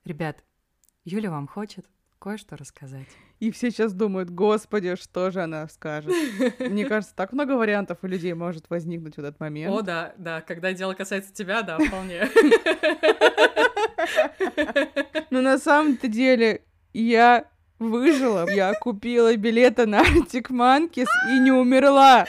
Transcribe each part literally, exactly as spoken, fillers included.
Ребят, Юля вам хочет кое-что рассказать. И все сейчас думают, господи, что же она скажет. Мне кажется, так много вариантов у людей может возникнуть в этот момент. О, да, да, когда дело касается тебя, да, вполне. Но на самом-то деле я выжила, я купила билеты на Arctic Monkeys и не умерла.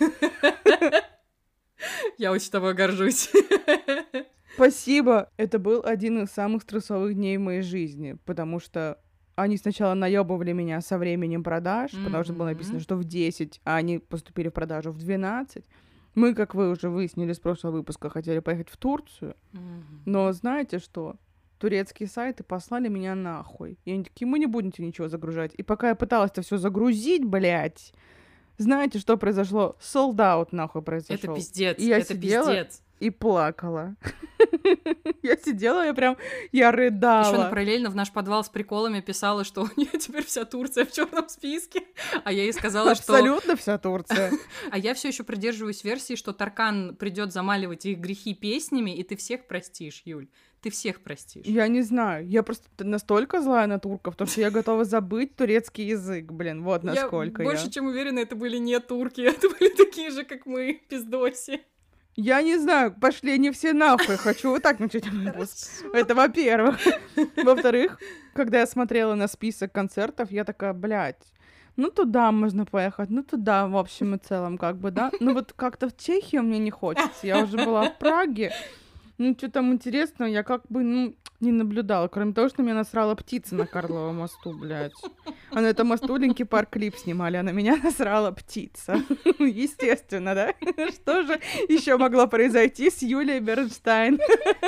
Я очень тобой горжусь. Спасибо. Это был один из самых стрессовых дней в моей жизни, потому что они сначала наебывали меня со временем продаж, mm-hmm. потому что было написано, что в десять, а они поступили в продажу в двенадцать. Мы, как вы уже выяснили с прошлого выпуска, хотели поехать в Турцию, mm-hmm. но знаете что? Турецкие сайты послали меня нахуй. И они такие, мы не будем тебе ничего загружать. И пока я пыталась это все загрузить, блядь, знаете, что произошло? Sold out нахуй произошел. Это пиздец, и я это сидела пиздец. И плакала. Я сидела, я прям, я рыдала. Еще параллельно в наш подвал с приколами писала, что у нее теперь вся Турция в черном списке. А я ей сказала, что... Абсолютно вся Турция. А я все еще придерживаюсь версии, что Таркан придет замаливать их грехи песнями, и ты всех простишь, Юль. Ты всех простишь. Я не знаю. Я просто настолько злая на турков, потому что я готова забыть турецкий язык, блин. Вот насколько я. Я больше чем уверена, это были не турки, это были такие же, как мы, пиздоси. Я не знаю, пошли не все нахуй. Хочу вот так начать выпуск. Это во-первых. Во-вторых, когда я смотрела на список концертов, я такая, блядь, ну туда можно поехать, ну туда, в общем и целом, как бы, да. Ну вот как-то в Чехию мне не хочется. Я уже была в Праге. Ну, что там интересного, я как бы, ну, не наблюдала, кроме того, что меня насрала птица на Карловом мосту, блядь. А на этом мосту Линки Парк клип снимали, а на меня насрала птица. Естественно, да? Что же еще могло произойти с Юлией Бернштайн?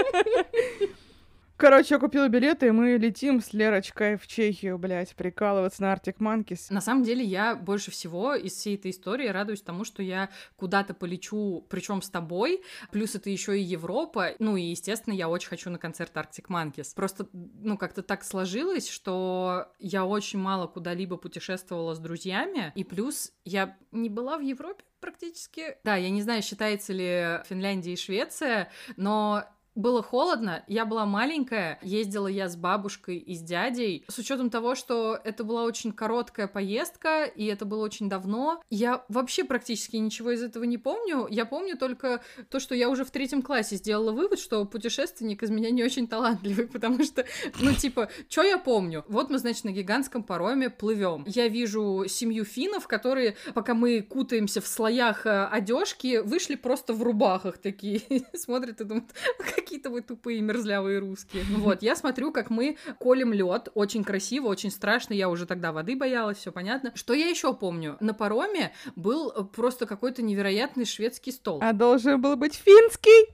Короче, я купила билеты, и мы летим с Лерочкой в Чехию, блядь, прикалываться на Arctic Monkeys. На самом деле, я больше всего из всей этой истории радуюсь тому, что я куда-то полечу, причем с тобой, плюс это еще и Европа, ну и, естественно, я очень хочу на концерт Arctic Monkeys. Просто, ну, как-то так сложилось, что я очень мало куда-либо путешествовала с друзьями, и плюс я не была в Европе практически. Да, я не знаю, считается ли Финляндия и Швеция, но... Было холодно, я была маленькая, ездила я с бабушкой и с дядей. С учетом того, что это была очень короткая поездка, и это было очень давно, я вообще практически ничего из этого не помню. Я помню только то, что я уже в третьем классе сделала вывод, что путешественник из меня не очень талантливый, потому что, ну, типа, что я помню? Вот мы, значит, на гигантском пароме плывем. Я вижу семью финнов, которые, пока мы кутаемся в слоях одежки, вышли просто в рубахах такие, смотрят и думают, какие-то вы тупые мерзлявые русские. Ну вот, я смотрю, как мы колем лед, очень красиво, очень страшно, я уже тогда воды боялась, все понятно. Что я еще помню? На пароме был просто какой-то невероятный шведский стол. А должен был быть финский?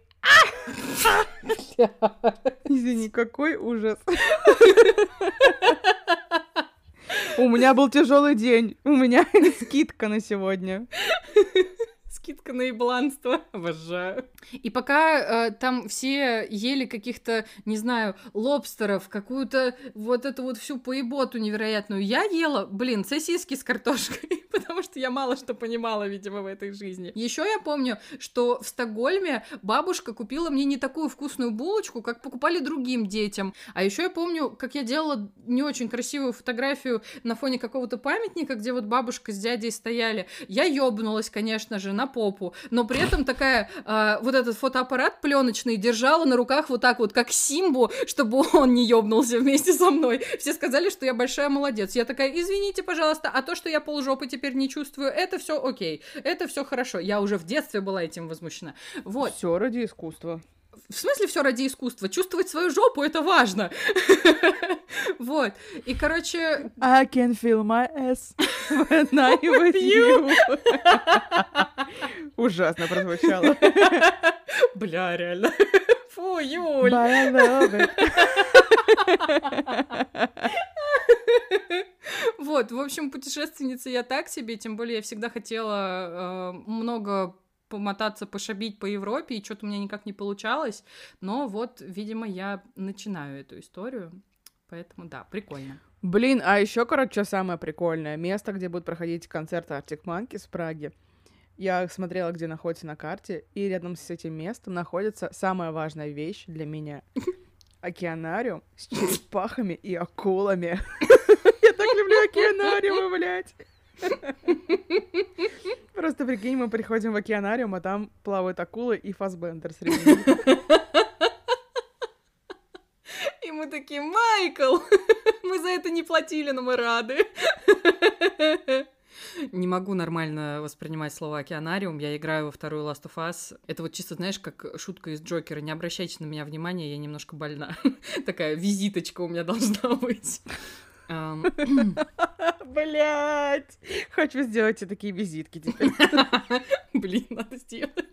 Извини, какой ужас. У меня был тяжелый день, у меня скидка на сегодня. Скидка на ебланство. Обожаю. И пока э, там все ели каких-то, не знаю, лобстеров, какую-то вот эту вот всю поеботу невероятную, я ела, блин, сосиски с картошкой, потому что я мало что понимала, видимо, в этой жизни. Еще я помню, что в Стокгольме бабушка купила мне не такую вкусную булочку, как покупали другим детям. А еще я помню, как я делала не очень красивую фотографию на фоне какого-то памятника, где вот бабушка с дядей стояли. Я ёбнулась, конечно же, на попу, но при этом такая, э, вот этот фотоаппарат пленочный держала на руках вот так вот, как Симбу, чтобы он не ёбнулся вместе со мной. Все сказали, что я большая молодец. Я такая, извините, пожалуйста, а то, что я полжопы теперь не чувствую, это все окей, это все хорошо. Я уже в детстве была этим возмущена. Вот. Все ради искусства. В смысле все ради искусства? Чувствовать свою жопу — это важно. Вот. И, короче... I can feel my ass when I'm with you. Ужасно прозвучало. Бля, реально. Фу, Юль. But I love it. Вот, в общем, путешественница я так себе, тем более я всегда хотела э, много помотаться, пошабить по Европе, и что-то у меня никак не получалось, но вот, видимо, я начинаю эту историю, поэтому да, прикольно. Блин, а еще, короче, самое прикольное место, где будут проходить концерты Arctic Monkeys в Праге. Я смотрела, где находится на карте, и рядом с этим местом находится самая важная вещь для меня. океанариум с черепахами и акулами. Я так люблю океанариумы, блядь. Просто прикинь, мы приходим в океанариум, а там плавают акулы и Фассбендер среди них. И мы такие: Майкл, мы за это не платили, но мы рады. Не могу нормально воспринимать слово океанариум. Я играю во вторую Last of Us. Это вот чисто, знаешь, как шутка из Джокера. Не обращайте на меня внимания, я немножко больна. Такая визиточка у меня должна быть. Блять! Хочу сделать и такие визитки теперь. Блин, надо сделать.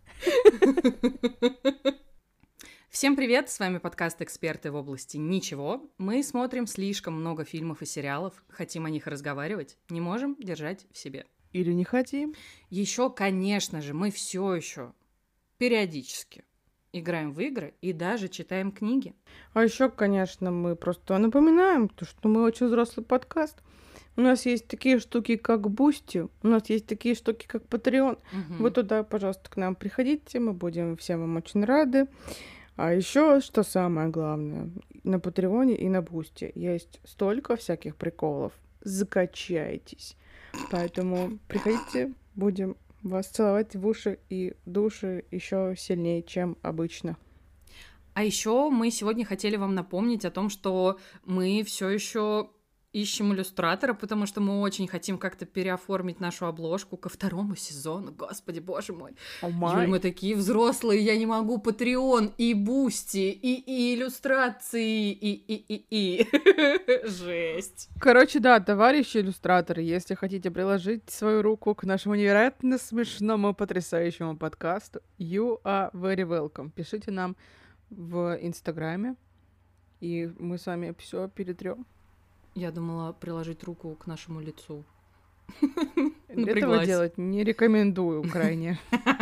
Всем привет, с вами подкаст «Эксперты в области ничего». Мы смотрим слишком много фильмов и сериалов, хотим о них разговаривать, не можем держать в себе. Или не хотим. Еще, конечно же, мы все еще периодически играем в игры и даже читаем книги. А еще, конечно, мы просто напоминаем, что мы очень взрослый подкаст. У нас есть такие штуки, как Бусти, у нас есть такие штуки, как Patreon. Угу. Вы туда, пожалуйста, к нам приходите, мы будем всем вам очень рады. А еще, что самое главное, на Патреоне и на Бусти есть столько всяких приколов. Закачайтесь. Поэтому приходите, будем вас целовать в уши и души еще сильнее, чем обычно. А еще мы сегодня хотели вам напомнить о том, что мы все еще ищем иллюстратора, потому что мы очень хотим как-то переоформить нашу обложку ко второму сезону. Господи, боже мой. Oh Юль, мы такие взрослые, я не могу Patreon и Бусти, и, и иллюстрации, и, и, и, и. Жесть. Короче, да, товарищи иллюстраторы, если хотите приложить свою руку к нашему невероятно смешному, потрясающему подкасту, you are very welcome. Пишите нам в Инстаграме, и мы с вами все перетрем. Я думала приложить руку к нашему лицу. Этого делать не рекомендую крайне.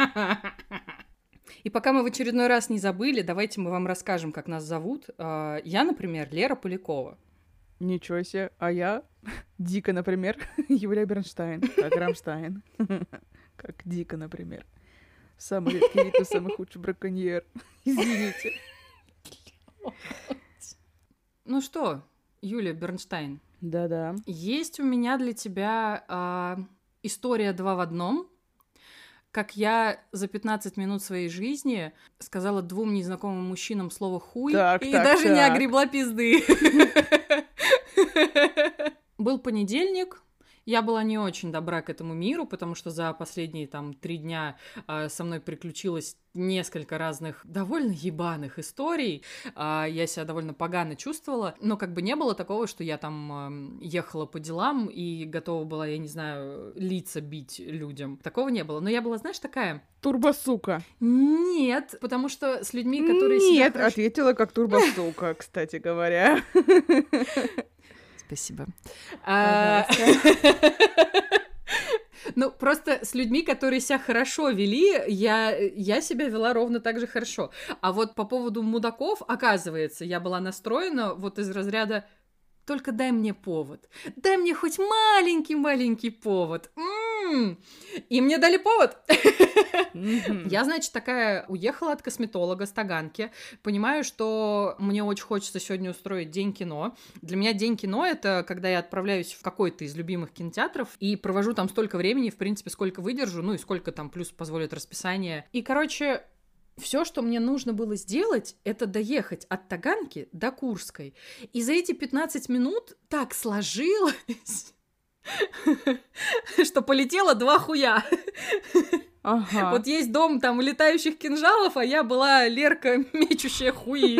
И пока мы в очередной раз не забыли, давайте мы вам расскажем, как нас зовут. Я, например, Лера Полякова. Ничего себе. А я Дика, например, Юлия Бернштайн. Как Рамштайн. Как Дика, например. Самый редкий вид и самый худший браконьер. Извините. Ну что, Юлия Бернштайн. Да-да. Есть у меня для тебя э, история два в одном. Как я за пятнадцать минут своей жизни сказала двум незнакомым мужчинам слово «хуй» так, и так, даже так. не огребла пизды. Был понедельник. Я была не очень добра к этому миру, потому что за последние там три дня э, со мной приключилось несколько разных довольно ебаных историй. Э, я себя довольно погано чувствовала, но как бы не было такого, что я там э, ехала по делам и готова была, я не знаю, лица бить людям. Такого не было. Но я была, знаешь, такая... Турбосука. Нет, потому что с людьми, которые себя... Нет, хорошо... ответила как турбосука, кстати говоря. Спасибо. Пожалуйста. Ну, просто с людьми, которые себя хорошо вели, я, я себя вела ровно так же хорошо. А вот по поводу мудаков, оказывается, я была настроена вот из разряда «только дай мне повод, дай мне хоть маленький-маленький повод». М-м-м. И мне дали повод. Mm-hmm. Я, значит, такая уехала от косметолога с Таганки, понимаю, что мне очень хочется сегодня устроить день кино. Для меня день кино — это когда я отправляюсь в какой-то из любимых кинотеатров и провожу там столько времени, в принципе, сколько выдержу, ну и сколько там плюс позволит расписание. И, короче, все, что мне нужно было сделать, это доехать от Таганки до Курской. И за эти пятнадцать минут так сложилось, что полетело два хуя. Ага. Вот есть дом там летающих кинжалов, а я была Лерка, мечущая хуи.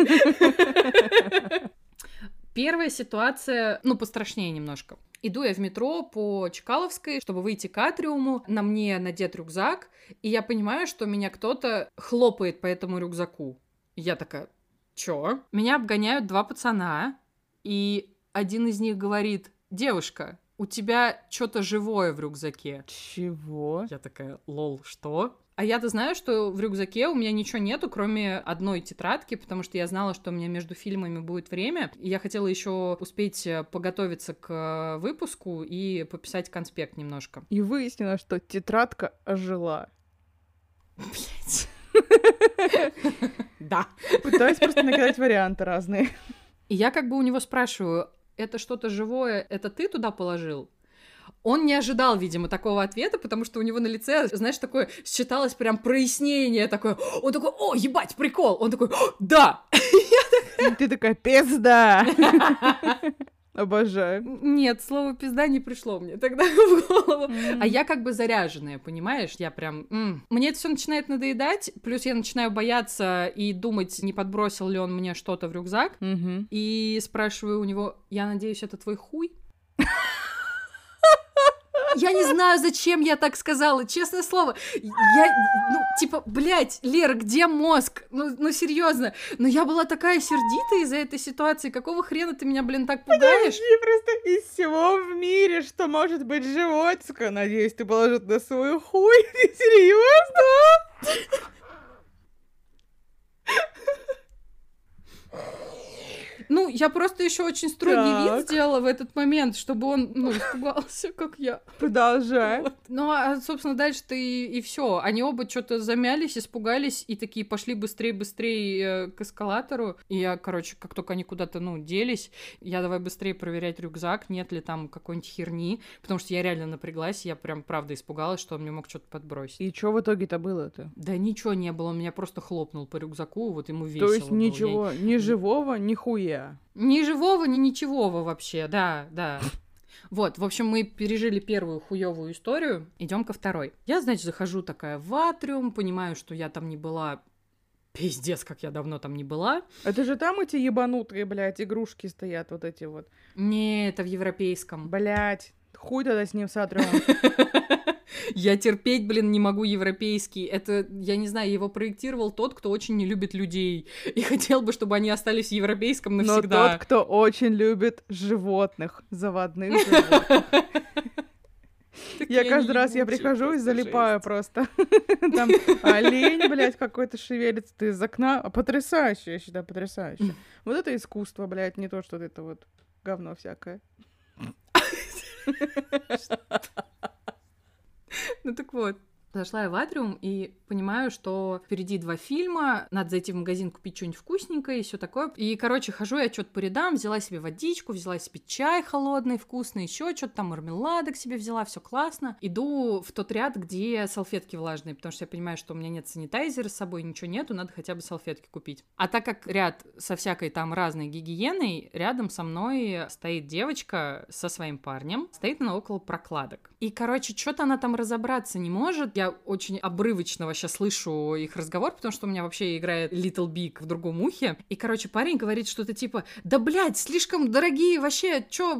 Первая ситуация, ну, пострашнее немножко. Иду я в метро по Чкаловской, чтобы выйти к Атриуму. На мне надет рюкзак, и я понимаю, что меня кто-то хлопает по этому рюкзаку. Я такая: чё? Меня обгоняют два пацана, и один из них говорит: девушка, у тебя что-то живое в рюкзаке. Чего? Я такая: лол, что? А я-то знаю, что в рюкзаке у меня ничего нету, кроме одной тетрадки, потому что я знала, что у меня между фильмами будет время, и я хотела еще успеть поготовиться к выпуску и пописать конспект немножко. И выяснилось, что тетрадка ожила. Блять. Да. Пытаюсь просто накидать варианты разные. И я как бы у него спрашиваю, это что-то живое, это ты туда положил? Он не ожидал, видимо, такого ответа, потому что у него на лице, знаешь, такое считалось прям прояснение такое. Он такой, о, ебать, прикол! Он такой, да! Ты такая, пизда! Обожаю. Нет, слово пизда не пришло мне тогда в голову. Mm. А я как бы заряженная, понимаешь? Я прям... М. Мне это все начинает надоедать, плюс я начинаю бояться и думать, не подбросил ли он мне что-то в рюкзак. Mm-hmm. И спрашиваю у него, я надеюсь, это твой хуй? Я не знаю, зачем я так сказала, честное слово. Я, ну, типа, блядь, Лера, где мозг? Ну, ну, серьезно. Но я была такая сердитая из-за этой ситуации. Какого хрена ты меня, блин, так пугаешь? Подожди, просто из всего в мире, что может быть животика, надеюсь, ты положил на свой хуй. Серьезно? Ну, я просто еще очень строгий так. вид сделала в этот момент, чтобы он, ну, испугался, как я. Продолжай. Вот. Ну, а, собственно, дальше-то и, и все. Они оба что-то замялись, испугались и такие пошли быстрее-быстрее к эскалатору. И я, короче, как только они куда-то, ну, делись, я давай быстрее проверять рюкзак, нет ли там какой-нибудь херни, потому что я реально напряглась, я прям, правда, испугалась, что он мне мог что-то подбросить. И что в итоге-то было-то? Да ничего не было, он меня просто хлопнул по рюкзаку, вот ему весело. То есть было. ничего, я... ни живого, ни хуя. Ни живого, ни ничегого вообще, да, да. Вот, в общем, мы пережили первую хуёвую историю, идем ко второй. Я, значит, захожу такая в атриум, понимаю, что я там не была... Пиздец, как я давно там не была. Это же там эти ебанутые, блядь, игрушки стоят, вот эти вот. Не, это в европейском. Блядь, хуй тогда с ним с атриумом. Я терпеть, блин, не могу европейский. Это, я не знаю, его проектировал тот, кто очень не любит людей. И хотел бы, чтобы они остались в европейском навсегда. Но тот, кто очень любит животных, заводных животных. Я каждый раз я прихожу и залипаю просто. Там олень, блядь, какой-то шевелится. Ты из окна. Потрясающе, я считаю, потрясающе. Вот это искусство, блядь, не то, что это вот говно всякое. Ну так вот, зашла я в атриум и понимаю, что впереди два фильма, надо зайти в магазин, купить что-нибудь вкусненькое и все такое. И, короче, хожу я что-то по рядам, взяла себе водичку, взяла себе чай холодный, вкусный, еще что-то там, мармеладок себе взяла, все классно. Иду в тот ряд, где салфетки влажные, потому что я понимаю, что у меня нет санитайзера с собой, ничего нету, надо хотя бы салфетки купить. А так как ряд со всякой там разной гигиеной, рядом со мной стоит девочка со своим парнем, стоит она около прокладок. И, короче, что-то она там разобраться не может. Я очень обрывочного сейчас слышу их разговор, потому что у меня вообще играет Little Big в другом ухе. И, короче, парень говорит что-то типа, да, блядь, слишком дорогие, вообще, чё?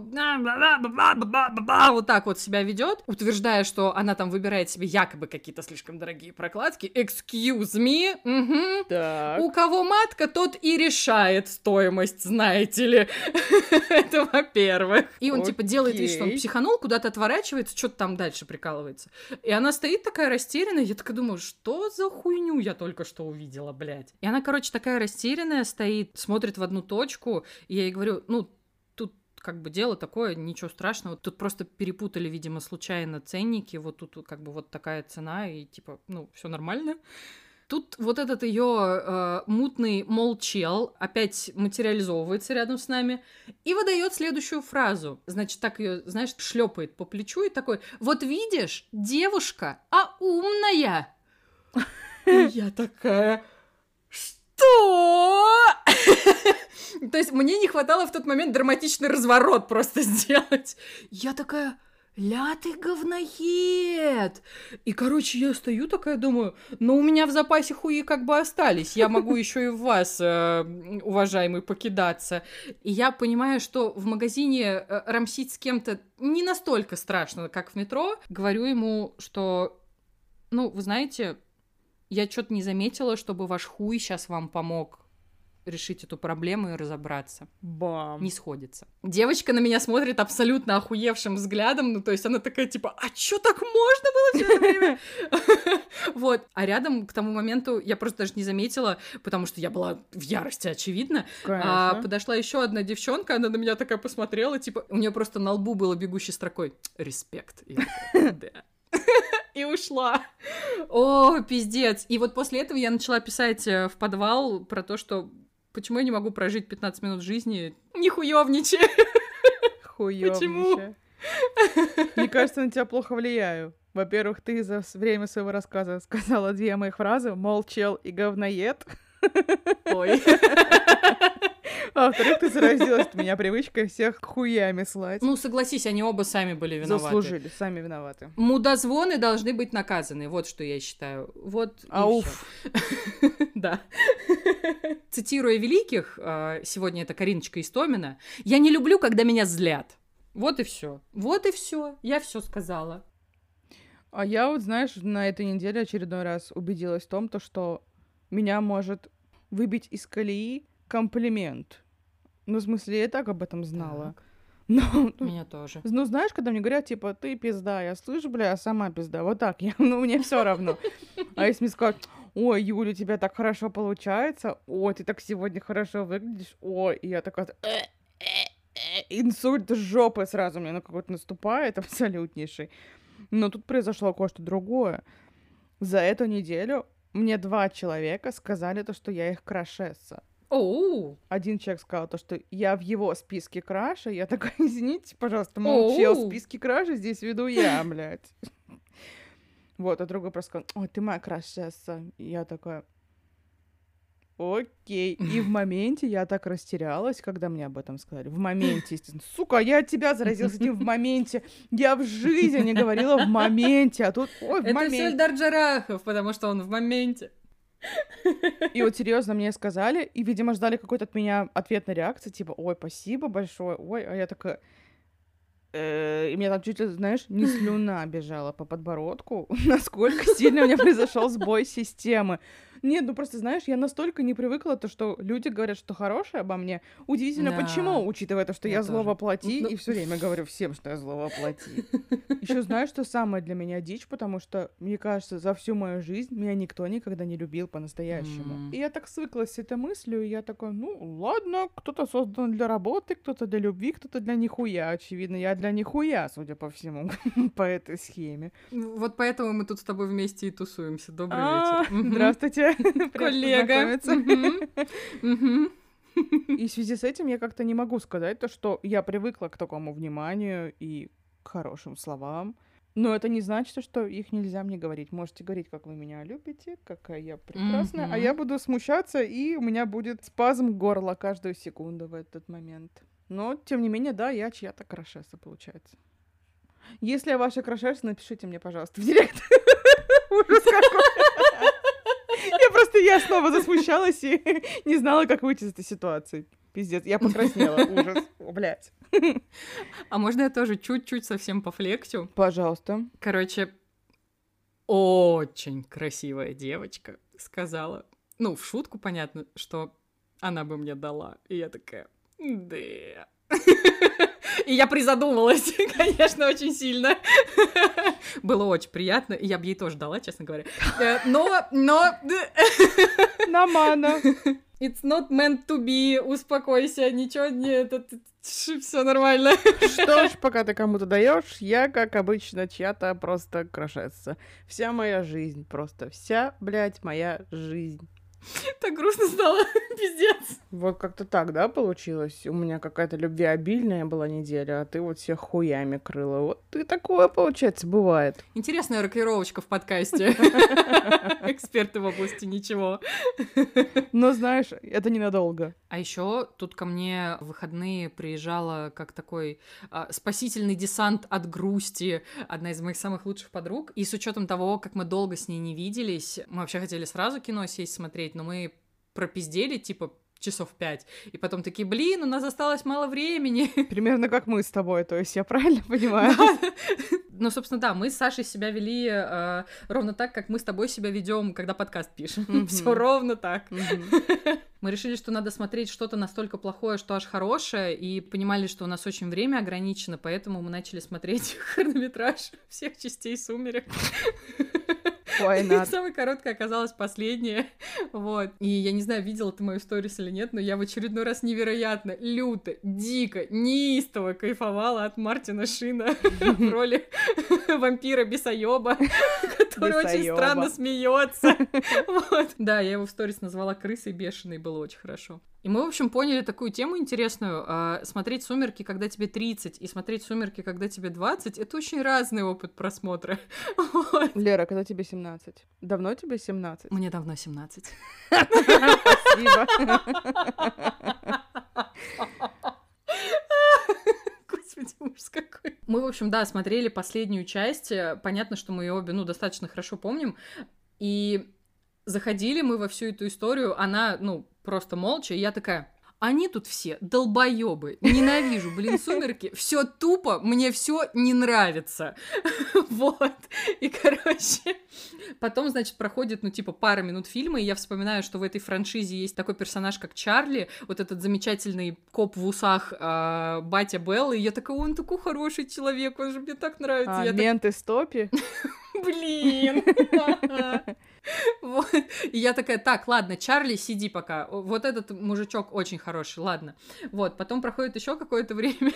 Вот так вот себя ведет, утверждая, что она там выбирает себе якобы какие-то слишком дорогие прокладки. Excuse me. Угу. Так. У кого матка, тот и решает стоимость, знаете ли. Это во-первых. И он, типа, делает вид, что он психанул, куда-то отворачивается, что-то там дальше прикалывается. И она стоит такая растерянная, я такая думаю, что за хуйню я только что увидела, блядь. И она, короче, такая растерянная стоит, смотрит в одну точку, и я ей говорю, ну, тут как бы дело такое, ничего страшного, тут просто перепутали, видимо, случайно ценники, вот тут как бы вот такая цена, и типа, ну, все нормально. Тут вот этот ее э, мутный молчел опять материализовывается рядом с нами и выдает следующую фразу. Значит, так ее, знаешь, шлепает по плечу и такой: вот видишь, девушка, а умная. И я такая: что? То есть мне не хватало в тот момент драматичный разворот просто сделать. Я такая: ля ты говноед! И, короче, я стою такая, думаю, ну, у меня в запасе хуи как бы остались, я могу еще и в вас, э, уважаемый, покидаться. И я понимаю, что в магазине э, рамсить с кем-то не настолько страшно, как в метро. Говорю ему, что, ну, вы знаете, я что-то не заметила, чтобы ваш хуй сейчас вам помог решить эту проблему и разобраться. Бам. Не сходится. Девочка на меня смотрит абсолютно охуевшим взглядом, ну, то есть она такая, типа, а чё, так можно было всё это время? Вот. А рядом к тому моменту я просто даже не заметила, потому что я была в ярости, очевидно. А подошла еще одна девчонка, она на меня такая посмотрела, типа, у нее просто на лбу было бегущей строкой: респект. Да. и ушла. О, пиздец. И вот после этого я начала писать в подвал про то, что почему я не могу прожить пятнадцать минут жизни, не хуёвничая. Хуёвничая. Почему? Мне кажется, на тебя плохо влияю. Во-первых, ты за время своего рассказа сказала две моих фразы: мол, чел и говноед. Ой. А во-вторых, ты заразилась от меня привычкой всех хуями слать. Ну, согласись, они оба сами были виноваты. Заслужили, сами виноваты. Мудозвоны должны быть наказаны, вот что я считаю. Вот Ауф. Да. Цитируя великих, сегодня это Кариночка Истомина, я не люблю, когда меня злят. Вот и все. Вот и все. Я все сказала. А я вот, знаешь, на этой неделе очередной раз убедилась в том, то, что меня может выбить из колеи комплимент. Ну, в смысле, я и так об этом знала. Так. Но, меня тоже. Ну, знаешь, когда мне говорят, типа, ты пизда, я слышу, бля, я сама пизда. Вот так, я, ну, мне все равно. А если мне скажут: ой, Юля, у тебя так хорошо получается, ой, ты так сегодня хорошо выглядишь, ой, и я такая... Инсульт жопы сразу мне на какой-то наступает, абсолютнейший. Но тут произошло кое-что другое. За эту неделю мне два человека сказали то, что я их крашесса. Оу. Один человек сказал то, что я в его списке краши. Я такая: извините, пожалуйста, мол, чел в списке краши, здесь веду я, блядь. Вот, а другой просто сказал: ой, ты моя крашесса. И я такая: окей. И в моменте я так растерялась, когда мне об этом сказали. В моменте, естественно. Сука, я от тебя заразился этим в моменте. Я в жизни не говорила в моменте, а тут... Ой, в это моменте. все Эльдар Джарахов, потому что он в моменте. И вот серьезно мне сказали, и, видимо, ждали какой-то от меня ответной реакции, типа: ой, спасибо большое, ой, а я такая... И мне там чуть ли, знаешь, не слюна бежала по подбородку, насколько сильно у меня произошел сбой системы. Нет, ну просто, знаешь, я настолько не привыкла, то, что люди говорят, что хорошее обо мне. Удивительно, да. Почему, учитывая то, что я, я зло воплоти, ну... и все время говорю всем, что я зло воплоти. Еще знаешь, что самое для меня дичь, потому что, мне кажется, за всю мою жизнь меня никто никогда не любил по-настоящему. Mm. И я так свыклась с этой мыслью, и я такая: ну, ладно, кто-то создан для работы, кто-то для любви, кто-то для нихуя. Очевидно, я для нихуя, судя по всему, по этой схеме. Вот поэтому мы тут с тобой вместе и тусуемся. Добрый вечер. Здравствуйте. Коллега. И в связи с этим я как-то не могу сказать то, что я привыкла к такому вниманию и к хорошим словам. Но это не значит, что их нельзя мне говорить. Можете говорить, как вы меня любите, какая я прекрасная, а я буду смущаться, и у меня будет спазм горла каждую секунду в этот момент. Но, тем не менее, да, я чья-то крашесса, получается. Если я ваша крашесса, напишите мне, пожалуйста, в директ. Ужас какой. Я просто, я снова засмущалась и не знала, как выйти из этой ситуации. Пиздец, я покраснела. Ужас. О, блядь. А можно я тоже чуть-чуть совсем пофлексю? Пожалуйста. Короче, очень красивая девочка сказала, ну, в шутку, понятно, что она бы мне дала. И я такая: да. И я призадумалась, конечно, очень сильно. Было очень приятно, и я бы ей тоже дала, честно говоря. Но, но... Намана. It's not meant to be, успокойся, ничего не... Это, все нормально. Что ж, пока ты кому-то даешь, я, как обычно, чья-то просто крашесса. Вся моя жизнь, просто вся, блядь, моя жизнь. Так грустно стало, пиздец. Вот как-то так, да, получилось? У меня какая-то любвеобильная была неделя, а ты вот всех хуями крыла. Вот и такое, получается, бывает. Интересная рокировочка в подкасте. Эксперты в области ничего. Но знаешь, это ненадолго. А еще тут ко мне в выходные приезжала как такой а, спасительный десант от грусти одна из моих самых лучших подруг. И с учетом того, как мы долго с ней не виделись, мы вообще хотели сразу кино сесть смотреть, но мы пропиздели, типа, часов пять. И потом такие: блин, у нас осталось мало времени. Примерно как мы с тобой, то есть я правильно понимаю? Ну, собственно, да, мы с Сашей себя вели э, ровно так, как мы с тобой себя ведем, когда подкаст пишем. Mm-hmm. Все ровно так. Mm-hmm. Мы решили, что надо смотреть что-то настолько плохое, что аж хорошее, и понимали, что у нас очень время ограничено, поэтому мы начали смотреть хронометраж всех частей «Сумерек». Why not? Самой короткой оказалась последняя. Вот. И я не знаю, видела ты мою сторис или нет, но я в очередной раз невероятно, люто, дико, неистово кайфовала от Мартина Шина в роли вампира Бесоеба, который очень странно смеется. Вот. Да, я его в сторис назвала крысой бешеной, было очень хорошо. И мы, в общем, поняли такую тему интересную. Смотреть «Сумерки», когда тебе тридцать, и смотреть «Сумерки», когда тебе двадцать, это очень разный опыт просмотра. Вот. Лера, когда тебе семнадцать? Давно тебе семнадцать? Мне давно семнадцать. Спасибо. Господи, ужас какой. Мы, в общем, да, смотрели последнюю часть. Понятно, что мы ее обе, ну, достаточно хорошо помним. И заходили мы во всю эту историю, она, ну, просто молча, и я такая... Они тут все долбоёбы, ненавижу, блин, «Сумерки», все тупо, мне все не нравится, вот, и, короче, потом, значит, проходит, ну, типа, пара минут фильма, и я вспоминаю, что в этой франшизе есть такой персонаж, как Чарли, вот этот замечательный коп в усах, э, батя Беллы, и я такая, он такой хороший человек, он же мне так нравится. А, я менты так... стопи? Блин! Вот. И я такая, так, ладно, Чарли, сиди пока. Вот этот мужичок очень хороший, ладно. Вот, потом проходит еще какое-то время.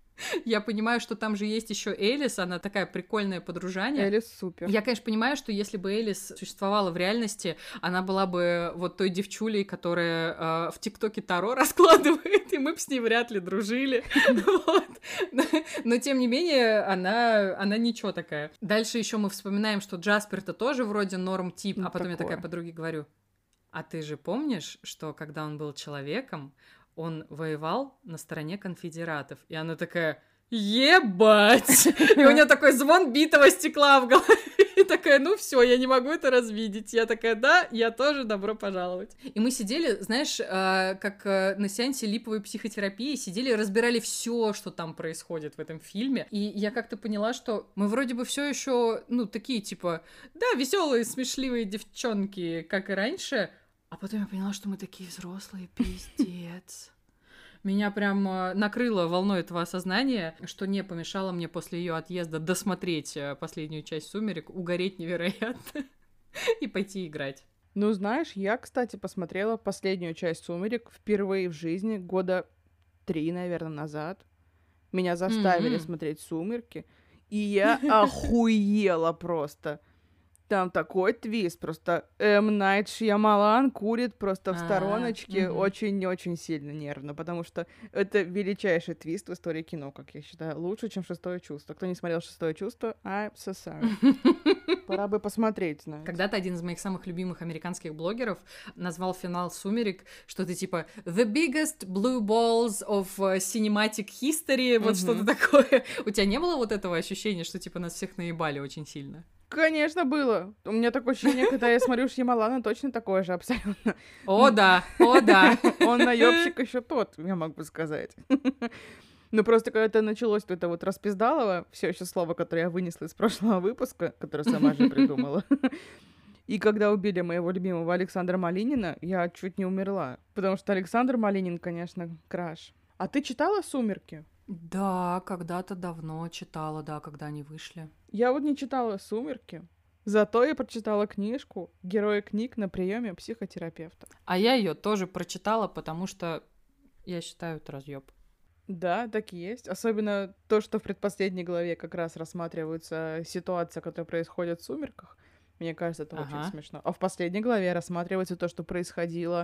Я понимаю, что там же есть еще Элис, она такая прикольная подружанья. Элис супер. Я, конечно, понимаю, что если бы Элис существовала в реальности, она была бы вот той девчулей, которая э, в ТикТоке Таро раскладывает, и мы бы с ней вряд ли дружили. Вот. Но, но, тем не менее, она, она ничего такая. Дальше еще мы вспоминаем, что Джаспер-то тоже вроде норм-тип, ну, а потом такое. Я такая подруге говорю, а ты же помнишь, что когда он был человеком, он воевал на стороне конфедератов. И она такая, ебать! И у нее такой звон битого стекла в голове. И такая, ну все, я не могу это развидеть. Я такая, да, я тоже, добро пожаловать. И мы сидели, знаешь, как на сеансе липовой психотерапии, сидели и разбирали все, что там происходит в этом фильме. И я как-то поняла, что мы вроде бы все еще, ну, такие, типа, да, веселые, смешливые девчонки, как и раньше. А потом я поняла, что мы такие взрослые, пиздец. Меня прям накрыло волной этого осознания, что не помешало мне после ее отъезда досмотреть последнюю часть «Сумерек», угореть невероятно и пойти играть. Ну, знаешь, я, кстати, посмотрела последнюю часть «Сумерек» впервые в жизни года три, наверное, назад. Меня заставили mm-hmm. смотреть «Сумерки», и я охуела просто. Там такой твист, просто М. Найт Шьямалан курит просто в стороночке очень-очень сильно нервно, потому что это величайший твист в истории кино, как я считаю, лучше, чем «Шестое чувство». Кто не смотрел «Шестое чувство», I'm so sorry. Пора бы посмотреть, знаете. Когда-то один из моих самых любимых американских блогеров назвал финал «Сумерек» что-то типа «The biggest blue balls of cinematic history», вот что-то такое. У тебя не было вот этого ощущения, что типа нас всех наебали очень сильно? Конечно, было. У меня такое ощущение, когда я смотрю Шьямалана, точно такое же абсолютно. О, да, о, да. Он наёбщик еще тот, я могу сказать. Ну, просто когда это началось, то это вот распиздалово, все еще слово, которое я вынесла из прошлого выпуска, которое сама же придумала. И когда убили моего любимого Александра Малинина, я чуть не умерла. Потому что Александр Малинин, конечно, краш. А ты читала «Сумерки»? Да, когда-то давно читала, да, когда они вышли. Я вот не читала «Сумерки», зато я прочитала книжку «Герои книг на приеме психотерапевта». А я ее тоже прочитала, потому что я считаю это разъеб. Да, так и есть. Особенно то, что в предпоследней главе как раз рассматривается ситуация, которая происходит в «Сумерках». Мне кажется, это ага. очень смешно. А в последней главе рассматривается то, что происходило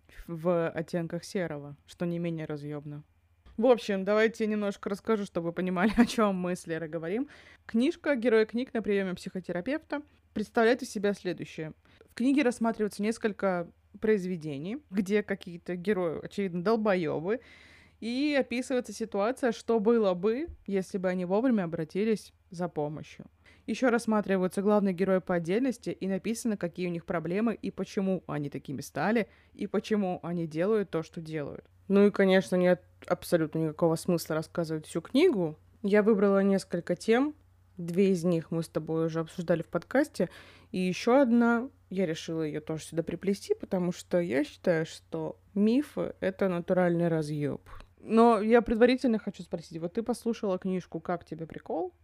в «Оттенках серого», что не менее разъебно. В общем, давайте я немножко расскажу, чтобы вы понимали, о чем мы с Лерой говорим. Книжка «Герои книг на приеме психотерапевта» представляет из себя следующее. В книге рассматриваются несколько произведений, где какие-то герои, очевидно, долбоёбы, и описывается ситуация, что было бы, если бы они вовремя обратились за помощью. Еще рассматриваются главные герои по отдельности, и написано, какие у них проблемы, и почему они такими стали, и почему они делают то, что делают. Ну и, конечно, нет абсолютно никакого смысла рассказывать всю книгу. Я выбрала несколько тем. Две из них мы с тобой уже обсуждали в подкасте. И еще одна, я решила ее тоже сюда приплести, потому что я считаю, что мифы — это натуральный разъеб. Но я предварительно хочу спросить, вот ты послушала книжку «Как тебе прикол?»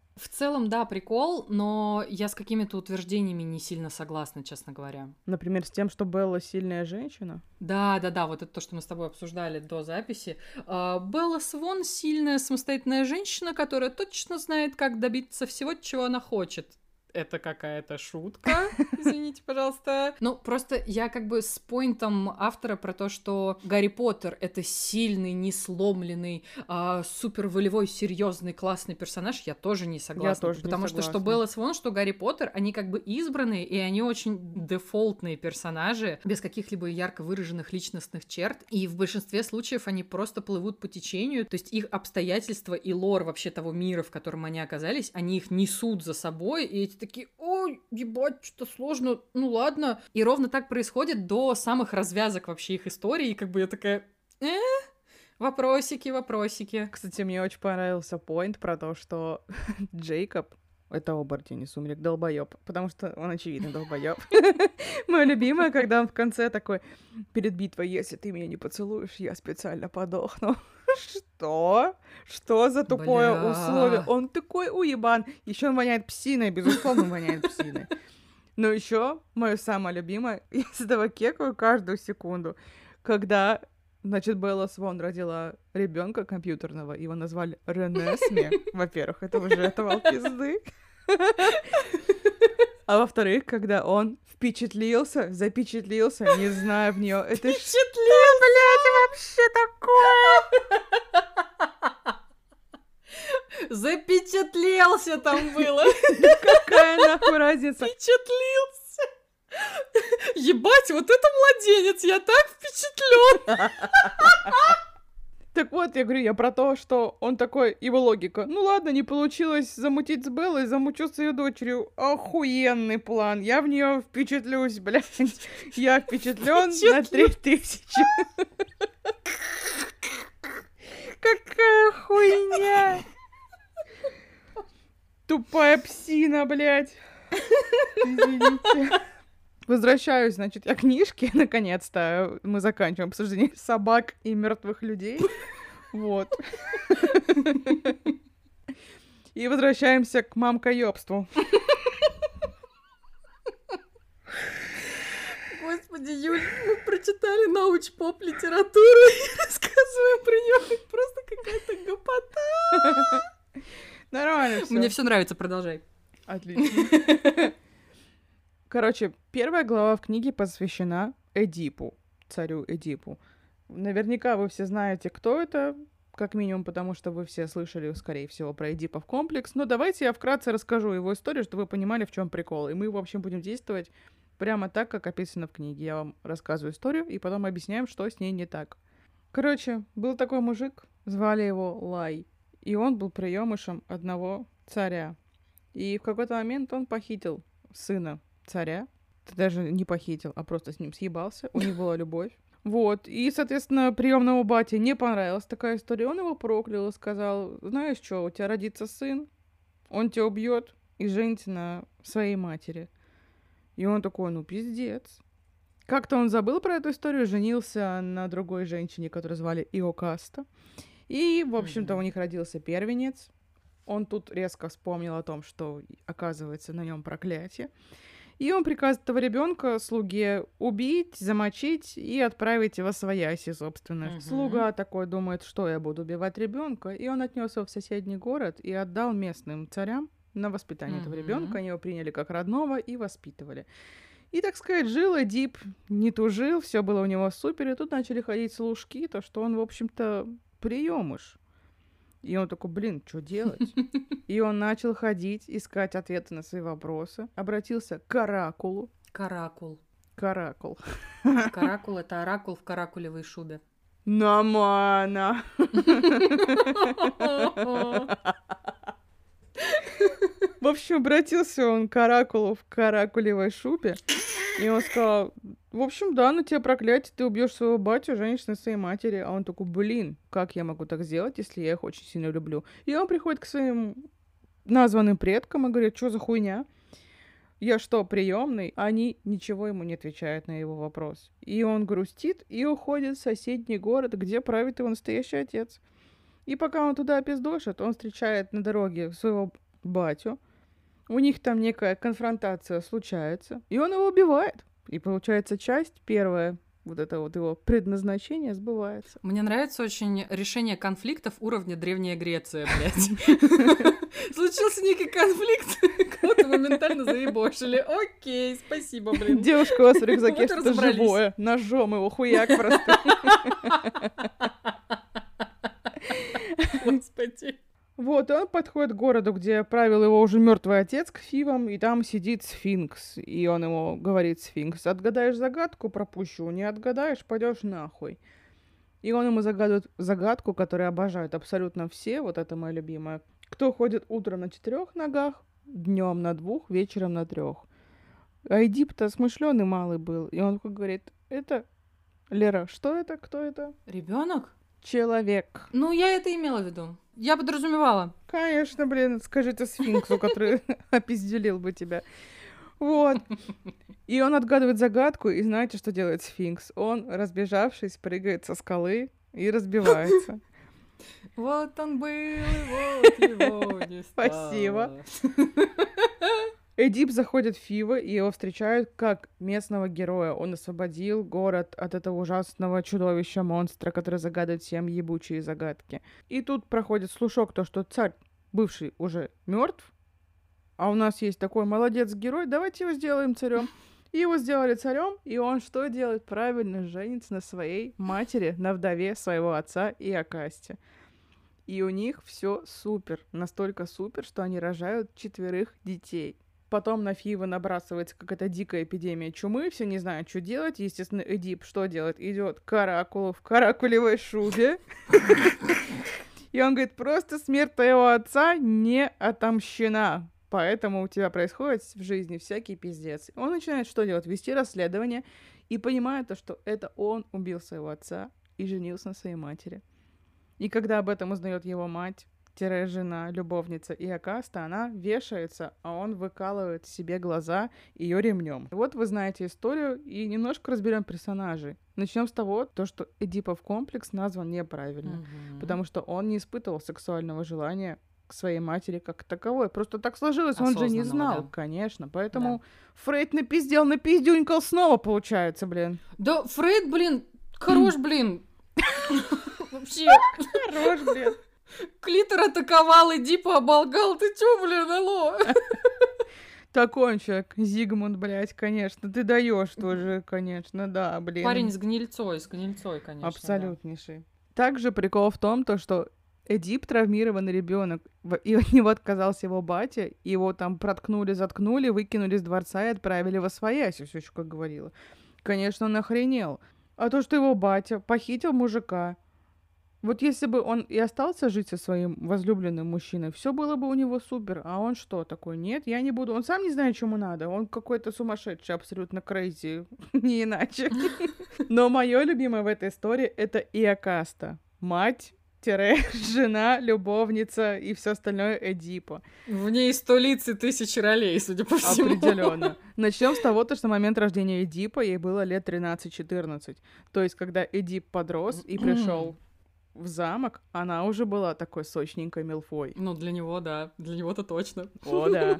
В целом, да, прикол, но я с какими-то утверждениями не сильно согласна, честно говоря. Например, с тем, что Белла сильная женщина? Да, да, да, вот это то, что мы с тобой обсуждали до записи. А, Белла Свон — сильная самостоятельная женщина, которая точно знает, как добиться всего, чего она хочет. Это какая-то шутка, извините, пожалуйста. Ну, просто я как бы с поинтом автора про то, что Гарри Поттер — это сильный, несломленный, а, супер волевой, серьезный, классный персонаж, я тоже не согласна. Я тоже потому не что согласна. что Белла Свон, что Гарри Поттер, они как бы избранные, и они очень дефолтные персонажи, без каких-либо ярко выраженных личностных черт, и в большинстве случаев они просто плывут по течению, то есть их обстоятельства и лор вообще того мира, в котором они оказались, они их несут за собой, и эти такие: ой, ебать, что-то сложно, ну ладно. И ровно так происходит до самых развязок вообще их истории, и как бы я такая: э, вопросики, вопросики. Кстати, мне очень понравился поинт про то, что Джейкоб — это оборотень из «Сумерек», долбоёб, потому что он очевидно долбоёб. Моё любимое, когда он в конце такой: перед битвой: если ты меня не поцелуешь, я специально подохну. Что? Что за тупое Бля. условие? Он такой уебан. Еще он воняет псиной, безусловно, он воняет псиной. Но еще мое самое любимое, я с этого кекаю каждую секунду, когда, значит, Белла Свон родила ребенка компьютерного, его назвали Ренесме. Во-первых, это уже этого пизды. А во-вторых, когда он впечатлился, запечатлился, не зная в нее, это что, блядь, вообще такое? Запечатлелся там было. Какая нахуй разница? Впечатлился. Ебать, вот это младенец, я так впечатлен. Так вот, я говорю, я про то, что он такой, его логика: ну ладно, не получилось замутить с Беллой, замучу с ее дочерью. Охуенный план, я в нее впечатлюсь, блядь. Я впечатлен на три тысячи. Какая хуйня! Тупая псина, блядь. Извините. Возвращаюсь, значит, я к книжке, наконец-то. Мы заканчиваем обсуждение собак и мертвых людей. Вот. И возвращаемся к мамкоёбству. Господи, Юль, мы прочитали научпоп литературу и рассказываем про нее. Просто какая-то гопота. Нормально всё. Мне все нравится, продолжай. Отлично. Короче, первая глава в книге посвящена Эдипу, царю Эдипу. Наверняка вы все знаете, кто это, как минимум, потому что вы все слышали, скорее всего, про Эдипов комплекс. Но давайте я вкратце расскажу его историю, чтобы вы понимали, в чем прикол. И мы, в общем, будем действовать прямо так, как описано в книге. Я вам рассказываю историю, и потом объясняем, что с ней не так. Короче, был такой мужик, звали его Лай, и он был приемышем одного царя. И в какой-то момент он похитил сына царя. Ты даже не похитил, а просто с ним съебался. У них была любовь. Вот. И, соответственно, приемному бате не понравилась такая история. Он его проклял и сказал: знаешь что, у тебя родится сын, он тебя убьет и женится на своей матери. И он такой: ну, пиздец. Как-то он забыл про эту историю, женился на другой женщине, которую звали Иокаста. И, в общем-то, у них родился первенец. Он тут резко вспомнил о том, что, оказывается, на нем проклятие. И он приказывает этого ребенка слуге убить, замочить и отправить во свояси, собственно. Мгм. Слуга такой думает: что я буду убивать ребенка, и он отнес его в соседний город и отдал местным царям на воспитание этого Мгм. ребенка. Они его приняли как родного и воспитывали. И, так сказать, жил Эдип, не тужил, все было у него супер, и тут начали ходить служки, то, что он, в общем-то, приемыш. И он такой: блин, что делать? И он начал ходить, искать ответы на свои вопросы. Обратился к оракулу. Каракул. Каракул. Каракул — это оракул в каракулевой шубе. Намана. В общем, обратился он к оракулу в каракулевой шубе. И он сказал: в общем, да, на тебя проклятие, ты убьешь своего батю, женишься на своей матери. А он такой: блин, как я могу так сделать, если я их очень сильно люблю? И он приходит к своим названным предкам и говорит: что за хуйня? Я что, приемный? Они ничего ему не отвечают на его вопрос. И он грустит и уходит в соседний город, где правит его настоящий отец. И пока он туда пиздошит, он встречает на дороге своего батю. У них там некая конфронтация случается, и он его убивает. И получается, часть первая, вот это вот его предназначение сбывается. Мне нравится очень решение конфликтов уровня Древняя Греция, блядь. Случился некий конфликт, кого-то моментально заебошили. Окей, спасибо, блин. Девушка у вас в рюкзаке что-то живое. Ножом его хуяк просто. Господи. Вот, и он подходит к городу, где правил его уже мертвый отец, к Фивам, и там сидит сфинкс. И он ему говорит: сфинкс, отгадаешь загадку, пропущу, не отгадаешь, пойдешь нахуй. И он ему загадывает загадку, которую обожают абсолютно все, вот это моя любимая. Кто ходит утром на четырех ногах, днем на двух, вечером на трех. А Эдип-то смышленый малый был, и он говорит: это, Лера, что это, кто это? Ребенок? Человек. Ну, я это имела в виду. Я подразумевала. Конечно, блин, скажите сфинксу, который опизделил бы тебя. Вот. И он отгадывает загадку, и знаете, что делает сфинкс? Он, разбежавшись, прыгает со скалы и разбивается. Вот он был, и вот его не стало. Спасибо. Эдип заходит в Фивы, и его встречают как местного героя. Он освободил город от этого ужасного чудовища-монстра, который загадывает всем ебучие загадки. И тут проходит слушок, то, что царь бывший уже мертв, а у нас есть такой молодец-герой, давайте его сделаем царем. И его сделали царем, и он что делает? Правильно женится на своей матери, на вдове своего отца Иокасте. И у них все супер, настолько супер, что они рожают четверых детей. Потом на Фивы набрасывается какая-то дикая эпидемия чумы, все не знают, что делать. Естественно, Эдип что делает? Идет к оракулу в каракулевой шубе. И он говорит: просто смерть твоего отца не отомщена. Поэтому у тебя происходит в жизни всякий пиздец. Он начинает что делать? Вести расследование и понимает то, что это он убил своего отца и женился на своей матери. И когда об этом узнает его мать, жена, любовница Иокаста, она вешается, а он выкалывает себе глаза ее ремнем. Вот вы знаете историю, и немножко разберем персонажей. Начнем с того, то, что Эдипов комплекс назван неправильно, mm-hmm. потому что он не испытывал сексуального желания к своей матери как таковой. Просто так сложилось, он же не знал, да. Конечно. Поэтому да. Фрейд напиздел, напиздюнькал снова, получается, блин. Да, Фрейд, блин, хорош, блин. Вообще. Хорош, блин. Клитор атаковал, Эдипа оболгал. Ты чё, блин, алло? Такой он человек, Зигмунд, блядь, конечно. Ты даешь тоже, конечно, да, блин. Парень с гнильцой, с гнильцой, конечно. Абсолютнейший. Да. Также прикол в том, то, что Эдип травмированный ребенок, и от него отказался его батя, и его там проткнули, заткнули, выкинули из дворца и отправили во своясь, все еще как говорила. Конечно, он охренел. А то, что его батя похитил мужика, вот если бы он и остался жить со своим возлюбленным мужчиной, все было бы у него супер. А он что такой? Нет, я не буду. Он сам не знает, чему надо. Он какой-то сумасшедший, абсолютно крейзи. Не иначе. Но мое любимое в этой истории — это Иокаста. Мать, жена, любовница и все остальное Эдипа. В ней сто лиц и тысячи ролей, судя по всему. Определенно. Начнем с того, что момент рождения Эдипа ей было лет тринадцать-четырнадцать. То есть, когда Эдип подрос и пришел в замок, она уже была такой сочненькой милфой. Ну, для него, да. Для него-то точно. О, да.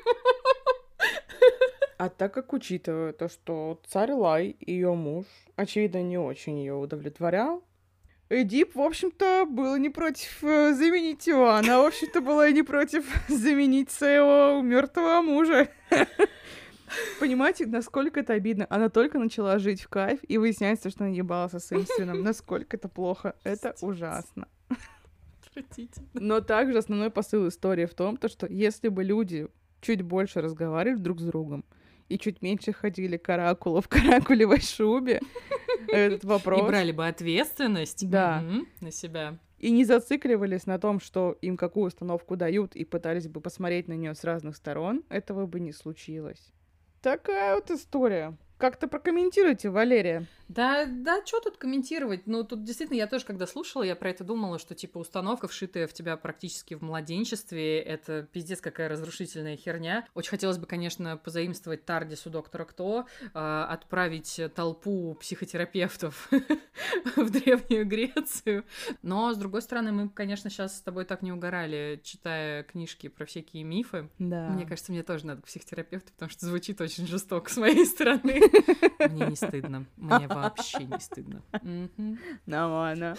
А так как, учитывая то, что царь Лай, ее муж, очевидно, не очень ее удовлетворял, Эдип, в общем-то, был не против заменить его. Она, в общем-то, была и не против заменить своего мертвого мужа. Понимаете, насколько это обидно? Она только начала жить в кайф, и выясняется, что она ебала со своим сыном. Насколько это плохо. Это ужасно. Но также основной посыл истории в том, что если бы люди чуть больше разговаривали друг с другом и чуть меньше ходили к оракулу в каракулевой шубе, этот вопрос... И брали бы ответственность да. на себя. И не зацикливались на том, что им какую установку дают, и пытались бы посмотреть на нее с разных сторон, этого бы не случилось. Такая вот история. Как-то прокомментируйте, Валерия. Да, да, что тут комментировать? Ну, тут действительно, я тоже, когда слушала, я про это думала, что, типа, установка, вшитая в тебя практически в младенчестве, это пиздец какая разрушительная херня. Очень хотелось бы, конечно, позаимствовать Тардис у доктора Кто, э, отправить толпу психотерапевтов в Древнюю Грецию. Но, с другой стороны, мы, конечно, сейчас с тобой так не угорали, читая книжки про всякие мифы. Да. Мне кажется, мне тоже надо к психотерапевту, потому что звучит очень жестоко с моей стороны. Мне не стыдно. Мне вообще не стыдно. Нормально.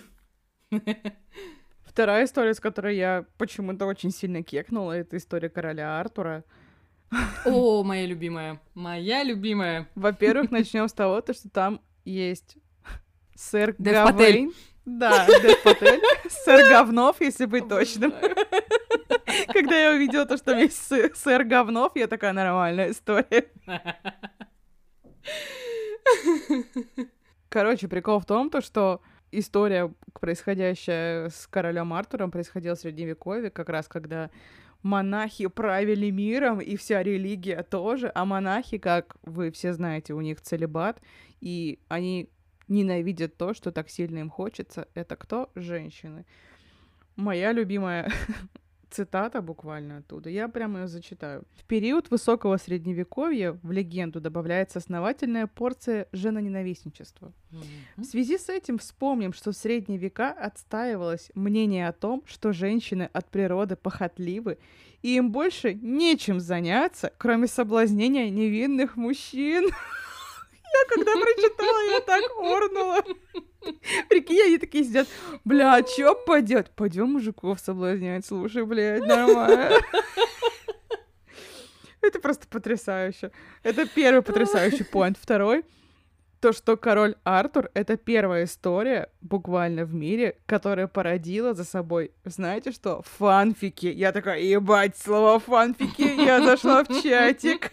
Вторая история, с которой я почему-то очень сильно кекнула, это история короля Артура. О, моя любимая. Моя любимая. Во-первых, начнем с того, что там есть сэр Дев Гавейн. Да, Дев Патель. Сэр Говнов, если быть точным. Когда я увидела то, что там есть сэр Говнов, я такая, нормальная история. Короче, прикол в том, то, что история, происходящая с королем Артуром, происходила в Средневековье, как раз когда монахи правили миром, и вся религия тоже, а монахи, как вы все знаете, у них целибат, и они ненавидят то, что так сильно им хочется. Это кто? Женщины. Моя любимая цитата буквально оттуда, я прямо ее зачитаю. В период высокого средневековья в легенду добавляется основательная порция женоненавистничества. Mm-hmm. В связи с этим вспомним, что в средние века отстаивалось мнение о том, что женщины от природы похотливы, и им больше нечем заняться, кроме соблазнения невинных мужчин. Я когда прочитала, я так орнула. Прикинь, они такие сидят, бля, чё пойдёт? Пойдём мужиков соблазнять, слушай, блядь, нормально. Это просто потрясающе. Это первый потрясающий поинт. Второй, то, что король Артур — это первая история буквально в мире, которая породила за собой, знаете что, фанфики. Я такая, ебать, слово фанфики, я зашла в чатик.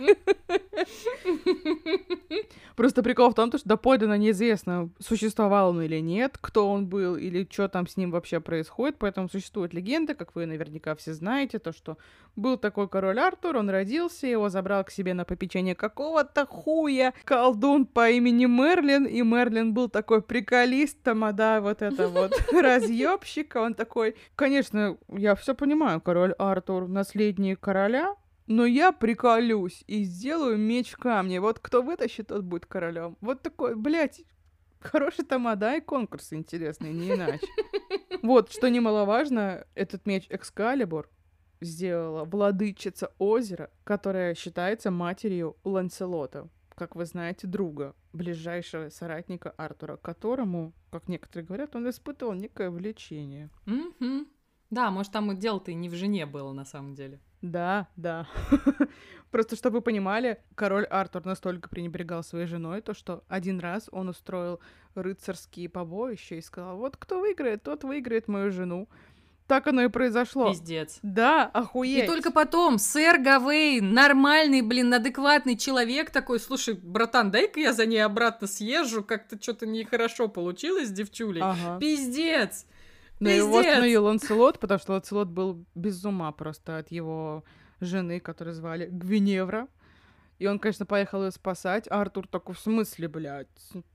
Просто прикол в том, что доподлинно неизвестно, существовал он или нет, кто он был, или что там с ним вообще происходит, поэтому существует легенда, как вы наверняка все знаете, то, что был такой король Артур, он родился, его забрал к себе на попечение какого-то хуя колдун по имени Мерлин, и Мерлин был такой приколист, тамада, вот это вот разъёбщик, он такой, конечно, я все понимаю, король Артур, наследник короля, но я приколюсь и сделаю меч камня. Вот кто вытащит, тот будет королем. Вот такой, блядь, хороший тамада и конкурс интересный, не иначе. Вот, что немаловажно, этот меч Экскалибур сделала владычица озера, которая считается матерью Ланселота, как вы знаете, друга, ближайшего соратника Артура, которому, как некоторые говорят, он испытывал некое влечение. Mm-hmm. Да, может, там и дело-то и не в жене было на самом деле. Да, да. Просто чтобы вы понимали, король Артур настолько пренебрегал своей женой, то что один раз он устроил рыцарские побоища и сказал, вот кто выиграет, тот выиграет мою жену. Так оно и произошло. Пиздец. Да, охуеть. И только потом сэр Гавейн, нормальный, блин, адекватный человек такой, слушай, братан, дай-ка я за ней обратно съезжу, как-то что-то нехорошо получилось с девчулей. Ага. Пиздец. Ну и вот, ну и Ланселот, потому что Ланселот был без ума просто от его жены, которую звали Гвиневра. И он, конечно, поехал ее спасать. А Артур такой, в смысле, блядь?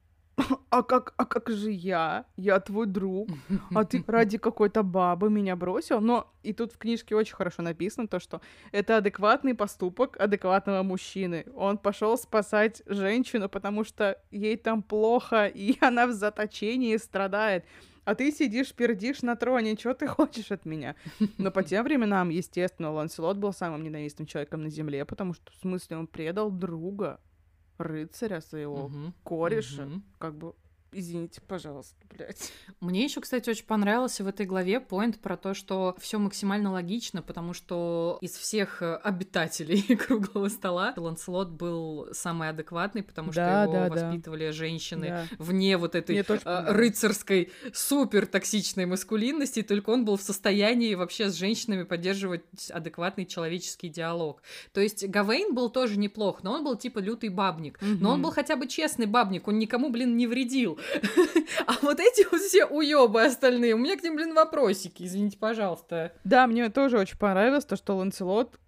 А как, а как же я? Я твой друг. А ты ради какой-то бабы меня бросил? Но и тут в книжке очень хорошо написано то, что это адекватный поступок адекватного мужчины. Он пошел спасать женщину, потому что ей там плохо, и она в заточении страдает. А ты сидишь, пердишь на троне, что ты хочешь от меня? Но по тем временам, естественно, Ланселот был самым ненавистным человеком на земле, потому что, в смысле, он предал друга, рыцаря своего, uh-huh. кореша, uh-huh. как бы, извините, пожалуйста, блядь. Мне еще, кстати, очень понравился в этой главе поинт про то, что все максимально логично, потому что из всех обитателей круглого стола Ланселот был самый адекватный, потому да, что его да, воспитывали да. женщины да. вне вот этой а, рыцарской супер токсичной маскулинности, только он был в состоянии вообще с женщинами поддерживать адекватный человеческий диалог. То есть Гавейн был тоже неплох, но он был типа лютый бабник, mm-hmm. но он был хотя бы честный бабник, он никому, блин, не вредил. А вот эти вот все уёбы остальные, у меня к ним, блин, вопросики, извините, пожалуйста. Да, мне тоже очень понравилось то, что Ланселот,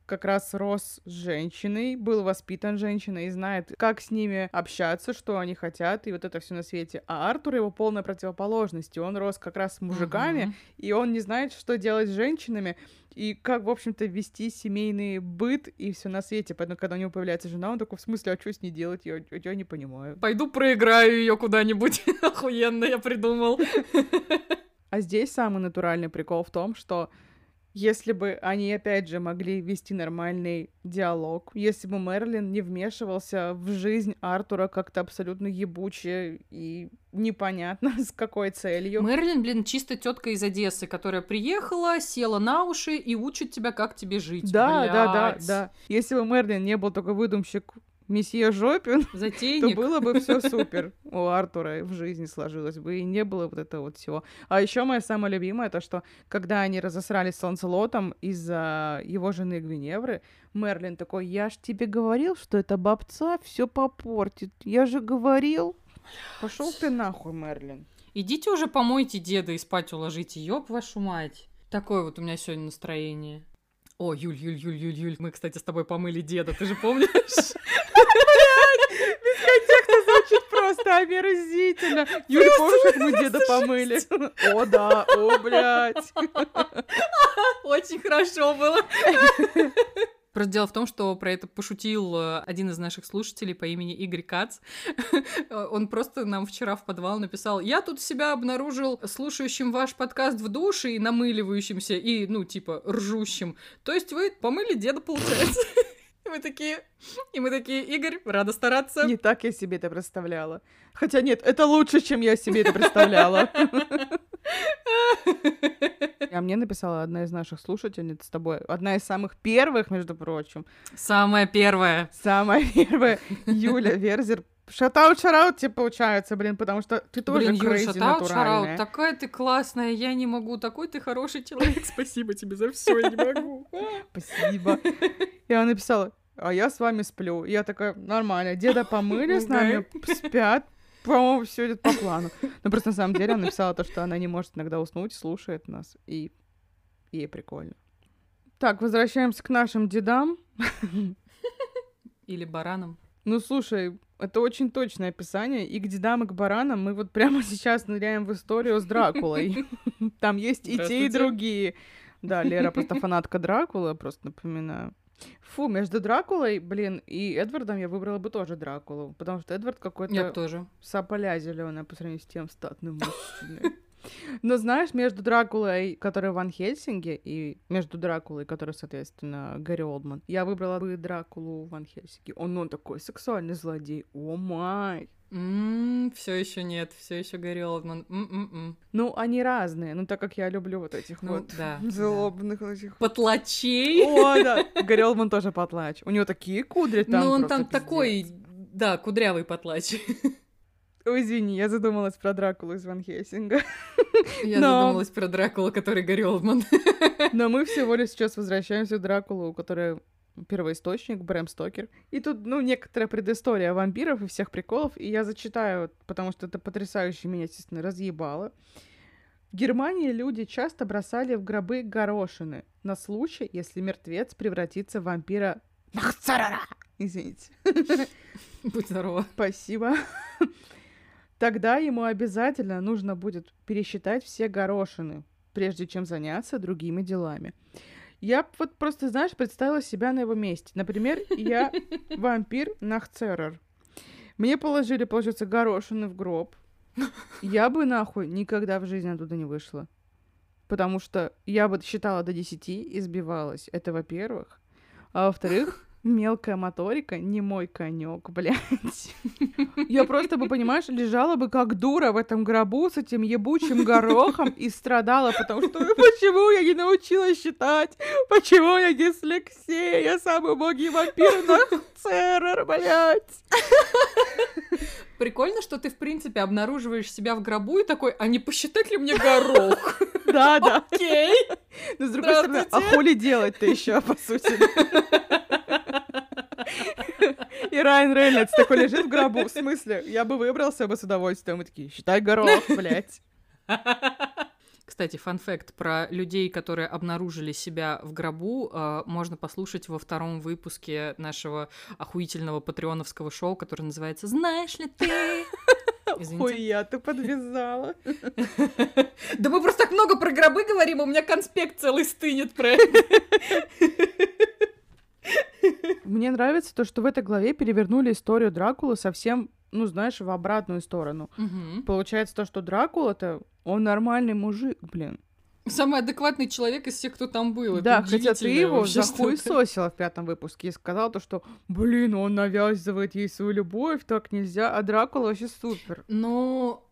как раз рос с женщиной, был воспитан женщиной и знает, как с ними общаться, что они хотят, и вот это все на свете. А Артур его полная противоположность. Он рос как раз с мужиками, uh-huh. и он не знает, что делать с женщинами, и как, в общем-то, вести семейный быт и все на свете. Поэтому, когда у него появляется жена, он такой, в смысле, а что с ней делать? Я, я не понимаю. Пойду проиграю ее куда-нибудь. Охуенно, я придумал. А здесь самый натуральный прикол в том, что если бы они, опять же, могли вести нормальный диалог, если бы Мерлин не вмешивался в жизнь Артура как-то абсолютно ебуче и непонятно с какой целью. Мерлин, блин, чисто тетка из Одессы, которая приехала, села на уши и учит тебя, как тебе жить. Да, Блядь. да, да, да. Если бы Мерлин не был только выдумщик месье Жопин, затейник, то было бы все супер. У Артура в жизни сложилось бы, и не было вот этого вот всего. А еще моя самая любимая, то что, когда они разосрались с Ланселотом из-за его жены Гвиневры, Мерлин такой, я ж тебе говорил, что эта бабца все попортит. Я же говорил. Пошел ты нахуй, Мерлин. Идите уже помойте деда и спать уложите, ёб вашу мать. Такое вот у меня сегодня настроение. О, Юль, Юль, Юль, Юль, Юль, мы, кстати, с тобой помыли деда, ты же помнишь? Блядь, без контекста звучит просто омерзительно. Юль, помнишь, как мы деда помыли? О, да, о, блядь. Очень хорошо было. Просто дело в том, что про это пошутил один из наших слушателей по имени Игорь Кац. Он просто нам вчера в подвал написал: я тут себя обнаружил слушающим ваш подкаст в душе и намыливающимся, и, ну, типа, ржущим. То есть вы помыли деда, получается. И мы такие, и мы такие, Игорь, рада стараться. Не так я себе это представляла. Хотя нет, это лучше, чем я себе это представляла. А мне написала одна из наших слушательниц с тобой. Одна из самых первых, между прочим. Самая первая. Самая первая. Юля Верзер. Шатаут, шараут тебе получается, блин, потому что ты тоже блин, Юля, крейзи шатаут, натуральная. Шараут, такая ты классная, я не могу, такой ты хороший человек, спасибо тебе за все, я не могу. Спасибо. И она написала, а я с вами сплю. И я такая, нормально, деда помыли, с нами спят. По-моему, все идет по плану. Но просто на самом деле она написала то, что она не может иногда уснуть, слушает нас, и ей прикольно. Так, возвращаемся к нашим дедам. Или баранам. Ну, слушай, это очень точное описание. И к дедам, и к баранам мы вот прямо сейчас ныряем в историю с Дракулой. Там есть и те, и другие. Да, Лера просто фанатка Дракулы, просто напоминаю. Фу, между Дракулой, блин, и Эдвардом я выбрала бы тоже Дракулу, потому что Эдвард какой-то... Я тоже. Саполя зелёная по сравнению с тем статным мужчиной. Но знаешь, между Дракулой, которая в Ван Хельсинге, и между Дракулой, которая, соответственно, Гэри Олдман, я выбрала бы Дракулу в Ван Хельсинге. Он, он такой сексуальный злодей. О май! Mm, все еще нет, все еще Гэри Олдман. Mm-mm-mm. Ну, они разные, ну, так как я люблю вот этих ну, вот да, злобных да. этих... Потлачей! О, да, Гэри Олдман тоже потлач. У него такие кудри там. Ну, он там пиздец. такой, да, кудрявый потлач. Ой, извини, я задумалась про Дракулу из Ван Хельсинга. Я Но... задумалась про Дракулу, который Гэри Олдман. Но мы всего лишь сейчас возвращаемся к Дракулу, которая... первоисточник, Брэм Стокер. И тут, ну, некоторая предыстория вампиров и всех приколов, и я зачитаю, потому что это потрясающе меня, естественно, разъебало. В Германии люди часто бросали в гробы горошины на случай, если мертвец превратится в вампира... Извините. Будь здорова. Спасибо. Тогда ему обязательно нужно будет пересчитать все горошины, прежде чем заняться другими делами. Я вот просто, знаешь, представила себя на его месте. Например, я вампир Нахцерер. Мне положили, получается, горошины в гроб. Я бы, нахуй, никогда в жизни оттуда не вышла. Потому что я бы считала до десяти и сбивалась. Это во-первых. А во-вторых, мелкая моторика не мой конек, блядь. Я просто бы, понимаешь, лежала бы как дура в этом гробу с этим ебучим горохом и страдала, потому что почему я не научилась считать? Почему я дислексия? Я самый убогий вампир Нахцерер, блядь. Прикольно, что ты, в принципе, обнаруживаешь себя в гробу и такой, а не посчитать ли мне горох? Да, да. Окей. Но с другой стороны, а хули делать-то еще, по сути? И Райан Рейнольдс такой лежит в гробу. В смысле? Я бы выбрался бы с удовольствием. Мы такие, считай горох, блядь. Кстати, фан-факт про людей, которые обнаружили себя в гробу, э, можно послушать во втором выпуске нашего охуительного патреоновского шоу, которое называется «Знаешь ли ты?» Хуя, ты подвязала. Да мы просто так много про гробы говорим, у меня конспект целый стынет про это. Мне нравится то, что в этой главе перевернули историю Дракулы совсем, ну, знаешь, в обратную сторону. Угу. Получается то, что Дракула-то, он нормальный мужик, блин. Самый адекватный человек из всех, кто там был. Да, это хотя ты его вообще захуесосила в пятом выпуске и сказала то, что, блин, он навязывает ей свою любовь, так нельзя, а Дракула вообще супер. Ну,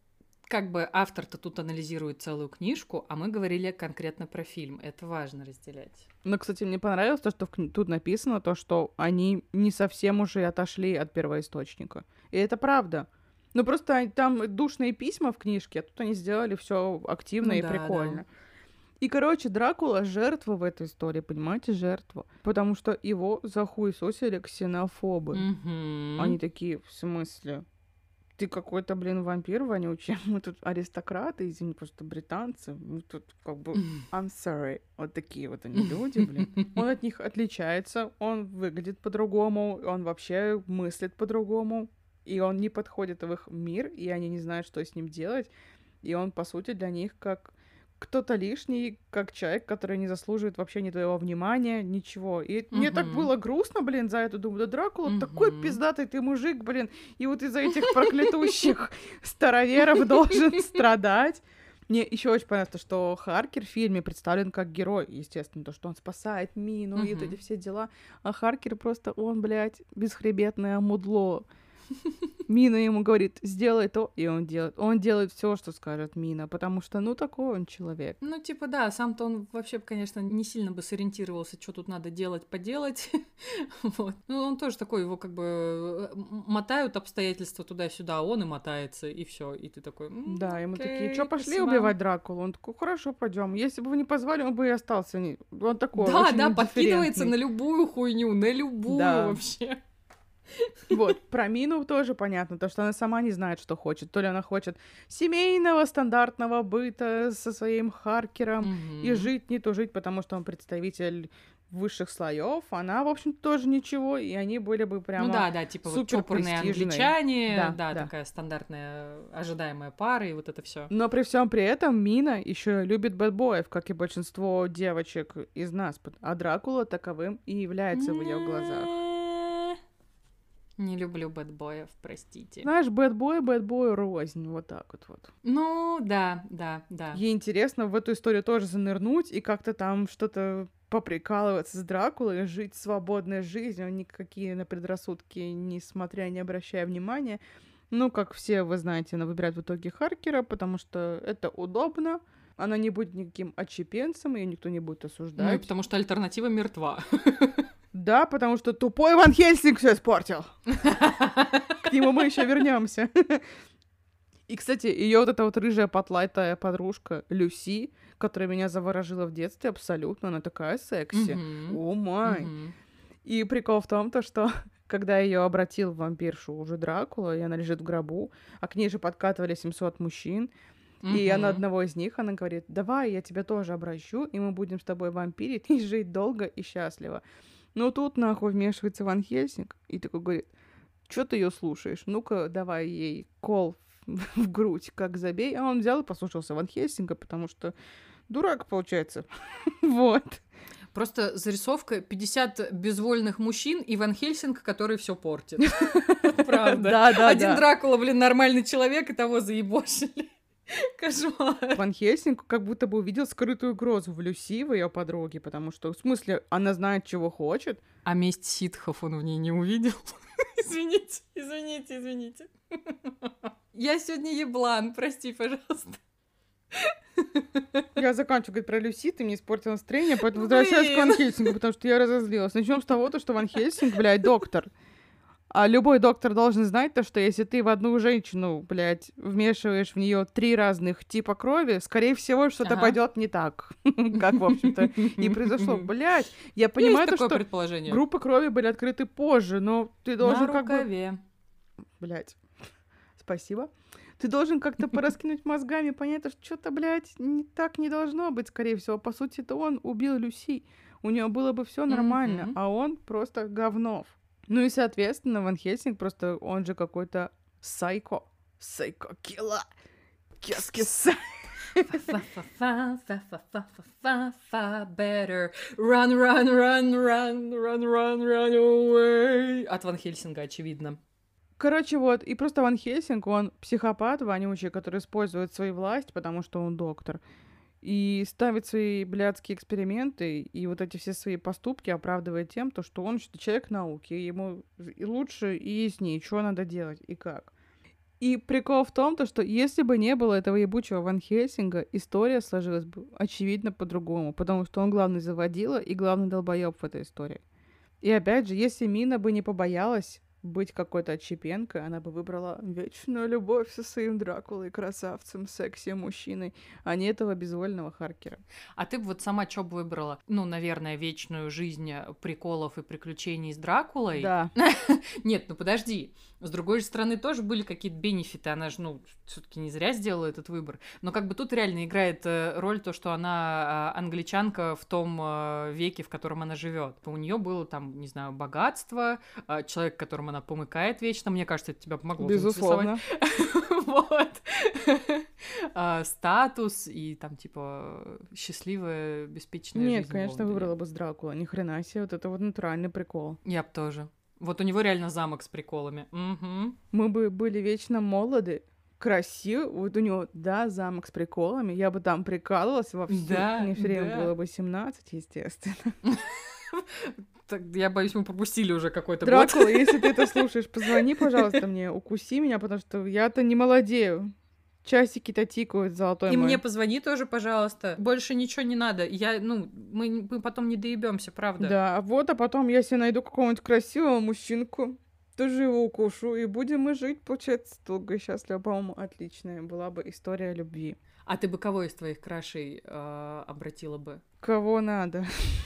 как бы автор-то тут анализирует целую книжку, а мы говорили конкретно про фильм. Это важно разделять. Но, кстати, мне понравилось то, что в кни- тут написано, то, что они не совсем уже отошли от первоисточника. И это правда. Ну, просто там душные письма в книжке, а тут они сделали все активно Ну и да, прикольно. да. И, короче, Дракула жертва в этой истории, понимаете, жертва. Потому что его захуесосили ксенофобы. Мгм. Они такие, в смысле? Ты какой-то, блин, вампир вонючий. Мы тут аристократы, извини, просто британцы. Мы тут как бы I'm sorry. Вот такие вот они люди, блин. Он от них отличается, он выглядит по-другому, он вообще мыслит по-другому. И он не подходит в их мир, и они не знают, что с ним делать. И он, по сути, для них как кто-то лишний, как человек, который не заслуживает вообще ни твоего внимания, ничего. И мне так Мгм. было грустно, блин, за это. Думаю, да Дракула такой Мгм. пиздатый ты мужик, блин. И вот из-за этих проклятущих староверов должен страдать. Мне еще очень понравилось, что Харкер в фильме представлен как герой, естественно, то, что он спасает Мину и вот Мгм. эти все дела. А Харкер просто, он, блядь, бесхребетное мудло. Мина ему говорит, сделай то, и он делает. Он делает все, что скажет Мина, потому что, ну, такой он человек. Ну, типа, да, сам-то он вообще, конечно, не сильно бы сориентировался, что тут надо делать, поделать. Вот. Ну, он тоже такой, его как бы м- мотают обстоятельства туда-сюда, а он и мотается, и все. И ты такой, «М, Да, ему такие, окей, что, пошли спасибо». убивать Дракулу? Он такой, хорошо, пойдем. Если бы вы не позвали, он бы и остался. Не- Он такой Да, очень да, подкидывается индифферентный. на любую хуйню, на любую Да. вообще. Вот, про Мину тоже понятно, то, что она сама не знает, что хочет. То ли она хочет семейного, стандартного быта со своим Харкером и Мгм. жить, не то жить, потому что он представитель высших слоев. Она, в общем, тоже ничего, и они были бы прямо... Ну да, да, типа вот супер чопорные престижной. англичане, Да, да, да. такая стандартная ожидаемая пара, и вот это все. Но при всем при этом Мина еще любит бэтбоев, как и большинство девочек из нас. А Дракула таковым и является в ее глазах. Не люблю бэтбоев, простите. Знаешь, бэтбой, бэтбой рознь, вот так вот вот. Ну, да, да, да. Ей интересно в эту историю тоже занырнуть и как-то там что-то поприкалываться с Дракулой, жить свободной жизнью, никакие на предрассудки, несмотря, не обращая внимания. Ну, как все, вы знаете, она выбирает в итоге Харкера, потому что это удобно, она не будет никаким отщепенцем, ее никто не будет осуждать. Ну, и потому что альтернатива мертва. Да, потому что тупой Ван Хельсинг все испортил. К нему мы еще вернемся. И, кстати, ее вот эта вот рыжая потлайтая подружка Люси, которая меня заворожила в детстве абсолютно, она такая секси. Мгм. О май. Мгм. И прикол в том, то, что когда ее обратил в вампиршу уже Дракула, и она лежит в гробу, а к ней же подкатывали семьсот мужчин, и она Мгм. одного из них, она говорит, давай, я тебя тоже обращу, и мы будем с тобой вампирить и жить долго и счастливо. Но тут нахуй вмешивается Ван Хельсинг и такой говорит, что ты ее слушаешь? Ну-ка, давай ей кол в грудь, как забей. А он взял и послушался Ван Хельсинга, потому что дурак, получается. Вот. Просто зарисовка пятьдесят безвольных мужчин и Ван Хельсинг, который все портит. Правда. Да, да, Один да. Дракула, блин, нормальный человек, и того заебошили. Кошмар. Ван Хельсинг как будто бы увидел скрытую угрозу в Люси, в ее подруге, потому что, в смысле, она знает, чего хочет. А месть ситхов он в ней не увидел. Извините, извините, извините. Я сегодня еблан, прости, пожалуйста. Я заканчиваю говорить про Люси, ты мне испортила настроение, поэтому возвращаюсь к Ван Хельсингу, потому что я разозлилась. Начнем с того, то, что Ван Хельсинг, блядь, доктор. А любой доктор должен знать то, что если ты в одну женщину, блядь, вмешиваешь в нее три разных типа крови, скорее всего, что-то Ага. пойдет не так. Как, в общем-то, и произошло. Блядь, я понимаю, Есть то, такое что предположение. группы крови были открыты позже, но ты должен На как бы... рукаве. Блядь, спасибо. Ты должен как-то пораскинуть мозгами, понять, что что-то, блядь, не, так не должно быть, скорее всего. По сути, это он убил Люси. У него было бы все нормально, mm-hmm. а он просто говнов. Ну и, соответственно, Ван Хельсинг просто, он же какой-то сайко. Сайко-килла. Кес-кес. Better run, run, run, run, run, run, run away. От Ван Хельсинга, очевидно. Короче, вот, и просто Ван Хельсинг, он психопат вонючий, который использует свою власть, потому что он доктор, и ставит свои блядские эксперименты и вот эти все свои поступки оправдывает тем, то, что он человек науки, и ему и лучше и яснее, что надо делать и как. И прикол в том, то, что если бы не было этого ебучего Ван Хельсинга, история сложилась бы, очевидно, по-другому, потому что он главный заводила и главный долбоёб в этой истории. И опять же, если Мина бы не побоялась быть какой-то отщепенкой, она бы выбрала вечную любовь со своим Дракулой, красавцем, секси-мужчиной, а не этого безвольного Харкера. А ты бы вот сама что бы выбрала? Ну, наверное, вечную жизнь приколов и приключений с Дракулой? Да. Нет, ну подожди. С другой стороны, тоже были какие-то бенефиты. Она же, ну, все-таки не зря сделала этот выбор. Но как бы тут реально играет роль то, что она англичанка в том веке, в котором она живет. У нее было там, не знаю, богатство, человек, которым она помыкает вечно. Мне кажется, это тебя помогло. Безусловно. Вот. Статус и там, типа, счастливая, беспечная жизнь. Нет, конечно, выбрала бы с Дракула. Ни хрена себе, вот это вот натуральный прикол. Я бы тоже. Вот у него реально замок с приколами. Угу. Мы бы были вечно молоды, красивы. Вот у него, да, замок с приколами. Я бы там прикалывалась вовсю. Да, Мне все время да. было бы семнадцать, естественно. Так, я боюсь, мы пропустили уже какой-то год. Дракула, если ты это слушаешь, позвони, пожалуйста, мне, укуси меня, потому что я-то не молодею. Часики-то тикают, золотой И мой. мне позвони тоже, пожалуйста. Больше ничего не надо. Я, ну, мы, мы потом не доебемся, правда. Да, вот, а потом я себе найду какого-нибудь красивого мужчинку, тоже его укушу, и будем мы жить, получается, долго и счастливо. По-моему, отличная была бы история любви. А ты бы кого из твоих крашей э, обратила бы? Кого надо.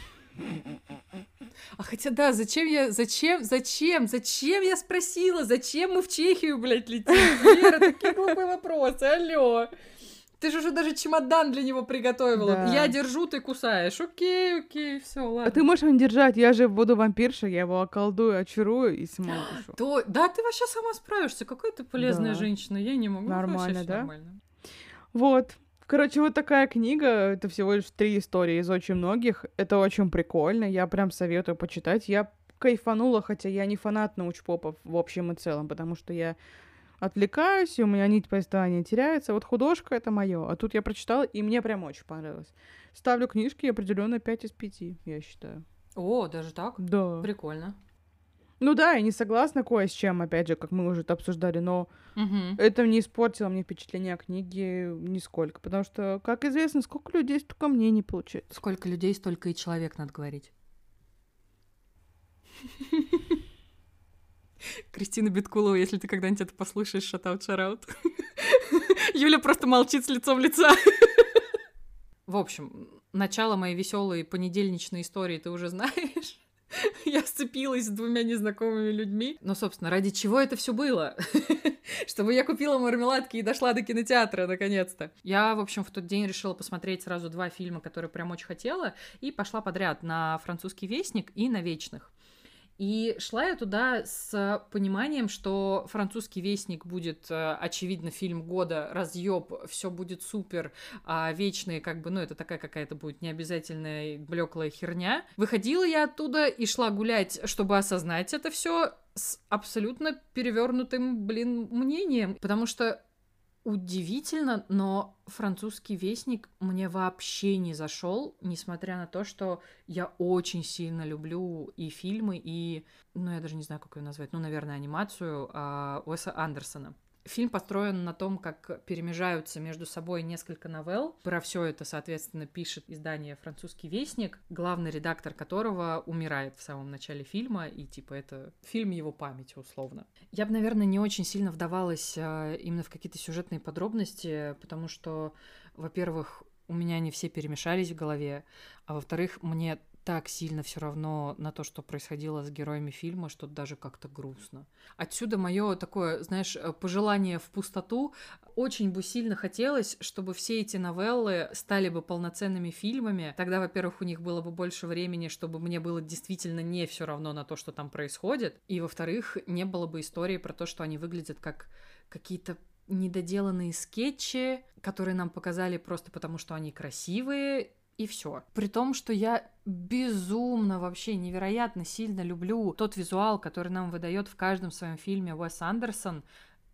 А хотя да, зачем я, зачем, зачем, зачем я спросила, зачем мы в Чехию, блядь, летим? Вера, такие глупые вопросы, алло. Ты же уже даже чемодан для него приготовила. Да. Я держу, ты кусаешь. Окей, окей, все, ладно. А ты можешь его не держать, я же буду вампирша, я его околдую, очарую и сама укушу. То, да, ты вообще сама справишься. Какая ты полезная Да. женщина, я не могу. Нормально, Вообще да? Нормально. Вот. Короче, вот такая книга, это всего лишь три истории из очень многих. Это очень прикольно, я прям советую почитать. Я кайфанула, хотя я не фанат научпопов в общем и целом, потому что я отвлекаюсь, и у меня нить повествования теряется. Вот художка — это моё. А тут я прочитала, и мне прям очень понравилось. Ставлю книжки определенно пять из пяти, я считаю. О, даже так? Да. Прикольно. Ну да, я не согласна кое с чем, опять же, как мы уже это обсуждали, но Угу. это не испортило мне впечатление о книге нисколько, потому что, как известно, сколько людей, столько мнений получается. Сколько людей, столько и человек, надо говорить. Кристина Биткулова, если ты когда-нибудь это послушаешь, шатаут, шараут. Юля просто молчит с лицом лица. В общем, начало моей веселой понедельничной истории ты уже знаешь. Я сцепилась с двумя незнакомыми людьми. Но, собственно, ради чего это все было? Чтобы я купила мармеладки и дошла до кинотеатра, наконец-то. Я, в общем, в тот день решила посмотреть сразу два фильма, которые прям очень хотела, и пошла подряд на «Французский вестник» и на «Вечных». И шла я туда с пониманием, что «Французский вестник» будет, очевидно, фильм года, разъеб, все будет супер, а «Вечные», как бы, ну, это такая какая-то будет необязательная блеклая херня. Выходила я оттуда и шла гулять, чтобы осознать это все с абсолютно перевернутым, блин, мнением, потому что удивительно, но «Французский вестник» мне вообще не зашел, несмотря на то, что я очень сильно люблю и фильмы, и, ну, я даже не знаю, как ее назвать, ну, наверное, анимацию а, Уэса Андерсона. Фильм построен на том, как перемежаются между собой несколько новелл. Про все это, соответственно, пишет издание «Французский вестник», главный редактор которого умирает в самом начале фильма, и, типа, это фильм его памяти, условно. Я бы, наверное, не очень сильно вдавалась а, именно в какие-то сюжетные подробности, потому что, во-первых, у меня они все перемешались в голове, а во-вторых, мне так сильно все равно на то, что происходило с героями фильма, что даже как-то грустно. Отсюда мое такое, знаешь, пожелание в пустоту. Очень бы сильно хотелось, чтобы все эти новеллы стали бы полноценными фильмами. Тогда, во-первых, у них было бы больше времени, чтобы мне было действительно не все равно на то, что там происходит. И, во-вторых, не было бы истории про то, что они выглядят как какие-то недоделанные скетчи, которые нам показали просто потому, что они красивые, и все. При том, что я безумно, вообще невероятно сильно люблю тот визуал, который нам выдает в каждом своем фильме Уэс Андерсон,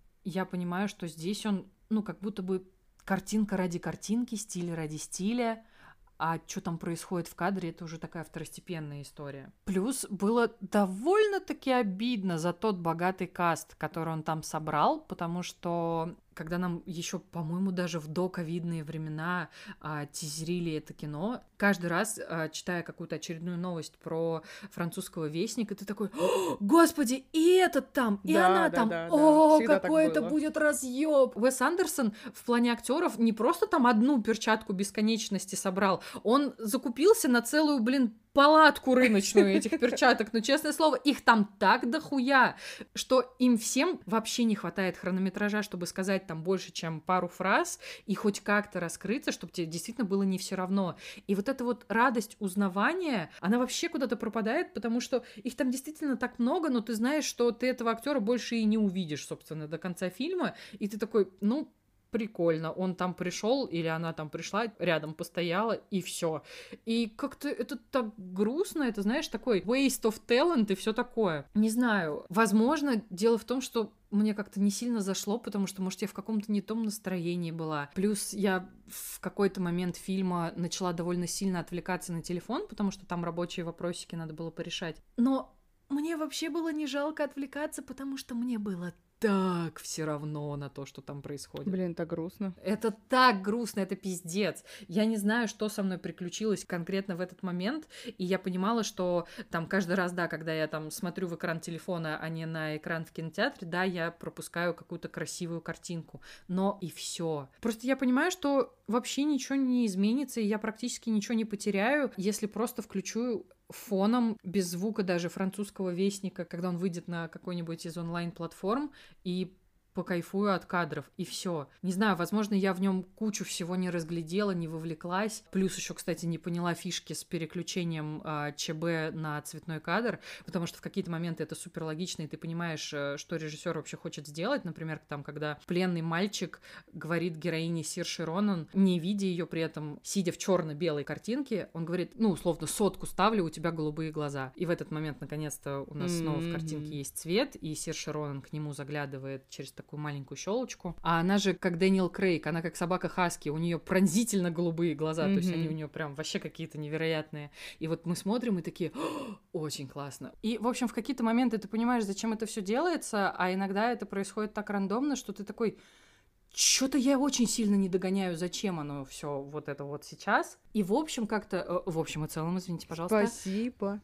я понимаю, что здесь он, ну, как будто бы картинка ради картинки, стиль ради стиля, а что там происходит в кадре, это уже такая второстепенная история. Плюс было довольно-таки обидно за тот богатый каст, который он там собрал, потому что когда нам еще, по-моему, даже в доковидные времена а, тизерили это кино, каждый раз, а, читая какую-то очередную новость про французского вестника, ты такой: «Господи, и этот там, и Да, она да, там! да, да. О, Всегда какой так это было». будет разъеб!» Уэс Андерсон в плане актеров не просто там одну перчатку бесконечности собрал, он закупился на целую, блин, палатку рыночную этих перчаток, но, честное слово, их там так дохуя, что им всем вообще не хватает хронометража, чтобы сказать там больше, чем пару фраз, и хоть как-то раскрыться, чтобы тебе действительно было не все равно. И вот эта вот радость узнавания, она вообще куда-то пропадает, потому что их там действительно так много, но ты знаешь, что ты этого актера больше и не увидишь, собственно, до конца фильма, и ты такой: ну, прикольно, он там пришел или она там пришла, рядом постояла, и все. И как-то это так грустно, это, знаешь, такой waste of talent и все такое. Не знаю, возможно, дело в том, что мне как-то не сильно зашло, потому что, может, я в каком-то не том настроении была. Плюс я в какой-то момент фильма начала довольно сильно отвлекаться на телефон, потому что там рабочие вопросики надо было порешать. Но мне вообще было не жалко отвлекаться, потому что мне было так все равно на то, что там происходит. Блин, так грустно. Это так грустно, это пиздец. Я не знаю, что со мной приключилось конкретно в этот момент, и я понимала, что там каждый раз, да, когда я там смотрю в экран телефона, а не на экран в кинотеатре, да, я пропускаю какую-то красивую картинку. Но и все. Просто я понимаю, что вообще ничего не изменится, и я практически ничего не потеряю, если просто включу фоном, без звука даже французского вестника, когда он выйдет на какой-нибудь из онлайн-платформ, и покайфую от кадров, и все. Не знаю, возможно, я в нем кучу всего не разглядела, не вовлеклась. Плюс еще, кстати, не поняла фишки с переключением э, ЧБ на цветной кадр, потому что в какие-то моменты это супер логично, и ты понимаешь, э, что режиссер вообще хочет сделать. Например, там, когда пленный мальчик говорит героине Сирши Ронан, не видя ее при этом, сидя в черно-белой картинке, он говорит: ну, условно, сотку ставлю, у тебя голубые глаза. И в этот момент, наконец-то, у нас mm-hmm. снова в картинке есть цвет, и Сирши Ронан к нему заглядывает через такую маленькую щелочку. А она же как Дэниел Крейг, она как собака Хаски, у нее пронзительно голубые глаза, mm-hmm. то есть они у нее прям вообще какие-то невероятные. И вот мы смотрим и такие: очень классно. И, в общем, в какие-то моменты ты понимаешь, зачем это все делается, а иногда это происходит так рандомно, что ты такой: что-то я очень сильно не догоняю, зачем оно все вот это вот сейчас. И в общем как-то... В общем и целом, извините, пожалуйста. Спасибо.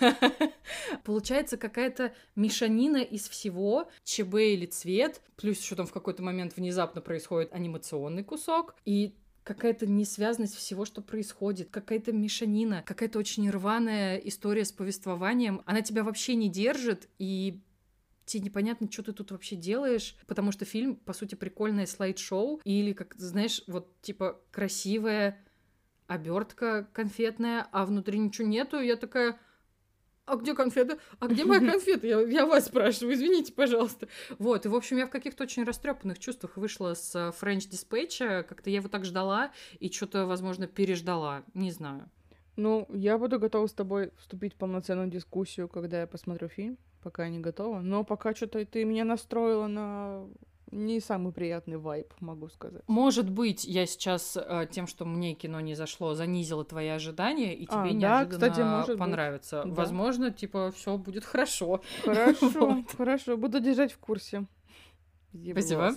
Получается какая-то мешанина из всего, ЧБ или цвет, плюс еще там в какой-то момент внезапно происходит анимационный кусок, и какая-то несвязность всего, что происходит, какая-то мешанина, какая-то очень рваная история с повествованием. Она тебя вообще не держит, и тебе непонятно, что ты тут вообще делаешь, потому что фильм, по сути, прикольное слайд-шоу, или, как знаешь, вот, типа, красивая обертка конфетная, а внутри ничего нету, и я такая: а где конфеты? А где моя конфета? Я, я вас спрашиваю, извините, пожалуйста. Вот, и, в общем, я в каких-то очень растрепанных чувствах вышла с French Dispatch, как-то я его так ждала, и что-то, возможно, переждала, не знаю. Ну, я буду готова с тобой вступить в полноценную дискуссию, когда я посмотрю фильм, пока я не готова. Но пока что-то ты меня настроила на не самый приятный вайб, могу сказать. Может быть, я сейчас э, тем, что мне кино не зашло, занизила твои ожидания, и тебе а, неожиданно да, кстати, может понравится. быть. Возможно, да. Типа, все будет хорошо. Хорошо, вот. Хорошо, буду держать в курсе. Спасибо.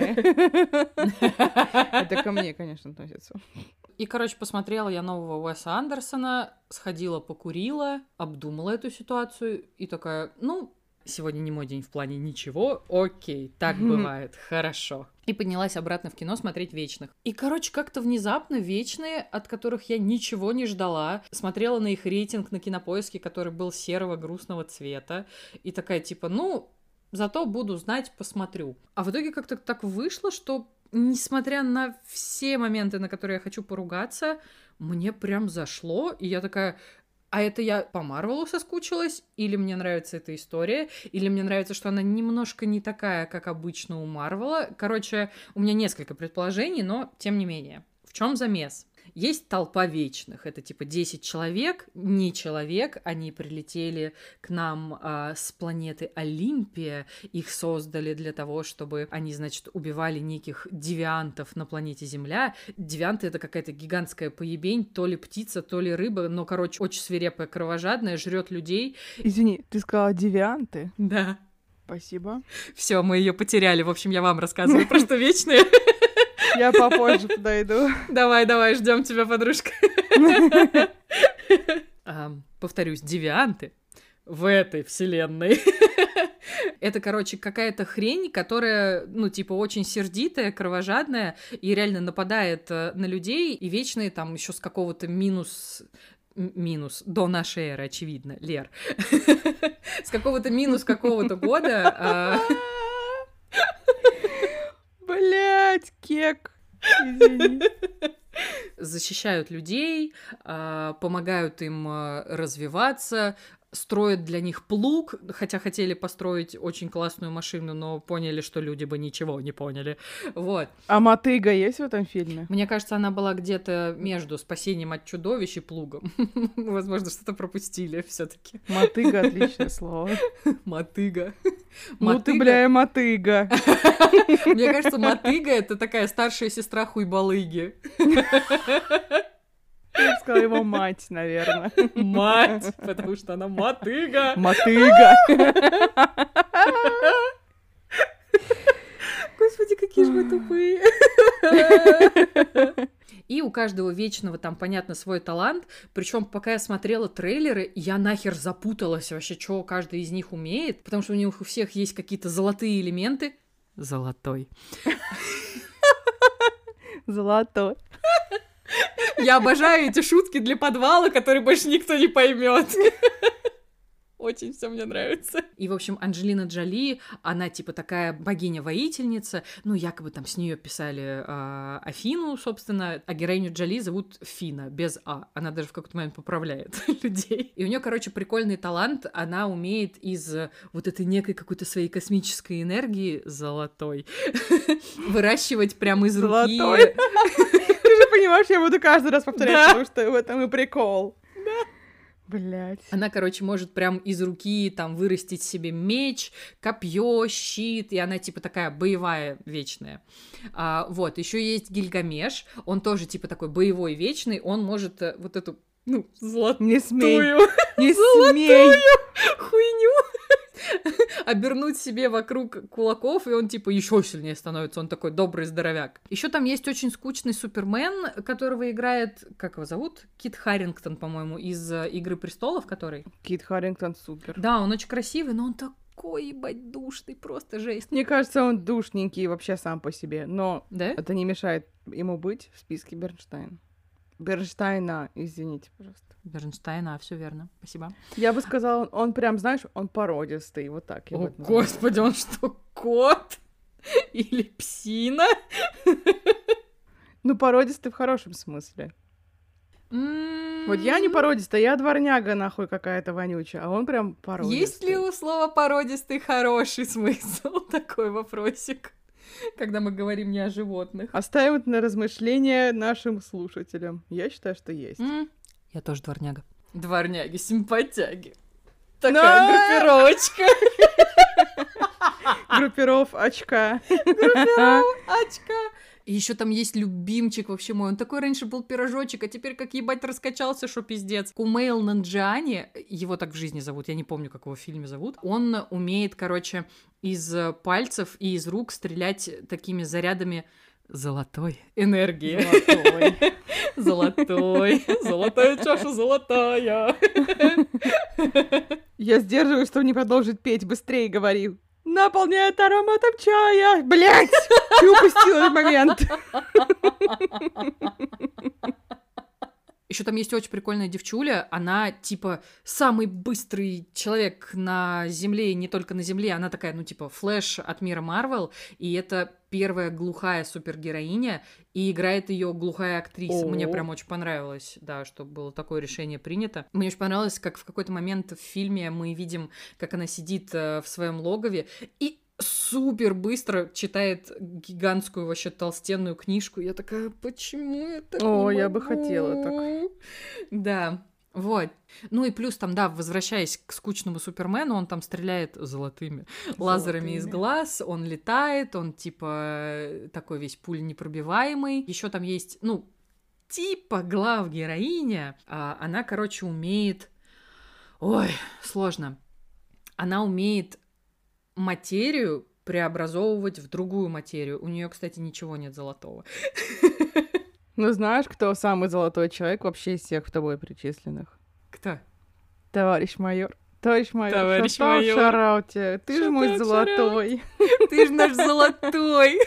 Это ко мне, конечно, относится. И, короче, посмотрела я нового Уэса Андерсона, сходила, покурила, обдумала эту ситуацию и такая: ну, сегодня не мой день в плане ничего, окей, так бывает, хорошо. И поднялась обратно в кино смотреть «Вечных». И, короче, как-то внезапно «Вечные», от которых я ничего не ждала, смотрела на их рейтинг на Кинопоиске, который был серого грустного цвета, и такая типа, ну, зато буду знать, посмотрю. А в итоге как-то так вышло, что, несмотря на все моменты, на которые я хочу поругаться, мне прям зашло, и я такая... А это я по Марвелу соскучилась, или мне нравится эта история, или мне нравится, что она немножко не такая, как обычно у Марвела. Короче, у меня несколько предположений, но тем не менее. В чем замес? Есть толпа вечных, это типа десять человек, не человек, они прилетели к нам а, с планеты Олимпия, их создали для того, чтобы они, значит, убивали неких девиантов на планете Земля. Девианты — это какая-то гигантская поебень, то ли птица, то ли рыба, но, короче, очень свирепая, кровожадная, жрет людей. Извини, ты сказала девианты? Да. Спасибо. Все, мы ее потеряли, в общем, я вам рассказываю про что вечные. Я попозже подойду. Давай, давай, ждем тебя, подружка. а, повторюсь, девианты в этой вселенной. Это, короче, какая-то хрень, которая, ну, типа, очень сердитая, кровожадная и реально нападает на людей, и вечные там еще с какого-то минус... Минус, до нашей эры, очевидно, Лер. С какого-то минус какого-то года... Блять, кек. Извини. Защищают людей, помогают им развиваться, строят для них плуг, хотя хотели построить очень классную машину, но поняли, что люди бы ничего не поняли. Вот. А мотыга есть в этом фильме? Мне кажется, она была где-то между спасением от чудовищ и плугом. Возможно, что-то пропустили все-таки. Мотыга — отличное слово. Мотыга. Ну ты, бля, мотыга. Мне кажется, мотыга — это такая старшая сестра хуйбалыги. Я бы сказала его мать, наверное. Мать, потому что она мотыга. Мотыга. Господи, какие же вы тупые. И у каждого вечного там, понятно, свой талант. Причем, пока я смотрела трейлеры, я нахер запуталась вообще, что каждый из них умеет, потому что у них у всех есть какие-то золотые элементы. Золотой. Золотой. Я обожаю эти шутки для подвала, которые больше никто не поймет. Очень все мне нравится. И, в общем, Анджелина Джоли, она типа такая богиня-воительница, ну, якобы там с нее писали э, Афину, собственно, а героиню Джоли зовут Фина, без А. Она даже в какой-то момент поправляет людей. И у нее, короче, прикольный талант, она умеет из вот этой некой какой-то своей космической энергии золотой выращивать прямо из руки. Золотой? Ты же понимаешь, я буду каждый раз повторять, потому что в этом и прикол. Блять. Она, короче, может прям из руки там вырастить себе меч, копье, щит, и она типа такая боевая вечная. А, вот, еще есть Гильгамеш, он тоже типа такой боевой вечный, он может э, вот эту, ну, золотую... Не смей, не золотую смей. хуйню обернуть себе вокруг кулаков, и он типа еще сильнее становится, он такой добрый здоровяк. Еще там есть очень скучный Супермен, которого играет, как его зовут? Кит Харрингтон, по-моему, из «Игры престолов», который... Кит Харрингтон супер. Да, он очень красивый, но он такой, ебать, душный, просто жесть. Мне кажется, он душненький вообще сам по себе, но Да? это не мешает ему быть в списке Бернштейна. Бернштейна, извините, пожалуйста. Бернштейна, а, все верно. Спасибо. Я бы сказала, он, он прям, знаешь, он породистый, вот так. О, господи, он что, кот? Или псина? Ну, породистый в хорошем смысле. Вот я не породистая, я дворняга, нахуй, какая-то вонючая, а он прям породистый. Есть ли у слова породистый хороший смысл? Такой вопросик. Когда мы говорим не о животных. Оставим это на размышления нашим слушателям. Я считаю, что есть. Mm. Я тоже дворняга. Дворняги, симпатяги. Такая группировочка. Группиров очка. Группиров очка. И еще там есть любимчик вообще мой. Он такой раньше был пирожочек, а теперь как ебать раскачался, что пиздец. Кумейл Нанджиани, его так в жизни зовут, я не помню, как его в фильме зовут. Он умеет, короче, из пальцев и из рук стрелять такими зарядами золотой энергии. Золотой. Золотой. Золотая чаша золотая. Я сдерживаюсь, чтобы не продолжить петь. Быстрее говори. Наполняет ароматом чая. Блять! Ты упустила этот момент. Еще там есть очень прикольная девчуля, она, типа, самый быстрый человек на Земле, и не только на Земле, она такая, ну, типа, Флэш от мира Марвел, и это первая глухая супергероиня, и играет ее глухая актриса. О. Мне прям очень понравилось, да, что было такое решение принято. Мне очень понравилось, как в какой-то момент в фильме мы видим, как она сидит э, в своем логове, и супер быстро читает гигантскую вообще толстенную книжку. Я такая, почему я так О, не я бы могу?» хотела так. Да, вот. Ну и плюс там, да, возвращаясь к скучному Супермену, он там стреляет золотыми лазерами из глаз, он летает, он типа такой весь пуль непробиваемый. Еще там есть, ну, типа главгероиня, а она, короче, умеет... Ой, сложно. Она умеет материю преобразовывать в другую материю. У нее, кстати, ничего нет золотого. Ну, знаешь, кто самый золотой человек вообще из всех в тобой причисленных? Кто? Товарищ майор. Товарищ майор. Товарищ Шатал, майор. шарауте. Ты же мой Шатал, золотой. Ты же наш золотой.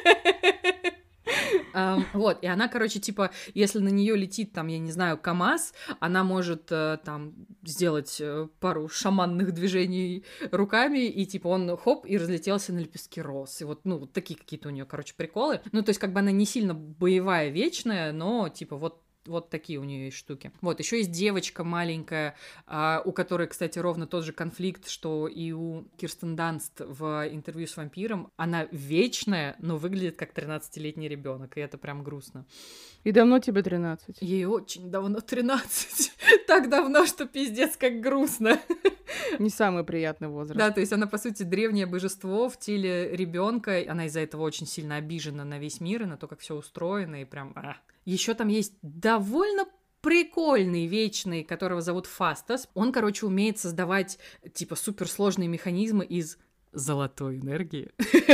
Um, вот, и она, короче, типа, если на нее летит, там, я не знаю, КамАЗ, она может uh, там сделать uh, пару шаманных движений руками, и типа он хоп, и разлетелся на лепестки роз. И вот, ну, вот такие какие-то у нее, короче, приколы. Ну, то есть, как бы она не сильно боевая, вечная, но, типа, вот Вот такие у нее есть штуки. Вот, еще есть девочка маленькая, а, у которой, кстати, ровно тот же конфликт, что и у Кирстен Данст в интервью с вампиром. Она вечная, но выглядит как тринадцатилетний ребенок, и это прям грустно. И давно тебе тринадцать? Ей очень давно тринадцать. Так давно, что пиздец как грустно. Не самый приятный возраст. Да, то есть она, по сути, древнее божество в теле ребенка. Она из-за этого очень сильно обижена на весь мир и на то, как все устроено, и прям... А. Еще там есть довольно прикольный вечный, которого зовут Фастас. Он, короче, умеет создавать, типа, суперсложные механизмы из золотой энергии.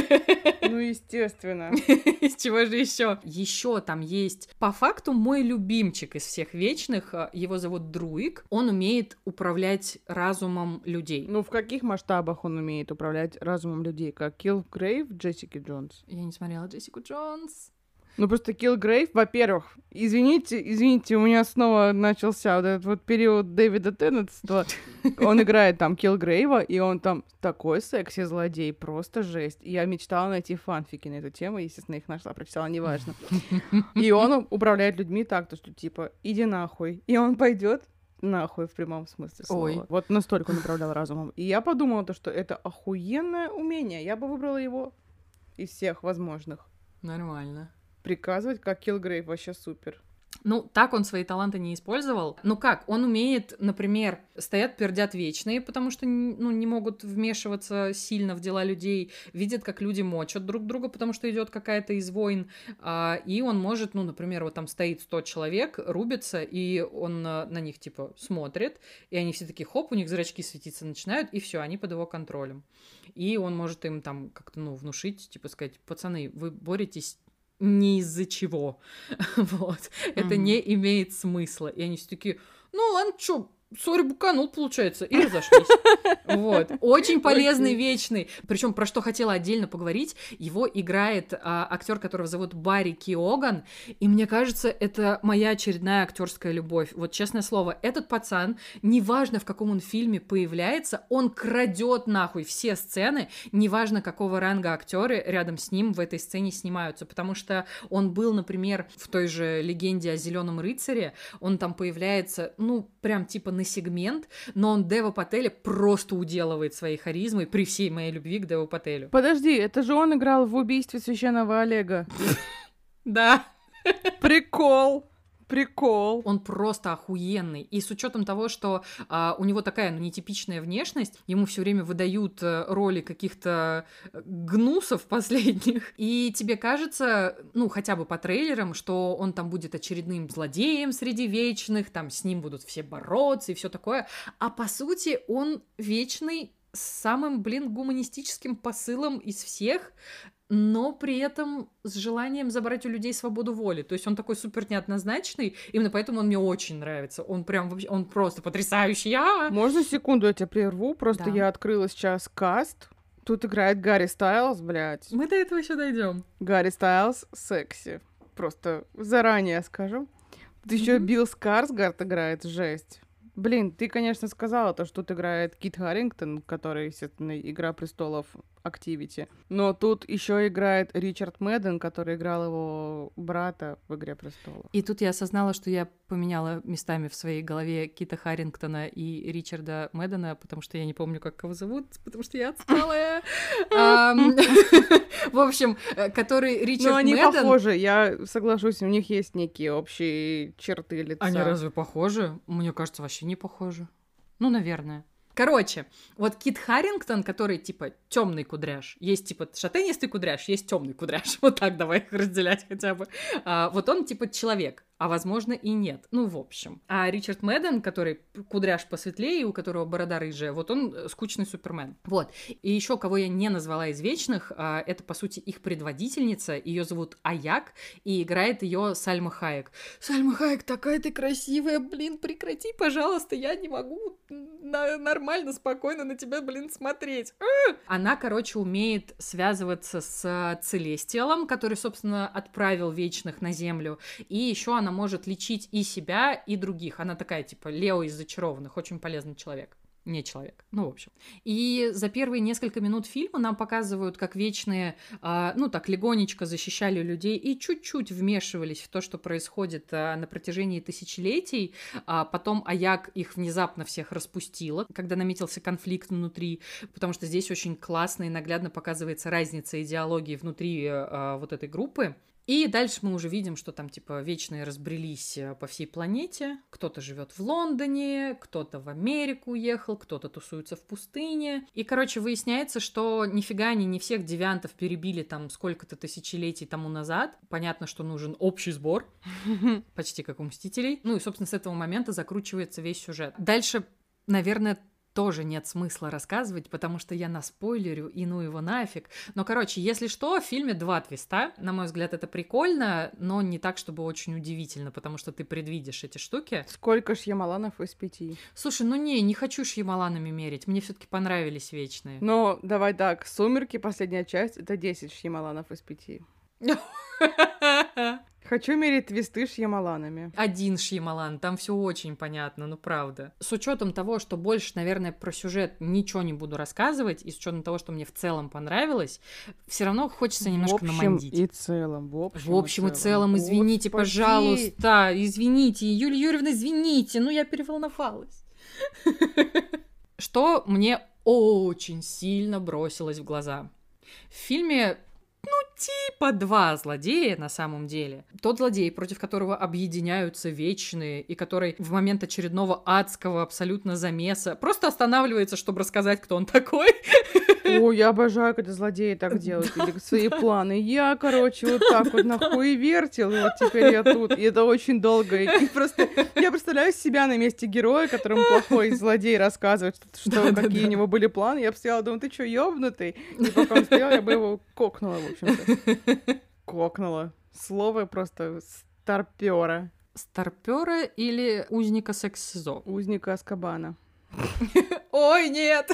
Ну, естественно. Из чего же еще? Еще там есть, по факту, мой любимчик из всех вечных. Его зовут Друик. Он умеет управлять разумом людей. Ну, в каких масштабах он умеет управлять разумом людей? Как Киллгрейв в Джессике Джонс? Я не смотрела Джессику Джонс. Ну, просто Киллгрейв, во-первых, извините, извините, у меня снова начался вот этот вот период Дэвида Теннетства. Он играет там Киллгрейва, и он там такой секси-злодей, просто жесть. И я мечтала найти фанфики на эту тему, естественно, их нашла, прочитала, неважно. И он управляет людьми так, то что типа, иди нахуй. И он пойдет нахуй в прямом смысле слова. Ой. Вот настолько он управлял разумом. И я подумала, то, что это охуенное умение. Я бы выбрала его из всех возможных. Нормально. Приказывать, как Киллгрейв, вообще супер. Ну, так он свои таланты не использовал. Ну как, он умеет, например, стоят, пердят вечные, потому что, ну, не могут вмешиваться сильно в дела людей, видят, как люди мочат друг друга, потому что идет какая-то из войн, а, и он может, ну, например, вот там стоит сто человек, рубится, и он на, на них, типа, смотрит, и они все такие, хоп, у них зрачки светиться начинают, и все, они под его контролем. И он может им там как-то, ну, внушить, типа, сказать, пацаны, вы боретесь не из-за чего. Вот. Mm-hmm. Это не имеет смысла. И они все такие, ну ладно, чё, сори, буканул, получается, и разошлись. Вот. Очень полезный, вечный. Причем про что хотела отдельно поговорить, его играет а, актер, которого зовут Барри Киоган, и мне кажется, это моя очередная актерская любовь. Вот честное слово, этот пацан, неважно в каком он фильме появляется, он крадет нахуй все сцены, неважно какого ранга актеры рядом с ним в этой сцене снимаются, потому что он был, например, в той же «Легенде о Зеленом рыцаре», он там появляется, ну, прям типа на сегмент, но он Дева Пателя просто уделывает своей харизмой при всей моей любви к Деву Пателю. Подожди, это же он играл в «Убийстве священного Олега». Да. Прикол. Прикол. Он просто охуенный. И с учетом того, что а, у него такая, ну, нетипичная внешность, ему все время выдают роли каких-то гнусов последних, и тебе кажется, ну, хотя бы по трейлерам, что он там будет очередным злодеем среди вечных, там с ним будут все бороться и все такое, а по сути он вечный с самым, блин, гуманистическим посылом из всех. но при этом с желанием забрать у людей свободу воли. То есть он такой супер неоднозначный, именно поэтому он мне очень нравится. Он прям вообще, он просто потрясающий. А! Можно секунду я тебя прерву? Просто Да. я открыла сейчас каст. Тут играет Гарри Стайлз, блядь. Мы до этого еще дойдем. Гарри Стайлз секси. Просто заранее скажу. Тут еще Мгм. Билл Скарсгард играет, жесть. Блин, ты, конечно, сказала то, что тут играет Кит Харингтон, который, естественно, «Игра престолов» Activity. Но тут еще играет Ричард Мэдден, который играл его брата в «Игре престолов». И тут я осознала, что я поменяла местами в своей голове Кита Харингтона и Ричарда Мэддена, потому что я не помню, как его зовут, потому что я отсталая. Ам, В общем, э, который Ну, Ричард они Мэдден... похожи, я соглашусь, у них есть некие общие черты лица. Они разве похожи? Мне кажется, вообще не похожи. Ну, наверное. Короче, вот Кит Харингтон, который типа темный кудряш, есть типа шатенистый кудряш, есть темный кудряш. Вот так давай их разделять хотя бы. А, вот он типа человек, а возможно и нет. Ну, в общем. А Ричард Мэдден, который кудряш посветлее, у которого борода рыжая, вот он скучный Супермен. Вот. И еще кого я не назвала из вечных, а, это по сути их предводительница. Ее зовут Аяк, и играет ее Сальма Хайек. Сальма Хайек, такая ты красивая, блин, прекрати, пожалуйста, я не могу на- нормально, спокойно на тебя, блин, смотреть. А! Она, короче, умеет связываться с Целестиалом, который, собственно, отправил вечных на Землю, и еще она может лечить и себя, и других. Она такая, типа, Лео из «Зачарованных», очень полезный человек. Не человек, ну, в общем. И за первые несколько минут фильма нам показывают, как вечные, а, ну, так, легонечко защищали людей и чуть-чуть вмешивались в то, что происходит а, на протяжении тысячелетий. А потом Аяк их внезапно всех распустила, когда наметился конфликт внутри, потому что здесь очень классно и наглядно показывается разница идеологии внутри а, вот этой группы. И дальше мы уже видим, что там, типа, вечные разбрелись по всей планете. Кто-то живет в Лондоне, кто-то в Америку уехал, кто-то тусуется в пустыне. И, короче, выясняется, что нифига они не всех девиантов перебили там сколько-то тысячелетий тому назад. Понятно, что нужен общий сбор, почти как у Мстителей. Ну и, собственно, с этого момента закручивается весь сюжет. Дальше, наверное, тоже нет смысла рассказывать, потому что я наспойлерю, и ну его нафиг. Но, короче, если что, в фильме два твиста. На мой взгляд, это прикольно, но не так, чтобы очень удивительно, потому что ты предвидишь эти штуки. Сколько Шьямаланов из пяти? Слушай, ну не, не хочу Шьямаланами мерить. Мне все-таки понравились вечные. Но давай так, «Сумерки», последняя часть, это десять Шьямаланов из пяти. Хочу мерить твисты Шьямаланами. Один Шьямалан, там все очень понятно, ну правда. С учетом того, что больше, наверное, про сюжет ничего не буду рассказывать, и с учетом того, что мне в целом понравилось, все равно хочется немножко в общем намандить. и целом, в общем, В общем и целом, извините, Господи. пожалуйста, извините, Юлия Юрьевна, извините, ну я переволновалась. Что мне очень сильно бросилось в глаза. В фильме, ну, типа два злодея на самом деле. Тот злодей, против которого объединяются вечные, и который в момент очередного адского абсолютно замеса просто останавливается, чтобы рассказать, кто он такой. О, я обожаю, когда злодеи так делают, или свои планы. Я, короче, вот так вот нахуй вертел, и вот теперь я тут. И это очень долго. И просто я представляю себя на месте героя, которому плохой злодей рассказывает, что, что какие у него были планы. Я бы стояла, думаю, ты что, ёбнутый? И пока он стоял, я бы его кокнула, в общем-то. Кокнула. Слово просто старпёра. Старпёра или узника секс-СИЗО? Узника Азкабана. Ой, нет!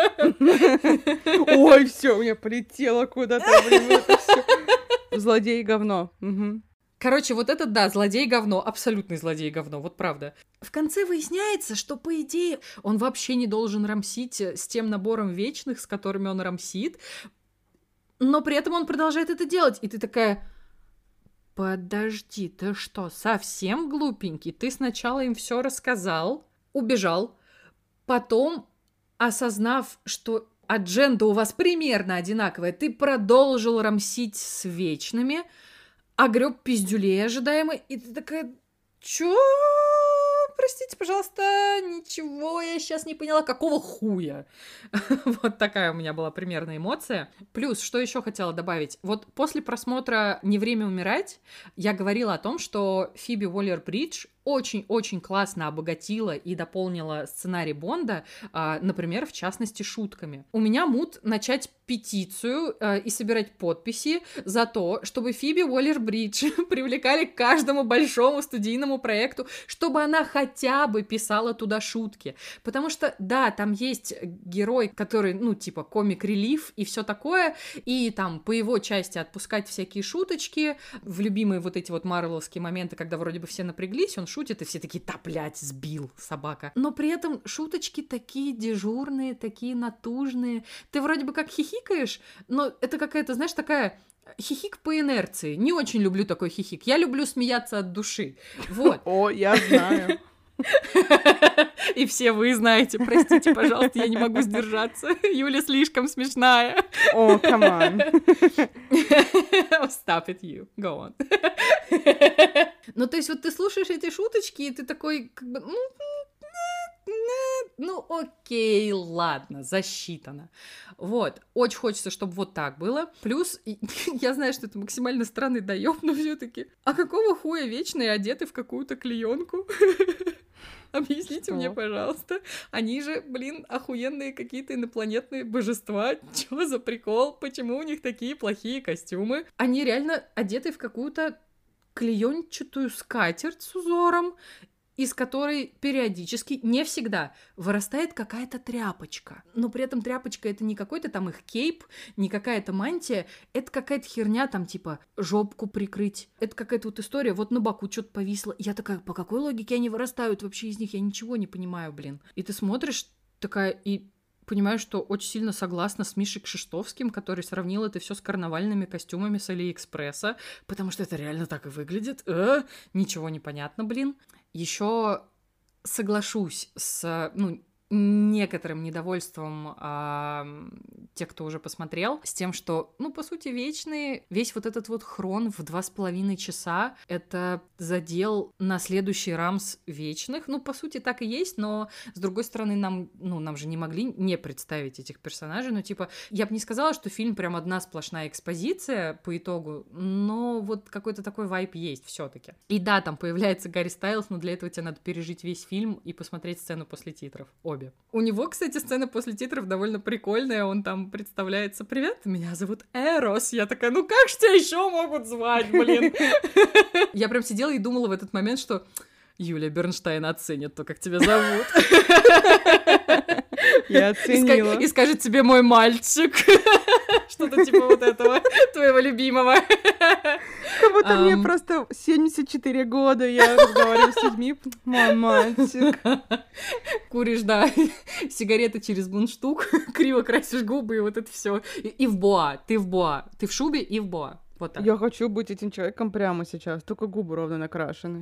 Ой, все, у меня полетело куда-то, блин, это все. Злодей говно. Угу. Короче, вот это, да, злодей говно, абсолютный злодей говно, вот правда. В конце выясняется, что, по идее, он вообще не должен рамсить с тем набором вечных, с которыми он рамсит, но при этом он продолжает это делать, и ты такая... Подожди, ты что, совсем глупенький? Ты сначала им все рассказал, убежал, потом, осознав, что адженда у вас примерно одинаковая, ты продолжил рамсить с вечными, огреб пиздюлей ожидаемо, и ты такая, чё? Простите, пожалуйста, ничего, я сейчас не поняла, какого хуя. Вот такая у меня была примерная эмоция. Плюс, что еще хотела добавить? Вот после просмотра «Не время умирать» я говорила о том, что Фиби Уоллер-Бридж очень-очень классно обогатила и дополнила сценарий Бонда, а, например, в частности, шутками. У меня мут начать петицию а, и собирать подписи за то, чтобы Фиби Уоллер-Бридж привлекали к каждому большому студийному проекту, чтобы она хотя бы писала туда шутки. Потому что, да, там есть герой, который, ну, типа, комик-релиф и все такое, и там по его части отпускать всякие шуточки в любимые вот эти вот марвеловские моменты, когда вроде бы все напряглись, он шутит, и все такие: да, блядь, сбил собака. Но при этом шуточки такие дежурные, такие натужные. Ты вроде бы как хихикаешь, но это какая-то, знаешь, такая... Хихик по инерции. Не очень люблю такой хихик. Я люблю смеяться от души. Вот. О, я знаю. И все вы знаете. Простите, пожалуйста, я не могу сдержаться. Юля слишком смешная. О, come on. Stop it, you. Go on. Ну, то есть вот ты слушаешь эти шуточки, и ты такой, как бы, ну, ну, окей, ладно, засчитано. Вот, очень хочется, чтобы вот так было. Плюс, я знаю, что это максимально странный доёб, но все-таки. А какого хуя вечные одеты в какую-то клеенку? Объясните что? Мне, пожалуйста. Они же, блин, охуенные какие-то инопланетные божества. Чё за прикол? Почему у них такие плохие костюмы? Они реально одеты в какую-то клеенчатую скатерть с узором, из которой периодически, не всегда, вырастает какая-то тряпочка. Но при этом тряпочка — это не какой-то там их кейп, не какая-то мантия, это какая-то херня там типа жопку прикрыть. Это какая-то вот история, вот на боку что-то повисло. Я такая, по какой логике они вырастают вообще из них? Я ничего не понимаю, блин. И ты смотришь такая и... понимаю, что очень сильно согласна с Мишей Кшиштовским, который сравнил это все с карнавальными костюмами с Алиэкспресса, потому что это реально так и выглядит. Э, ничего не понятно, блин. Еще соглашусь с, ну, некоторым недовольством а, тех, кто уже посмотрел, с тем, что, ну, по сути, вечные, весь вот этот вот хрон в два с половиной часа — это задел на следующий рамс вечных. Ну, по сути, так и есть, но, с другой стороны, нам, ну, нам же не могли не представить этих персонажей. Ну, типа, я бы не сказала, что фильм прям одна сплошная экспозиция по итогу, но вот какой-то такой вайб есть все-таки. И да, там появляется Гарри Стайлз, но для этого тебе надо пережить весь фильм и посмотреть сцену после титров. Обе. У него, кстати, сцена после титров довольно прикольная. Он там представляется: привет, меня зовут Эрос. Я такая, ну как ж тебя еще могут звать, блин? Я прям сидела и думала в этот момент, что Юлия Бернштейн оценит то, как тебя зовут. Я оценила. И скажет тебе: мой мальчик. Что-то типа вот этого, твоего любимого. Как будто um... мне просто семьдесят четыре года, я разговариваю с людьми. Мой мальчик. Куришь, да, сигареты через мундштук, криво красишь губы, и вот это все. И, и в боа, ты в боа, ты в шубе и в боа. Вот так. Я хочу быть этим человеком прямо сейчас, только губы ровно накрашены.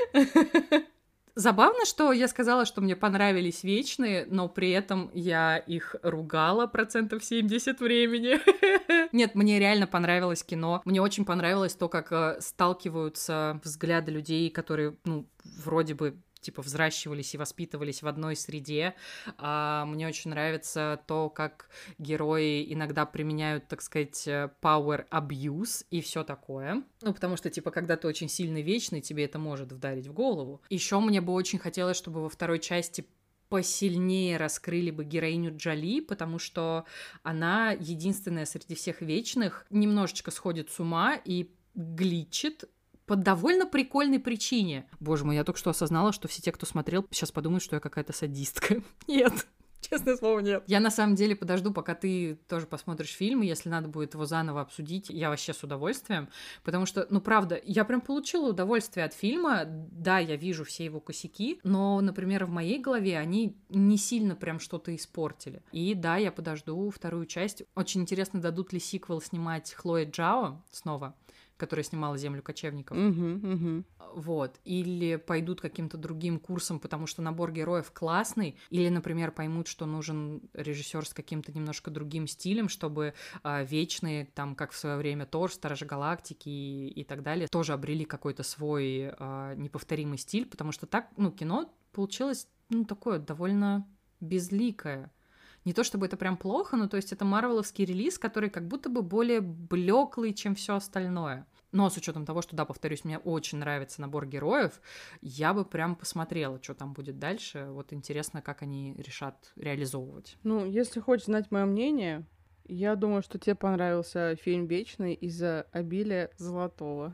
Забавно, что я сказала, что мне понравились вечные, но при этом я их ругала процентов семьдесят времени. Нет, мне реально понравилось кино. Мне очень понравилось то, как э, сталкиваются взгляды людей, которые, ну, вроде бы типа взращивались и воспитывались в одной среде. А, мне очень нравится то, как герои иногда применяют, так сказать, power abuse и все такое. Ну, потому что, типа, когда ты очень сильный вечный, тебе это может вдарить в голову. Еще мне бы очень хотелось, чтобы во второй части посильнее раскрыли бы героиню Джоли, потому что она единственная среди всех вечных немножечко сходит с ума и гличит по довольно прикольной причине. Боже мой, я только что осознала, что все те, кто смотрел, сейчас подумают, что я какая-то садистка. Нет. Честное слово, нет. Я на самом деле подожду, пока ты тоже посмотришь фильм, и если надо будет его заново обсудить, я вообще с удовольствием, потому что, ну, правда, я прям получила удовольствие от фильма, да, я вижу все его косяки, но, например, в моей голове они не сильно прям что-то испортили. И да, я подожду вторую часть. Очень интересно, дадут ли сиквел снимать Хлоя Джао снова, которая снимала «Землю кочевников». Uh-huh, uh-huh. Вот. Или пойдут каким-то другим курсом, потому что набор героев классный. Или, например, поймут, что нужен режиссер с каким-то немножко другим стилем, чтобы а, вечные, там, как в свое время Тор, Стражи Галактики и, и так далее, тоже обрели какой-то свой а, неповторимый стиль, потому что так, ну, кино получилось, ну, такое довольно безликое. Не то чтобы это прям плохо, но то есть это марвеловский релиз, который как будто бы более блеклый, чем все остальное. Но с учетом того, что, да, повторюсь, мне очень нравится набор героев, я бы прям посмотрела, что там будет дальше. Вот интересно, как они решат реализовывать. Ну, если хочешь знать мое мнение, я думаю, что тебе понравился фильм «Вечный» из-за обилия золотого.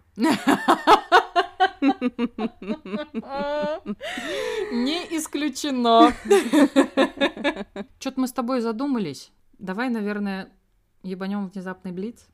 Не исключено. Что-то мы с тобой задумались. Давай, наверное, ебанем внезапный блиц.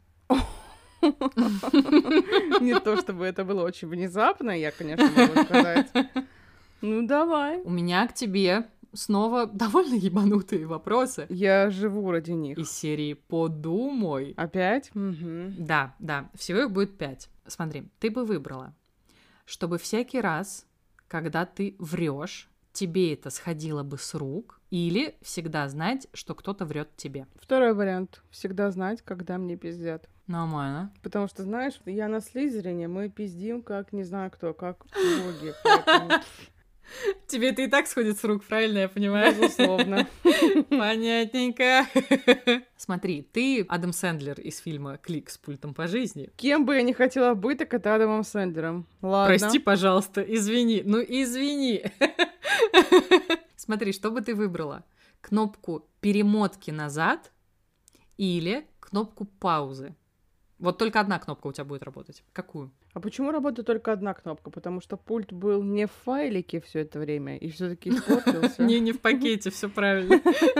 Не то чтобы это было очень внезапно, я, конечно, могу сказать. Ну, давай. У меня к тебе снова довольно ебанутые вопросы. Я живу ради них. Из серии «Подумай». Опять? Угу. Да, да, всего их будет пять. Смотри, ты бы выбрала, чтобы всякий раз, когда ты врешь, тебе это сходило бы с рук, или всегда знать, что кто-то врет тебе. Второй вариант. Всегда знать, когда мне пиздят. Нормально. Потому что, знаешь, я на Слизерине, мы пиздим как не знаю кто, как боги. Поэтому... Тебе это и так сходит с рук, правильно я понимаю? Безусловно. Понятненько. Смотри, ты Адам Сэндлер из фильма «Клик с пультом по жизни». Кем бы я не хотела быть, так это Адамом Сэндлером. Ладно. Прости, пожалуйста, извини. Ну, извини. Смотри, что бы ты выбрала? Кнопку перемотки назад или кнопку паузы? Вот только одна кнопка у тебя будет работать. Какую? А почему работает только одна кнопка? Потому что пульт был не в файлике все это время и все-таки испортился. Не, не в пакете, все правильно.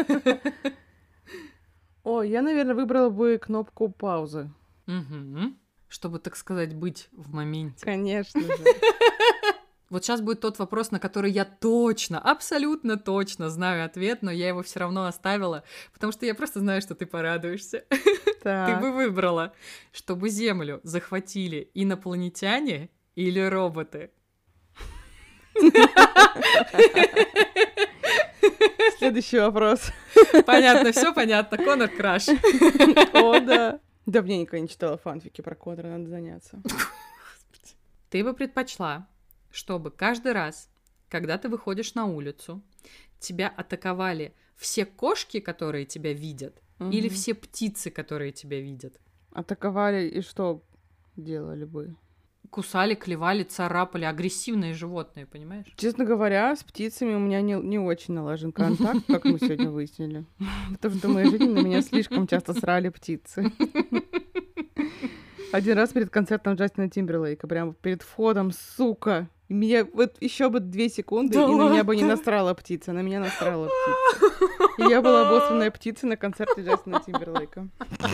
О, я, наверное, выбрала бы кнопку паузы. Чтобы, так сказать, быть в моменте. Конечно же. Вот сейчас будет тот вопрос, на который я точно, абсолютно точно знаю ответ, но я его все равно оставила, потому что я просто знаю, что ты порадуешься. Так. Ты бы выбрала, чтобы Землю захватили инопланетяне или роботы? Следующий вопрос. Понятно, все понятно. Конор Краш. О, да. Давненько не читала фанфики про Конора, надо заняться. Ты бы предпочла, чтобы каждый раз, когда ты выходишь на улицу, тебя атаковали все кошки, которые тебя видят, угу. или все птицы, которые тебя видят? Атаковали и что делали бы? Кусали, клевали, царапали. Агрессивные животные, понимаешь? Честно говоря, с птицами у меня не, не очень налажен контакт, как мы сегодня выяснили. Потому что в моей жизни на меня слишком часто срали птицы. Один раз перед концертом Джастина Тимберлейка, прям перед входом, сука. Меня вот еще бы две секунды, да и ладно? На меня бы не насрала птица, на меня насрала птица. И я была обоссанная птицей на концерте Джастина Тимберлейка.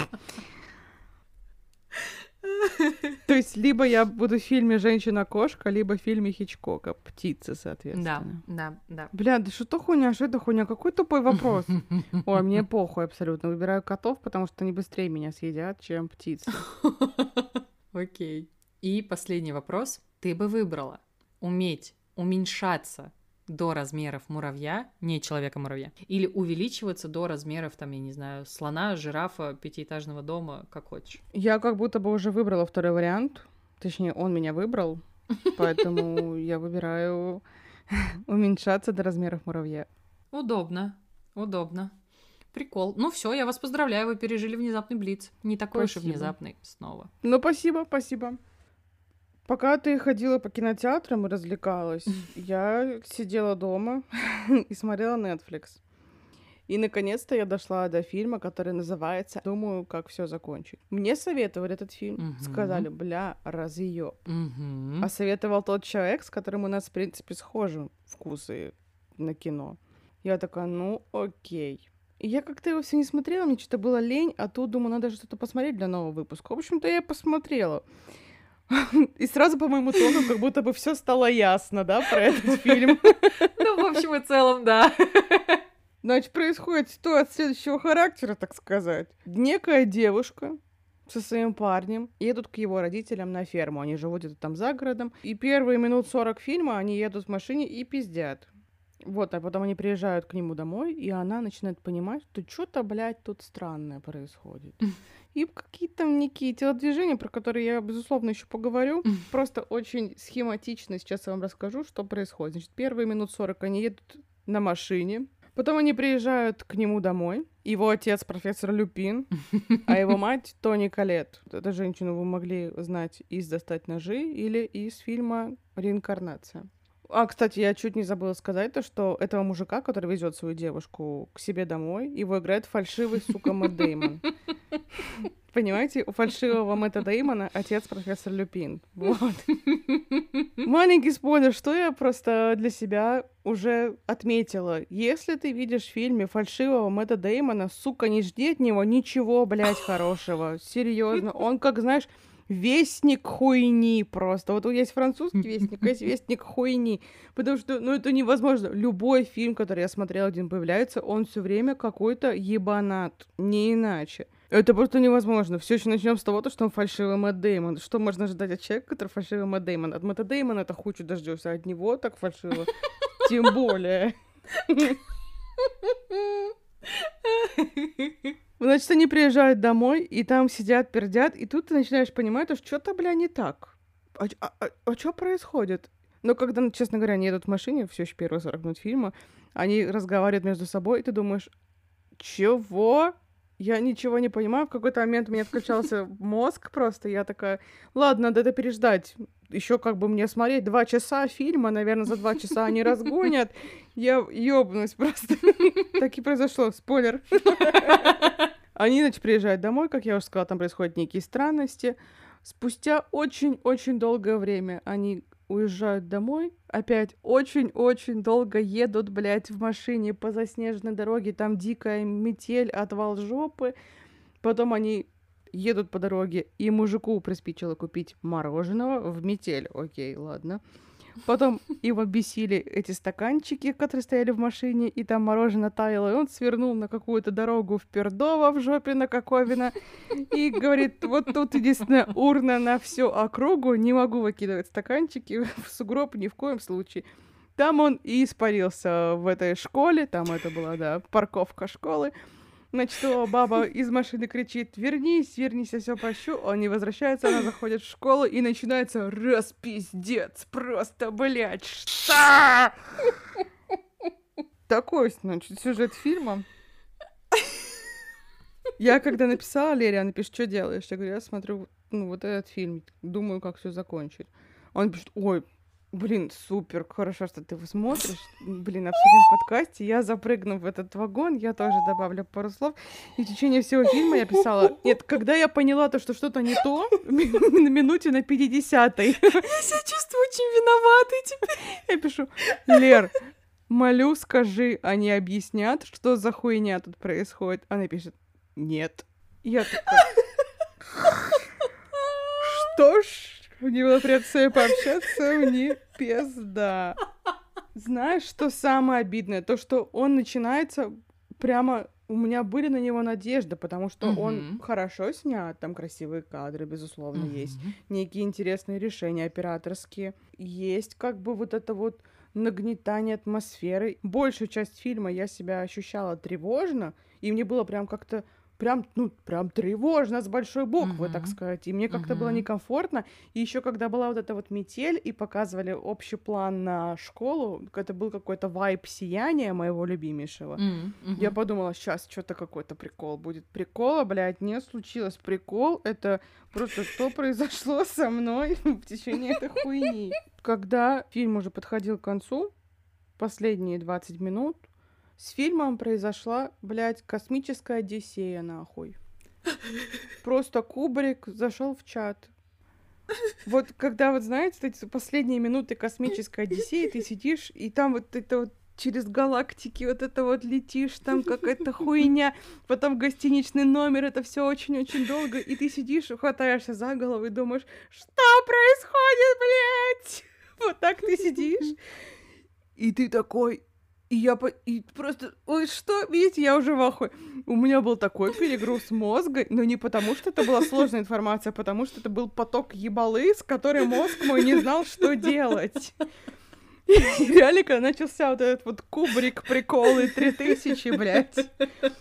То есть либо я буду в фильме «Женщина-кошка», либо в фильме Хичкока «Птицы», соответственно. Да, да, да. Бля, да что хуйня, что это хуйня? Какой тупой вопрос? Ой, мне похуй абсолютно. Выбираю котов, потому что они быстрее меня съедят, чем птицы. Окей. И последний вопрос. Ты бы выбрала уметь уменьшаться до размеров муравья, не человека-муравья, или увеличиваться до размеров, там, я не знаю, слона, жирафа, пятиэтажного дома, как хочешь? Я как будто бы уже выбрала второй вариант. Точнее, он меня выбрал, поэтому я выбираю уменьшаться до размеров муравья. Удобно, удобно. Прикол. Ну все, я вас поздравляю, вы пережили внезапный блиц. Не такой уж и внезапный снова. Ну, спасибо, спасибо. Пока ты ходила по кинотеатрам и развлекалась, я сидела дома и смотрела Netflix. И, наконец-то, я дошла до фильма, который называется «Думаю, как все закончить». Мне советовали этот фильм. Uh-huh. Сказали, бля, разъёб. Uh-huh. А советовал тот человек, с которым у нас, в принципе, схожи вкусы на кино. Я такая, ну, окей. И я как-то его все не смотрела, мне что-то было лень, а тут, думаю, надо что-то посмотреть для нового выпуска. В общем-то, я посмотрела. И сразу по моему тону как будто бы все стало ясно, да, про этот фильм. Ну, в общем и целом, да. Значит, происходит ситуация следующего характера, так сказать. Некая девушка со своим парнем едут к его родителям на ферму. Они живут где-то там за городом. И первые минут сорок фильма они едут в машине и пиздят. Вот, а потом они приезжают к нему домой, и она начинает понимать, что что-то, блядь, тут странное происходит. И какие-то некие телодвижения, про которые я, безусловно, еще поговорю. Просто очень схематично сейчас я вам расскажу, что происходит. Значит, первые минут сорок они едут на машине. Потом они приезжают к нему домой. Его отец профессор Люпин, а его мать Тони Коллетт. Эту женщину вы могли знать из «Достать ножи» или из фильма «Реинкарнация». А, кстати, я чуть не забыла сказать то, что этого мужика, который везет свою девушку к себе домой, его играет фальшивый, сука, Мэтт Дэймон. Понимаете, у фальшивого Мэтта Дэймона отец профессор Люпин. Вот. Маленький спойлер, что я просто для себя уже отметила. Если ты видишь в фильме фальшивого Мэтта Дэймона, сука, не жди от него ничего, блядь, хорошего. Серьезно. Он, как, знаешь, вестник хуйни просто. Вот есть французский вестник, а есть вестник хуйни. Потому что, ну, это невозможно. Любой фильм, который я смотрела, где он появляется, он все время какой-то ебанат. Не иначе. Это просто невозможно. Все еще начнем с того, что он фальшивый Мэтт Дэймон. Что можно ожидать от человека, который фальшивый Мэтт Дэймон? От Мэтта Дэймона это хучу дождешься, от него так фальшиво. Тем более. Значит, они приезжают домой, и там сидят, пердят, и тут ты начинаешь понимать, что что-то, бля, не так. А, а, а, а что происходит? Но когда, честно говоря, они едут в машине, все еще первые сорок минут фильма, они разговаривают между собой, и ты думаешь, чего? Я ничего не понимаю. В какой-то момент у меня включался мозг просто. Я такая, ладно, надо это переждать. Еще как бы мне смотреть два часа фильма, наверное, за два часа они разгонят. Я ёбнусь просто. Так и произошло. Спойлер. Они, значит, приезжают домой, как я уже сказала, там происходят некие странности. Спустя очень-очень долгое время они уезжают домой, опять очень-очень долго едут, блядь, в машине по заснеженной дороге, там дикая метель, отвал жопы. Потом они едут по дороге, и мужику приспичило купить мороженого в метель. Окей, ладно. Потом его бесили эти стаканчики, которые стояли в машине, и там мороженое таяло, и он свернул на какую-то дорогу в Пердово, в жопе на Коковина, и говорит, вот тут единственная урна на всю округу, не могу выкидывать стаканчики в сугроб ни в коем случае. Там он и испарился в этой школе, там это была, да, парковка школы. Значит, его баба из машины кричит, вернись, вернись, я все прощу. Он не возвращается, она заходит в школу, и начинается распиздец. Просто, блядь, что? Такой, значит, сюжет фильма. Я когда написала Лере, она пишет, что делаешь? Я говорю, я смотрю, ну, вот этот фильм, думаю, как все закончить. Он пишет, ой, блин, супер, хорошо, что ты его смотришь. Блин, обсудим в подкасте. Я запрыгну в этот вагон, я тоже добавлю пару слов. И в течение всего фильма я писала... Нет, когда я поняла то, что что-то не то, на минуте на пятидесятой. Я себя чувствую очень виноватой теперь. Я пишу, Лер, молю, скажи, они объяснят, что за хуйня тут происходит? Она пишет, нет. Я такая... Что ж... Мне было приятно с вами пообщаться, мне пизда. Знаешь, что самое обидное? То, что он начинается прямо... У меня были на него надежды, потому что uh-huh. он хорошо снят, там красивые кадры, безусловно, uh-huh. есть. Некие интересные решения операторские. Есть как бы вот это вот нагнетание атмосферы. Большую часть фильма я себя ощущала тревожно, и мне было прям как-то... Прям, ну, прям тревожно, с большой буквы, uh-huh. так сказать. И мне как-то uh-huh. было некомфортно. И еще когда была вот эта вот метель, и показывали общий план на школу, это был какой-то вайб сияния моего любимейшего. Uh-huh. Я подумала, сейчас что-то какой-то прикол будет. Прикола, блядь, не случилось. Прикол — это просто что произошло со мной в течение этой хуйни. Когда фильм уже подходил к концу, последние двадцать минут, с фильмом произошла, блядь, космическая одиссея, нахуй. Просто Кубрик зашел в чат. Вот когда, вот знаете, эти последние минуты космической одиссеи, ты сидишь, и там вот это вот через галактики вот это вот летишь, там какая-то хуйня, потом гостиничный номер, это все очень-очень долго, и ты сидишь, хватаешься за голову и думаешь, что происходит, блядь? Вот так ты сидишь, и ты такой... И я по... и просто, ой, что, видите, я уже в ахуе. У меня был такой перегруз мозга, но не потому, что это была сложная информация, а потому что это был поток ебалы, с которым мозг мой не знал, что делать. И реально, когда начался вот этот вот Кубрик, приколы, три тысячи, блядь,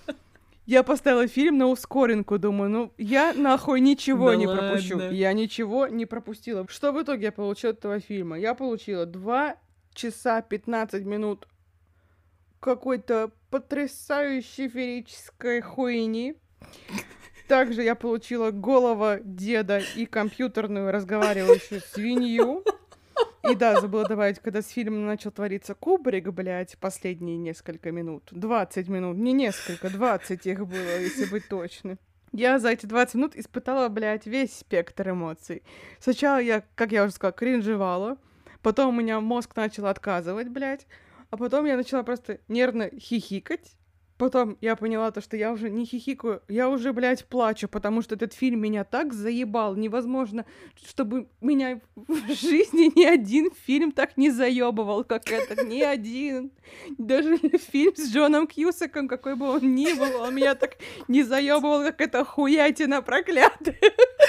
я поставила фильм на ускоренку, думаю, ну, я нахуй ничего да не ладно. пропущу. Я ничего не пропустила. Что в итоге я получила от этого фильма? Я получила два часа пятнадцать минут какой-то потрясающей феерической хуйни. Также я получила голова деда и компьютерную разговаривающую свинью. И да, забыла добавить, когда с фильмом начал твориться Кубрик, блядь, последние несколько минут. двадцать минут, не несколько, двадцать их было, если быть точным. Я за эти двадцать минут испытала, блядь, весь спектр эмоций. Сначала я, как я уже сказала, кринжевала, потом у меня мозг начал отказывать, блядь, а потом я начала просто нервно хихикать. Потом я поняла то, что я уже не хихикаю, я уже, блядь, плачу, потому что этот фильм меня так заебал. Невозможно, чтобы меня в жизни ни один фильм так не заебывал, как этот. Ни один. Даже фильм с Джоном Кьюсаком, какой бы он ни был, он меня так не заебывал, как эта хуятина проклятая.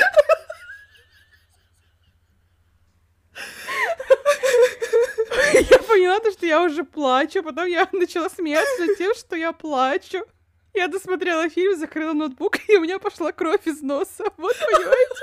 Я поняла то, что я уже плачу, потом я начала смеяться над тем, что я плачу. Я досмотрела фильм, закрыла ноутбук, и у меня пошла кровь из носа. Вот, понимаете?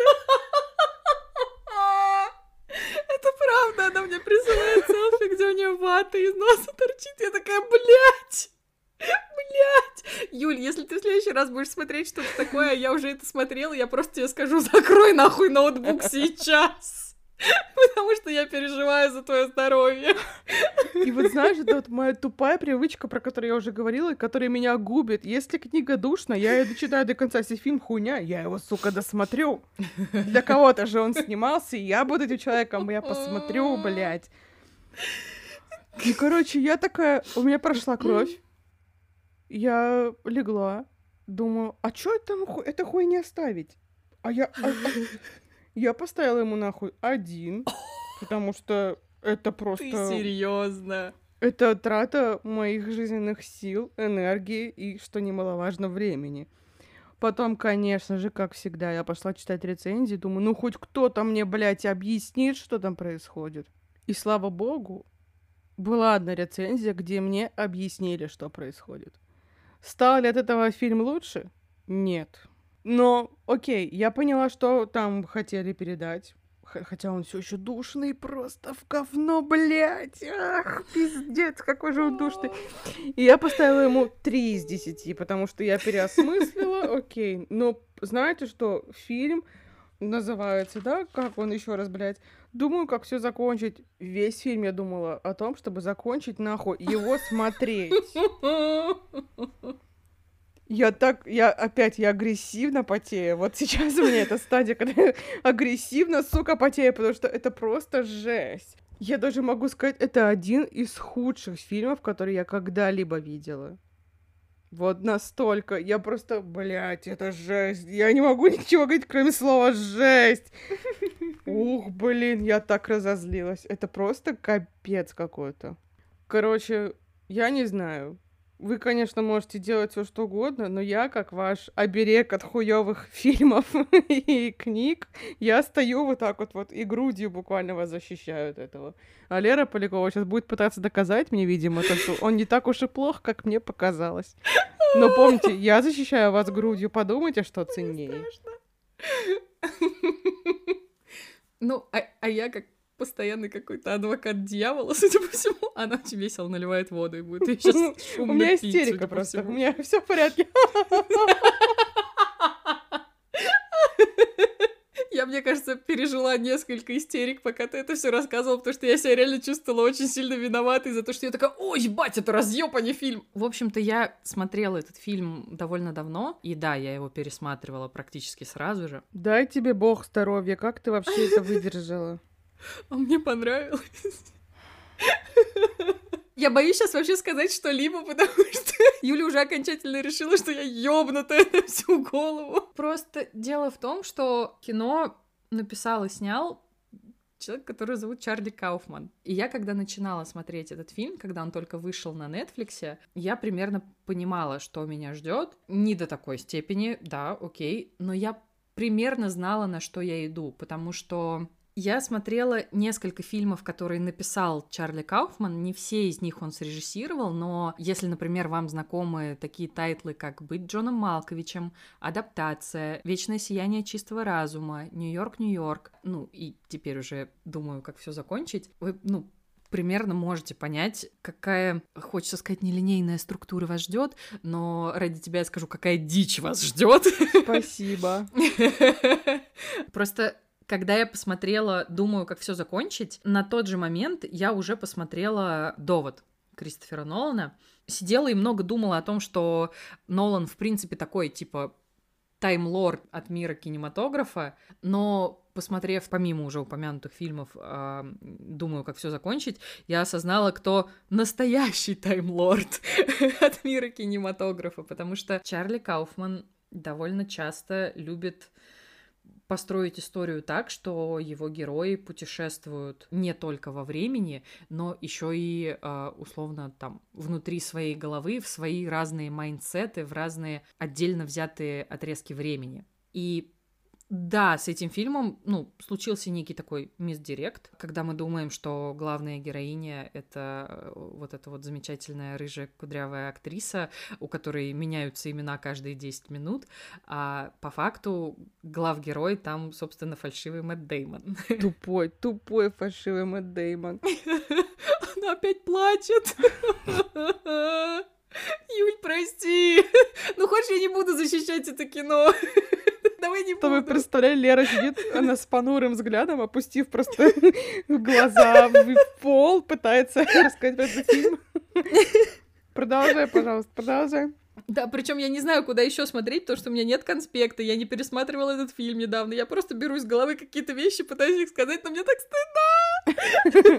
Это правда, она мне присылает селфи, где у нее вата из носа торчит. Я такая, блядь! Блядь! Юль, если ты в следующий раз будешь смотреть что-то такое, я уже это смотрела, я просто тебе скажу, закрой нахуй ноутбук сейчас! Потому что я переживаю за твое здоровье. И вот знаешь, это вот моя тупая привычка, про которую я уже говорила, и которая меня губит. Если книга душна, я ее дочитаю до конца. Если фильм хуйня, я его, сука, досмотрю. Для кого-то же он снимался, и я буду этим человеком, я посмотрю, блядь. И, короче, я такая... У меня прошла кровь. Я легла. Думаю, а чё это, это хуйня оставить? А я... А, а... Я поставила ему нахуй один, потому что это просто... Ты серьезно? Это трата моих жизненных сил, энергии и, что немаловажно, времени. Потом, конечно же, как всегда, я пошла читать рецензии, думаю, ну хоть кто-то мне, блядь, объяснит, что там происходит. И слава богу, была одна рецензия, где мне объяснили, что происходит. Стал ли от этого фильм лучше? Нет. Но, окей, я поняла, что там хотели передать. Х- хотя он все еще душный, просто в говно, блядь. Ах, пиздец, какой же он душный. И я поставила ему три из десяти, потому что я переосмыслила, окей. Но знаете что? Фильм называется, да? Как он еще раз, блядь? Думаю, как все закончить. Весь фильм я думала о том, чтобы закончить нахуй его смотреть. Я так, я опять, я агрессивно потею. Вот сейчас у меня эта стадия, когда я агрессивно, сука, потею, потому что это просто жесть. Я даже могу сказать, это один из худших фильмов, которые я когда-либо видела. Вот настолько. Я просто, блядь, это жесть. Я не могу ничего говорить, кроме слова жесть. Ух, блин, я так разозлилась. Это просто капец какой-то. Короче, я не знаю. Вы, конечно, можете делать все что угодно, но я, как ваш оберег от хуёвых фильмов и книг, я стою вот так вот, вот и грудью буквально вас защищаю от этого. А Лера Полякова сейчас будет пытаться доказать мне, видимо, то, что он не так уж и плох, как мне показалось. Но помните, я защищаю вас грудью, подумайте, что ценнее. Ну, а, а я как постоянный какой-то адвокат дьявола, судя по всему, она очень весело наливает воду и будет ее сейчас шумно У меня пить, истерика просто, у меня все в порядке. Я, мне кажется, пережила несколько истерик, пока ты это все рассказывала, потому что я себя реально чувствовала очень сильно виноватой за то, что я такая, ой, ебать, это разъёб, а не фильм. В общем-то, я смотрела этот фильм довольно давно, и да, я его пересматривала практически сразу же. Дай тебе бог здоровья, как ты вообще это выдержала? А мне понравилось. Я боюсь сейчас вообще сказать что-либо, потому что Юля уже окончательно решила, что я ёбнутая на всю голову. Просто дело в том, что кино написал и снял человек, который зовут Чарли Кауфман. И я, когда начинала смотреть этот фильм, когда он только вышел на Нетфликсе, я примерно понимала, что меня ждет. Не до такой степени, да, окей, но я примерно знала, на что я иду, потому что я смотрела несколько фильмов, которые написал Чарли Кауфман, не все из них он срежиссировал, но если, например, вам знакомы такие тайтлы, как «Быть Джоном Малковичем», «Адаптация», «Вечное сияние чистого разума», «Нью-Йорк, Нью-Йорк», ну и теперь уже думаю, как все закончить, вы, ну, примерно можете понять, какая, хочется сказать, нелинейная структура вас ждет, но ради тебя я скажу, какая дичь вас ждет. Спасибо. Просто когда я посмотрела, думаю, как все закончить, на тот же момент я уже посмотрела «Довод» Кристофера Нолана. Сидела и много думала о том, что Нолан, в принципе, такой, типа, таймлорд от мира кинематографа, но, посмотрев помимо уже упомянутых фильмов, э, думаю, как все закончить, я осознала, кто настоящий таймлорд от мира кинематографа, потому что Чарли Кауфман довольно часто любит построить историю так, что его герои путешествуют не только во времени, но еще и, условно, там, внутри своей головы, в свои разные майндсеты, в разные отдельно взятые отрезки времени. И да, с этим фильмом, ну, случился некий такой мисдирект, когда мы думаем, что главная героиня — это вот эта вот замечательная рыжая кудрявая актриса, у которой меняются имена каждые десять минут, а по факту главгерой там, собственно, фальшивый Мэтт Дэймон. Тупой, тупой фальшивый Мэтт Дэймон. Она опять плачет. Юль, прости. Ну, хочешь, я не буду защищать это кино? Давай не буду. Вы представляете, Лера сидит, она с понурым взглядом, опустив просто глаза в пол, пытается рассказать про этот фильм. Продолжай, пожалуйста, продолжай. Да, причем я не знаю, куда еще смотреть, потому что у меня нет конспекта, я не пересматривала этот фильм недавно, я просто беру из головы какие-то вещи, пытаюсь их сказать, но мне так стыдно.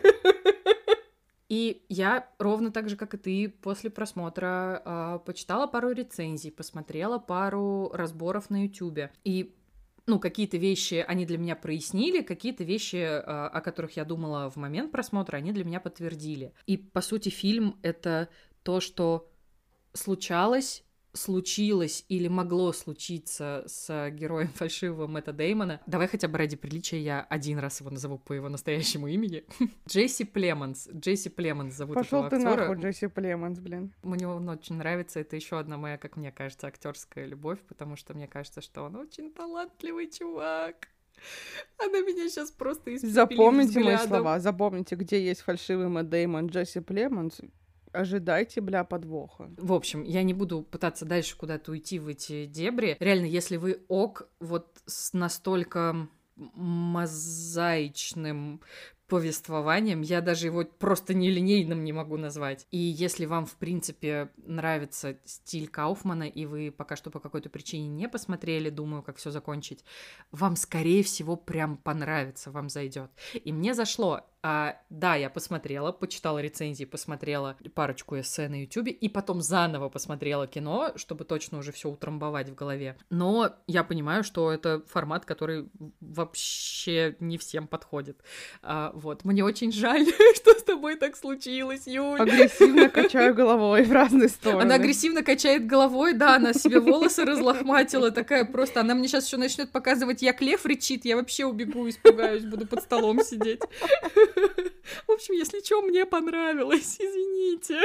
И я ровно так же, как и ты, после просмотра э, почитала пару рецензий, посмотрела пару разборов на Ютубе. И, ну, какие-то вещи они для меня прояснили, какие-то вещи, э, о которых я думала в момент просмотра, они для меня подтвердили. И, по сути, фильм — это то, что случалось, случилось или могло случиться с героем фальшивого Мэтта Дэймона. Давай хотя бы ради приличия я один раз его назову по его настоящему имени. Джесси Племонс. Джесси Племонс зовут Пошел этого ты актера. нахуй, Джесси Племонс, блин. Мне он очень нравится. Это еще одна моя, как мне кажется, актерская любовь, потому что мне кажется, что он очень талантливый чувак. Она меня сейчас просто испепелит Запомните мои взглядом. слова, запомните, где есть фальшивый Мэтт Дэймон, Джесси Племонс. Ожидайте, бля, подвоха. В общем, я не буду пытаться дальше куда-то уйти в эти дебри. Реально, если вы ок вот с настолько мозаичным повествованием, я даже его просто нелинейным не могу назвать. И если вам, в принципе, нравится стиль Кауфмана, и вы пока что по какой-то причине не посмотрели, думаю, как все закончить, вам, скорее всего, прям понравится, вам зайдет. И мне зашло. А, да, я посмотрела, почитала рецензии, посмотрела парочку эссе на Ютубе, и потом заново посмотрела кино, чтобы точно уже все утрамбовать в голове. Но я понимаю, что это формат, который вообще не всем подходит. А, вот, мне очень жаль, что с тобой так случилось, Юль. Агрессивно качаю головой в разные стороны. Она агрессивно качает головой, да, она себе волосы разлохматила, такая просто, она мне сейчас еще начнет показывать, як лев рычит, я вообще убегу, испугаюсь, буду под столом сидеть. В общем, если что, мне понравилось, извините.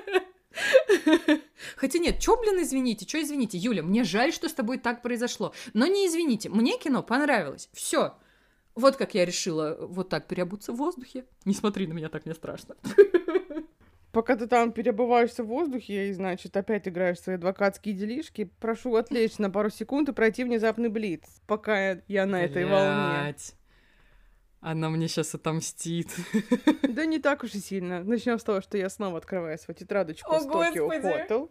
Хотя нет, чё, блин, извините, чё извините, Юля, мне жаль, что с тобой так произошло, но не извините, мне кино понравилось, все. Вот как я решила вот так переобуться в воздухе. Не смотри на меня, так мне страшно. Пока ты там перебываешься в воздухе и, значит, опять играешь в свои адвокатские делишки, прошу отвлечься на пару секунд и пройти внезапный блиц, пока я на этой волне. Она мне сейчас отомстит. Да не так уж и сильно. Начнем с того, что я снова открываю свою тетрадочку О, с Токио Господи. Хотел.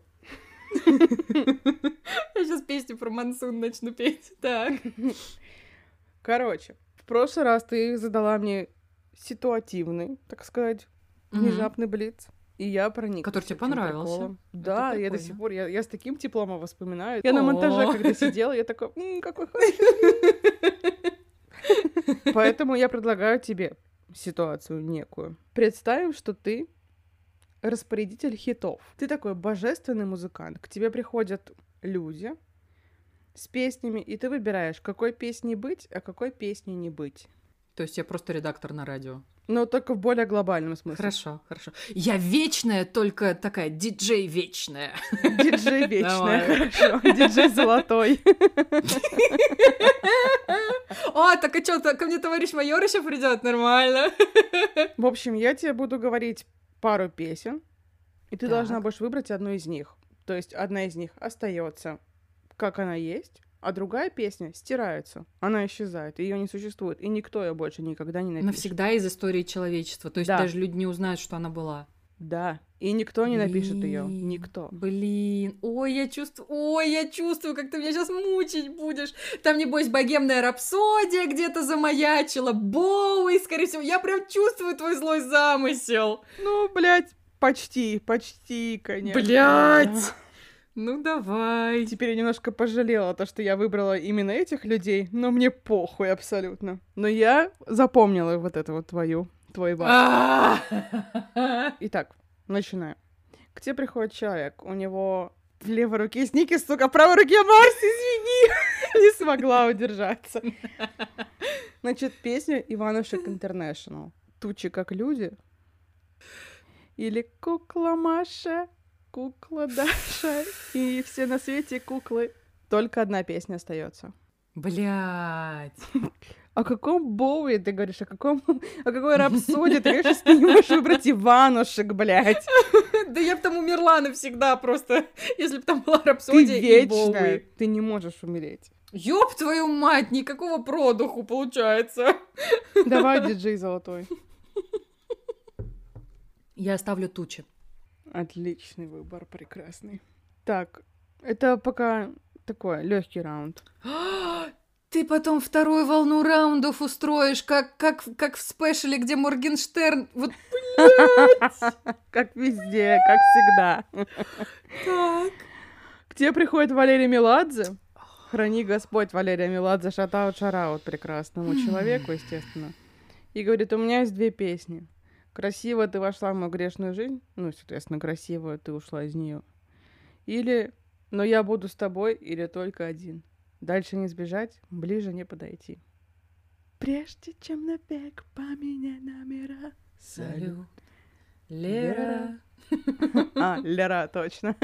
Я сейчас песню про Монсун начну петь. Так. Короче, в прошлый раз ты задала мне ситуативный, так сказать, внезапный блиц. И я прониклась. Который тебе понравился. Да, Это я до прикольно. сих пор, я, я с таким теплом его вспоминаю. Я на монтаже, О. когда сидела, я такой, «М, какой хороший». Поэтому я предлагаю тебе ситуацию некую. Представим, что ты распорядитель хитов. Ты такой божественный музыкант. К тебе приходят люди с песнями, и ты выбираешь, какой песней быть, а какой песней не быть. То есть я просто редактор на радио. Но только в более глобальном смысле. Хорошо, хорошо. Я вечная, только такая диджей вечная. Диджей вечная, хорошо. Диджей золотой. О, так а что, ко мне товарищ майор еще придет, нормально. В общем, я тебе буду говорить пару песен, и ты Так. должна будешь выбрать одну из них. То есть одна из них остается, как она есть, а другая песня стирается. Она исчезает, ее не существует, и никто ее больше никогда не напишет. Навсегда из истории человечества. То есть Да. даже люди не узнают, что она была. Да, и никто не напишет ее, Блин, никто. Блин, ой, я чувствую, ой, я чувствую, как ты меня сейчас мучить будешь. Там, небось, богемная рапсодия где-то замаячила, Боуи, скорее всего. Я прям чувствую твой злой замысел. Ну, блядь, почти, почти, конечно. Блядь! Ну, давай. Теперь я немножко пожалела то, что я выбрала именно этих людей, но мне похуй абсолютно. Но я запомнила вот это вот твою, твой вайб. Итак, начинаю. К тебе приходит человек, у него в левой руке Сникерс, сука, в правой руке Марс, извини, не смогла удержаться. Значит, песня Иванушек Интернешнл. Тучи как люди. Или кукла Маша, кукла Даша, и все на свете куклы. Только одна песня остается. Блядь. О каком Боуи ты говоришь? О каком... О какой рапсодии? Ты говоришь, что ты не можешь выбрать Иванушек, блядь. Да я бы там умерла навсегда просто, если бы там была Ты рапсодия и Боуи. вечная. Ты не можешь умереть. Ёб твою мать, никакого продуху получается. Давай, диджей золотой. Я оставлю тучи. Отличный выбор, прекрасный. Так, это пока такой легкий раунд. Ты потом вторую волну раундов устроишь, как, как, как в спешле, где Моргенштерн. Вот, блядь. Как везде, как всегда. Так. К тебе приходит Валерий Меладзе. Храни Господь Валерия Меладзе, шатаут, шараут прекрасному человеку, естественно. И говорит, у меня есть две песни. Красиво ты вошла в мою грешную жизнь. Ну, соответственно, красиво ты ушла из нее. Или но я буду с тобой, или только один. Дальше не сбежать, ближе не подойти. Прежде чем навек поменяй номера. Салют, Лера. А, Лера, точно.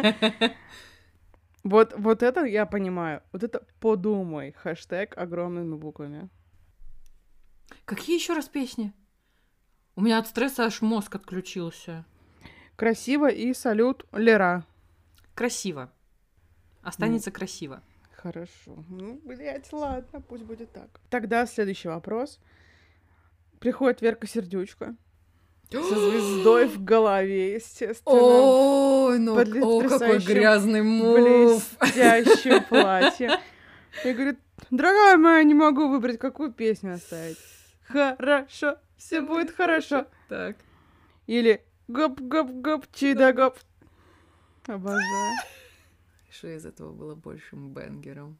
Вот, вот это я понимаю. Вот это подумай. Хэштег огромными буквами. Какие еще раз песни? У меня от стресса аж мозг отключился. Красиво и салют Лера. Красиво. Останется красиво. Хорошо. Ну, блядь, ладно, пусть будет так. Тогда следующий вопрос. Приходит Верка Сердючка. Со звездой в голове, естественно. Ой, ну, Под о, какой потрясающим грязный мув. Блестящее платье. И говорит, дорогая моя, не могу выбрать, какую песню оставить. Хорошо, все будет хорошо. Так. Или гоп-гоп-гоп, чида-гоп. Обожаю. Что из этого было большим бенгером?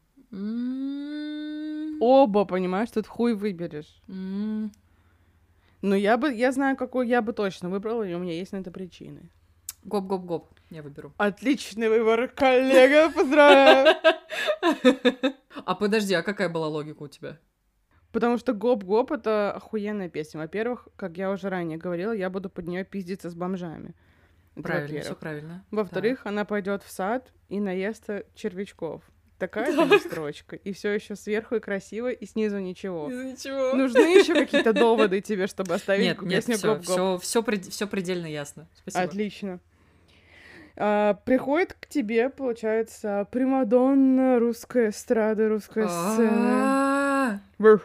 М. Оба, понимаешь, тут хуй выберешь. М. Ну, я бы, я знаю, какую я бы точно выбрала, и у меня есть на это причины. Гоп-гоп-гоп. Я выберу. Отличный выбор, коллега, поздравляю. А подожди, а какая была логика у тебя? Потому что гоп-гоп — это охуенная песня. Во-первых, как я уже ранее говорила, я буду под нее пиздиться с бомжами. Это Правильно, во-первых. все правильно. Во-вторых, она пойдет в сад и наестся червячков. Такая там строчка. И все еще сверху и красиво, и снизу ничего. Из-за ничего. Нужны еще какие-то доводы тебе, чтобы оставить Нет, нет, песню все, гоп-гоп? все, все, все предельно ясно. Спасибо. Отлично. А, приходит к тебе, получается, примадонна русской эстрады, русской сцены.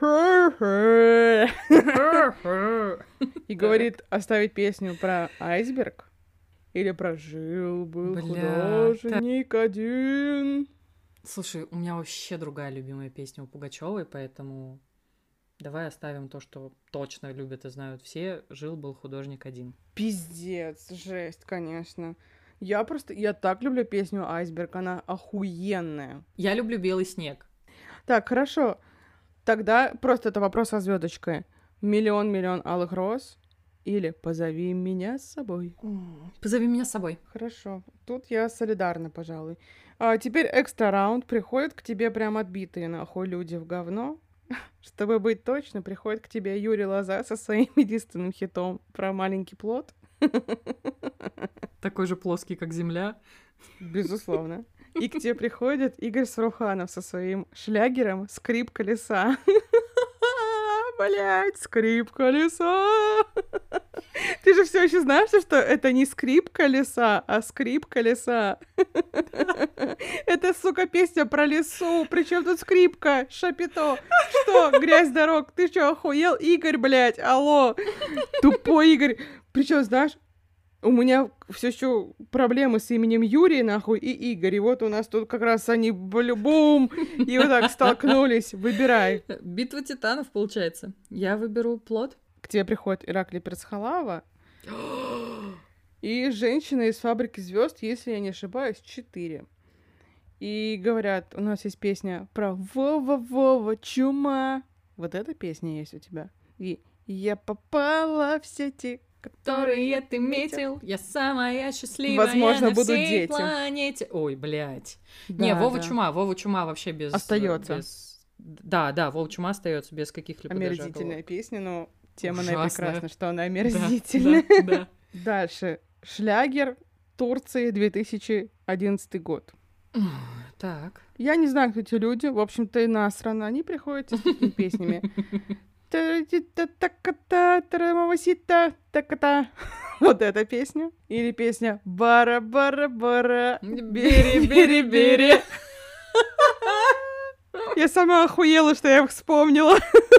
И говорит оставить песню про айсберг или про жил-был художник один. Слушай, у меня вообще другая любимая песня у Пугачёвой, поэтому давай оставим то, что точно любят и знают все. Жил-был художник один. Пиздец, жесть, конечно. Я просто, я так люблю песню «Айсберг», она охуенная. Я люблю «Белый снег». Так, хорошо. Тогда просто это вопрос со звездочкой. Миллион-миллион алых роз или «Позови меня с собой». Позови меня с собой. Хорошо. Тут я солидарна, пожалуй. А теперь экстра раунд. Приходят к тебе прям отбитые нахуй люди в говно. Чтобы быть точно, приходит к тебе Юрий Лоза со своим единственным хитом про маленький плод. Такой же плоский, как земля. Безусловно. И к тебе приходит Игорь Саруханов со своим шлягером «Скрип колеса». Блять, скрип колеса. Ты же все еще знаешь, что это не скрип колеса, а скрип колеса. Это, сука, песня про лесу. Причем тут скрипка, шапито. Что, грязь дорог? Ты что, охуел? Игорь, блядь, алло. Тупой Игорь. Причем, знаешь, у меня все еще проблемы с именем Юрий, нахуй, и Игорь. И вот у нас тут как раз они бум, и вот так столкнулись. Выбирай. Битва титанов, получается. Я выберу плод. К тебе приходит Ираклий Перцхалава и женщина из «Фабрики звезд», если я не ошибаюсь, четыре. И говорят, у нас есть песня про Вова-Вова, чума. Вот эта песня есть у тебя. И я попала в сети, которые ты метил. Я самая счастливая Возможно, на будут всей дети. планете. Ой, блядь. Да, не, Вова да. Чума, Вова Чума вообще без... Остается. без... Да, да, Вова Чума остается без каких-либо даже Омерзительная оговорок. песня, но тема она Ужасная. прекрасна, что она Да, омерзительная. да, да. Дальше. Шлягер Турции, две тысячи одиннадцатый год. Так. Я не знаю, кто эти люди. В общем-то, и насрано. Они приходят с такими песнями. Вот эта песня. Или песня «Бара-бара-бара». Бери-бери-бери. Я сама охуела, что я их вспомнила.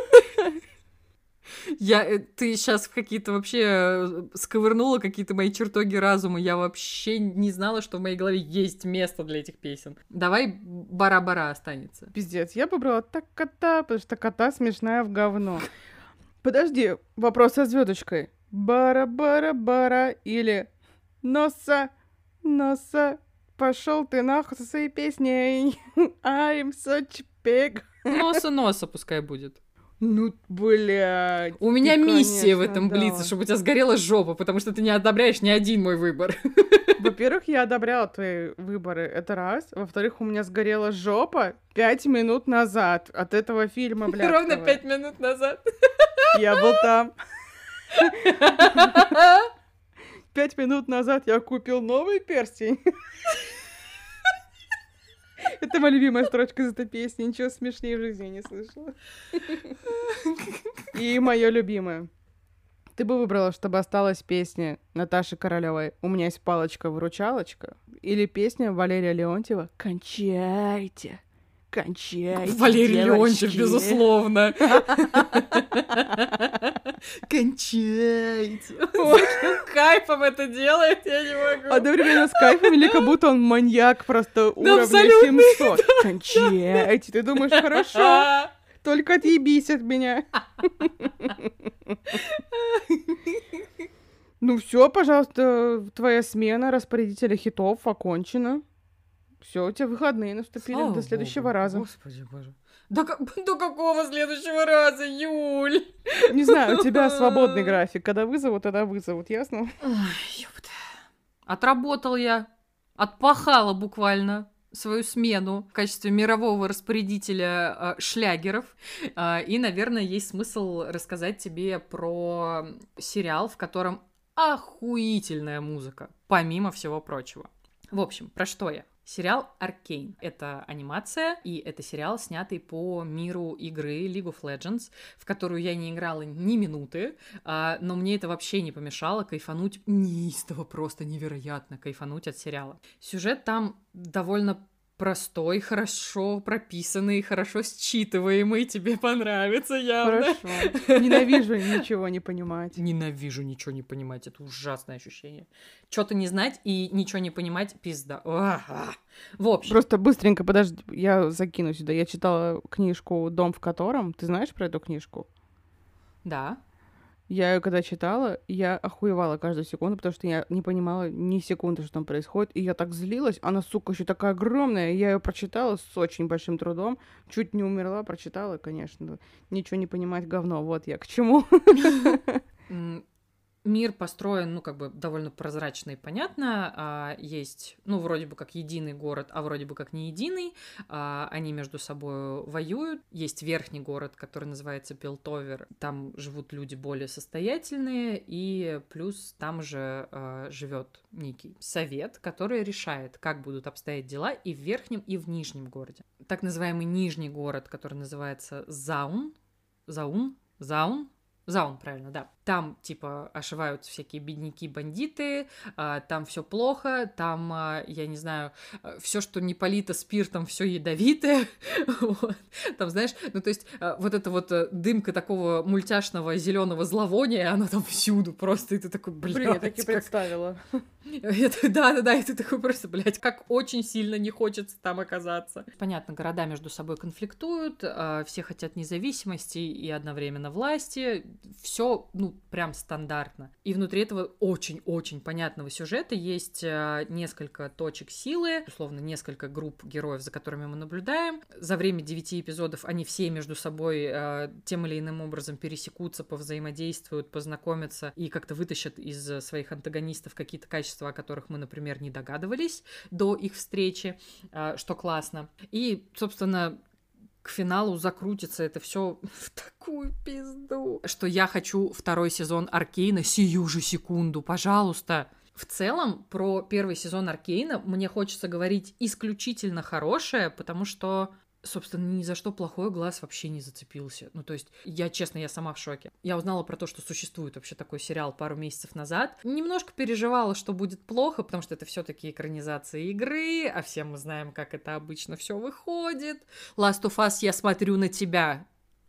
Я, э, ты сейчас в какие-то вообще э, сковырнула какие-то мои чертоги разума. Я вообще не знала, что в моей голове есть место для этих песен. Давай бара-бара останется. Пиздец, я выбрала так-кота, потому что кота смешная в говно. Подожди, вопрос со звездочкой. Бара-бара-бара или носа, носа, пошел ты нахуй со своей песней. I'm such big. Носа-носа пускай будет. Ну, блядь. У меня ты, миссия в конечно, этом дала. блице, чтобы у тебя сгорела жопа, потому что ты не одобряешь ни один мой выбор. Во-первых, я одобряла твои выборы, это раз. Во-вторых, у меня сгорела жопа пять минут назад от этого фильма, блядь. Ровно пять минут назад. Я был там. Пять минут назад я купил новый перстень. Это моя любимая строчка из этой песни. Ничего смешнее в жизни не слышала. И мое любимое. Ты бы выбрала, чтобы осталась песня Наташи Королевой «У меня есть палочка-выручалочка» или песня Валерия Леонтьева «Кончайте, кончайте, Валерий девочки». Леонтьев, безусловно. Кончайте. Он с таким кайфом это делает, я не могу. Одновременно с кайфом, или как будто он маньяк просто уровня абсолютно, семьсот. Кончайте, ты думаешь, хорошо, только отъебись от меня. Ну все, пожалуйста, твоя смена распорядителя хитов окончена. Все, у тебя выходные наступили. Слава До следующего Богу. раза. Господи боже. До, ка- до какого следующего раза, Юль? Не знаю, у тебя свободный график. Когда вызовут, тогда вызовут, ясно? Ой, ёпта. Отработал я. Отпахала буквально свою смену в качестве мирового распорядителя э, шлягеров. Э, и, наверное, есть смысл рассказать тебе про сериал, в котором охуительная музыка, помимо всего прочего. В общем, про что я? Сериал «Аркейн». Это анимация, и это сериал, снятый по миру игры League of Legends, в которую я не играла ни минуты, а, но мне это вообще не помешало кайфануть неистово, просто невероятно кайфануть от сериала. Сюжет там довольно простой, хорошо прописанный, хорошо считываемый, тебе понравится явно. Хорошо. Ненавижу ничего не понимать. Ненавижу ничего не понимать, это ужасное ощущение. Что-то не знать и ничего не понимать, пизда. Ага. В общем. Просто быстренько, подожди, я закину сюда. Я читала книжку «Дом в котором». Ты знаешь про эту книжку? Да. Я ее когда читала, я охуевала каждую секунду, потому что я не понимала ни секунды, что там происходит. И я так злилась. Она, сука, еще такая огромная. Я ее прочитала с очень большим трудом. Чуть не умерла, прочитала, конечно. Ничего не понимать, говно. Вот я к чему. Мир построен, ну, как бы довольно прозрачно и понятно. А, есть, ну, вроде бы как единый город, а вроде бы как не единый. А, они между собой воюют. Есть верхний город, который называется Пилтовер. Там живут люди более состоятельные, и плюс там же а, живет некий совет, который решает, как будут обстоять дела и в верхнем, и в нижнем городе. Так называемый нижний город, который называется Заун. Заун? Заун? Заун, правильно, да. Там, типа, ошиваются всякие бедняки-бандиты, а, там все плохо, там, а, я не знаю, все, что не полито спиртом, все ядовитое. Вот. Там, знаешь, ну, то есть, а, вот эта вот дымка такого мультяшного зеленого зловония, она там всюду просто, и ты такой, блядь. Блин, я так и как... представила. Да-да-да, и ты такой просто, блядь, как очень сильно не хочется там оказаться. Понятно, города между собой конфликтуют, все хотят независимости и одновременно власти, все, ну, прям стандартно. И внутри этого очень-очень понятного сюжета есть несколько точек силы, условно, несколько групп героев, за которыми мы наблюдаем. За время девяти эпизодов они все между собой тем или иным образом пересекутся, повзаимодействуют, познакомятся и как-то вытащат из своих антагонистов какие-то качества, о которых мы, например, не догадывались до их встречи, что классно. И, собственно, к финалу закрутится это все в такую пизду, что я хочу второй сезон Аркейна сию же секунду, пожалуйста. В целом, про первый сезон Аркейна мне хочется говорить исключительно хорошее, потому что, собственно, ни за что плохой глаз вообще не зацепился. Ну, то есть, я, честно, я сама в шоке. Я узнала про то, что существует вообще такой сериал пару месяцев назад. Немножко переживала, что будет плохо, потому что это все-таки экранизация игры, а все мы знаем, как это обычно все выходит. Last of Us, я смотрю на тебя.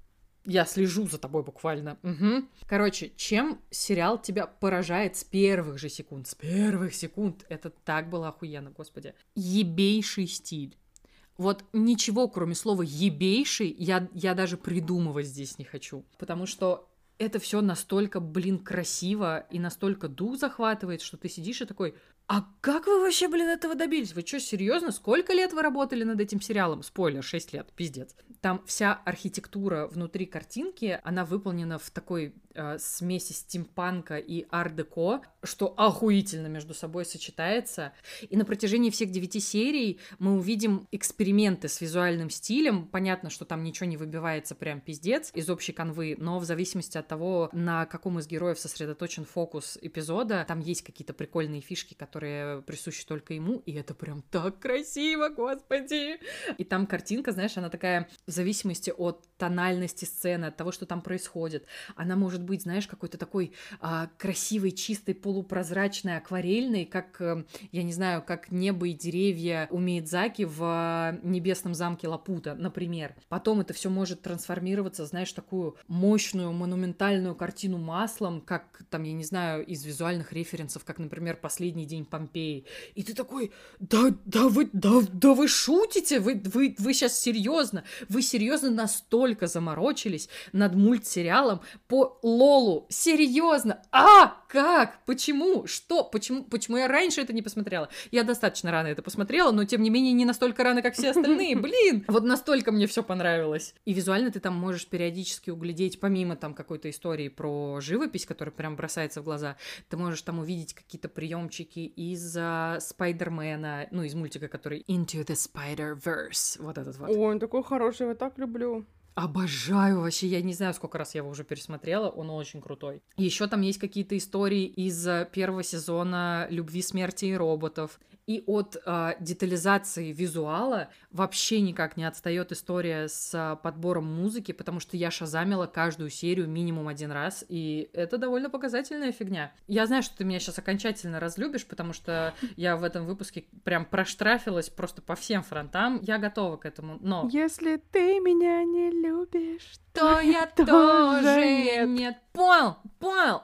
Я слежу за тобой буквально. Угу. Короче, чем сериал тебя поражает с первых же секунд? С первых секунд. Это так было охуенно, господи. Ебейший стиль. Вот ничего, кроме слова «ебейший», я, я даже придумывать здесь не хочу. Потому что это все настолько, блин, красиво и настолько дух захватывает, что ты сидишь и такой: а как вы вообще, блин, этого добились? Вы что, серьезно? Сколько лет вы работали над этим сериалом? Спойлер, шесть лет, пиздец. Там вся архитектура внутри картинки, она выполнена в такой э, смеси стимпанка и ар-деко, что охуительно между собой сочетается. И на протяжении всех девяти серий мы увидим эксперименты с визуальным стилем. Понятно, что там ничего не выбивается прям пиздец из общей канвы, но в зависимости от того, на каком из героев сосредоточен фокус эпизода, там есть какие-то прикольные фишки, которые присущи только ему, и это прям так красиво, господи! И там картинка, знаешь, она такая, в зависимости от тональности сцены, от того, что там происходит, она может быть, знаешь, какой-то такой а, красивой, чистой, полупрозрачной, акварельной, как, а, я не знаю, как небо и деревья у Миядзаки в а, «Небесном замке Лапута», например. Потом это все может трансформироваться, знаешь, такую мощную, монументальную картину маслом, как, там, я не знаю, из визуальных референсов, как, например, «Последний день Помпеи». И ты такой: да, да вы, да, да вы шутите? Вы, вы, вы сейчас серьезно? Вы серьезно настолько заморочились над мультсериалом по Лолу? Серьезно? А, как? Почему? Что? Почему? Почему я раньше это не посмотрела? Я достаточно рано это посмотрела, но тем не менее не настолько рано, как все остальные. Блин! Вот настолько мне все понравилось. И визуально ты там можешь периодически углядеть, помимо там какой-то истории про живопись, которая прям бросается в глаза, ты можешь там увидеть какие-то приемчики из uh, Спайдермена, ну, из мультика, который Into the Spider-Verse. Вот этот вот. Ой, он такой хороший, я так люблю. Обожаю вообще, я не знаю, сколько раз я его уже пересмотрела, он очень крутой. Еще там есть какие-то истории из первого сезона «Любви, смерти и роботов». И от э, детализации визуала вообще никак не отстает история с э, подбором музыки, потому что я шазамила каждую серию минимум один раз, и это довольно показательная фигня. Я знаю, что ты меня сейчас окончательно разлюбишь, потому что я в этом выпуске прям проштрафилась просто по всем фронтам. Я готова к этому, но... Если ты меня не любишь, то я тоже нет. нет. Понял, понял.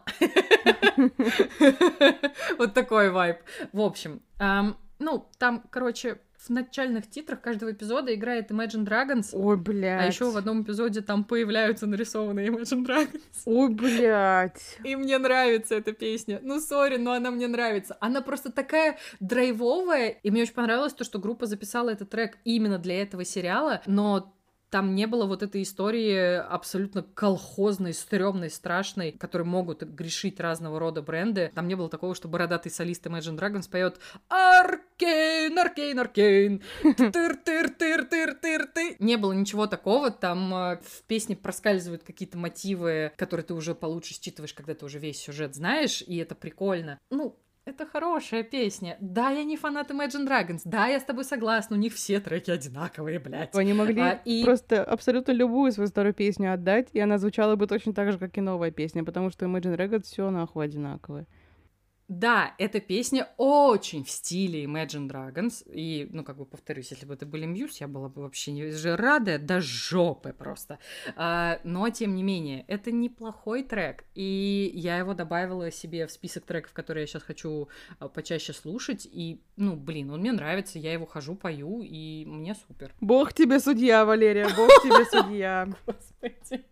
Вот такой вайб. В общем, ну, там, короче, в начальных титрах каждого эпизода играет Imagine Dragons. Ой, блядь. А еще в одном эпизоде там появляются нарисованные Imagine Dragons. Ой, блядь. И мне нравится эта песня. Ну, сори, но она мне нравится. Она просто такая драйвовая. И мне очень понравилось то, что группа записала этот трек именно для этого сериала, но Там не было вот этой истории абсолютно колхозной, стрёмной, страшной, которой могут грешить разного рода бренды. Там не было такого, что бородатый солист Imagine Dragons поет «Аркейн, Аркейн, Аркейн, тыр-тыр-тыр-тыр-тыр-ты». Не было ничего такого. Там э, в песне проскальзывают какие-то мотивы, которые ты уже получше считываешь, когда ты уже весь сюжет знаешь, и это прикольно. Ну, это хорошая песня. Да, я не фанат Imagine Dragons. Да, я с тобой согласна. У них все треки одинаковые, блядь. Они могли а, и... просто абсолютно любую свою старую песню отдать, и она звучала бы точно так же, как и новая песня, потому что Imagine Dragons все нахуй одинаковое. Да, эта песня очень в стиле Imagine Dragons, и, ну, как бы, повторюсь, если бы это были Muse, я была бы вообще не же рада до жопы просто. А, но, тем не менее, это неплохой трек, и я его добавила себе в список треков, которые я сейчас хочу почаще слушать, и, ну, блин, он мне нравится, я его хожу, пою, и мне супер. Бог тебе судья, Валерия, бог тебе судья. Господи.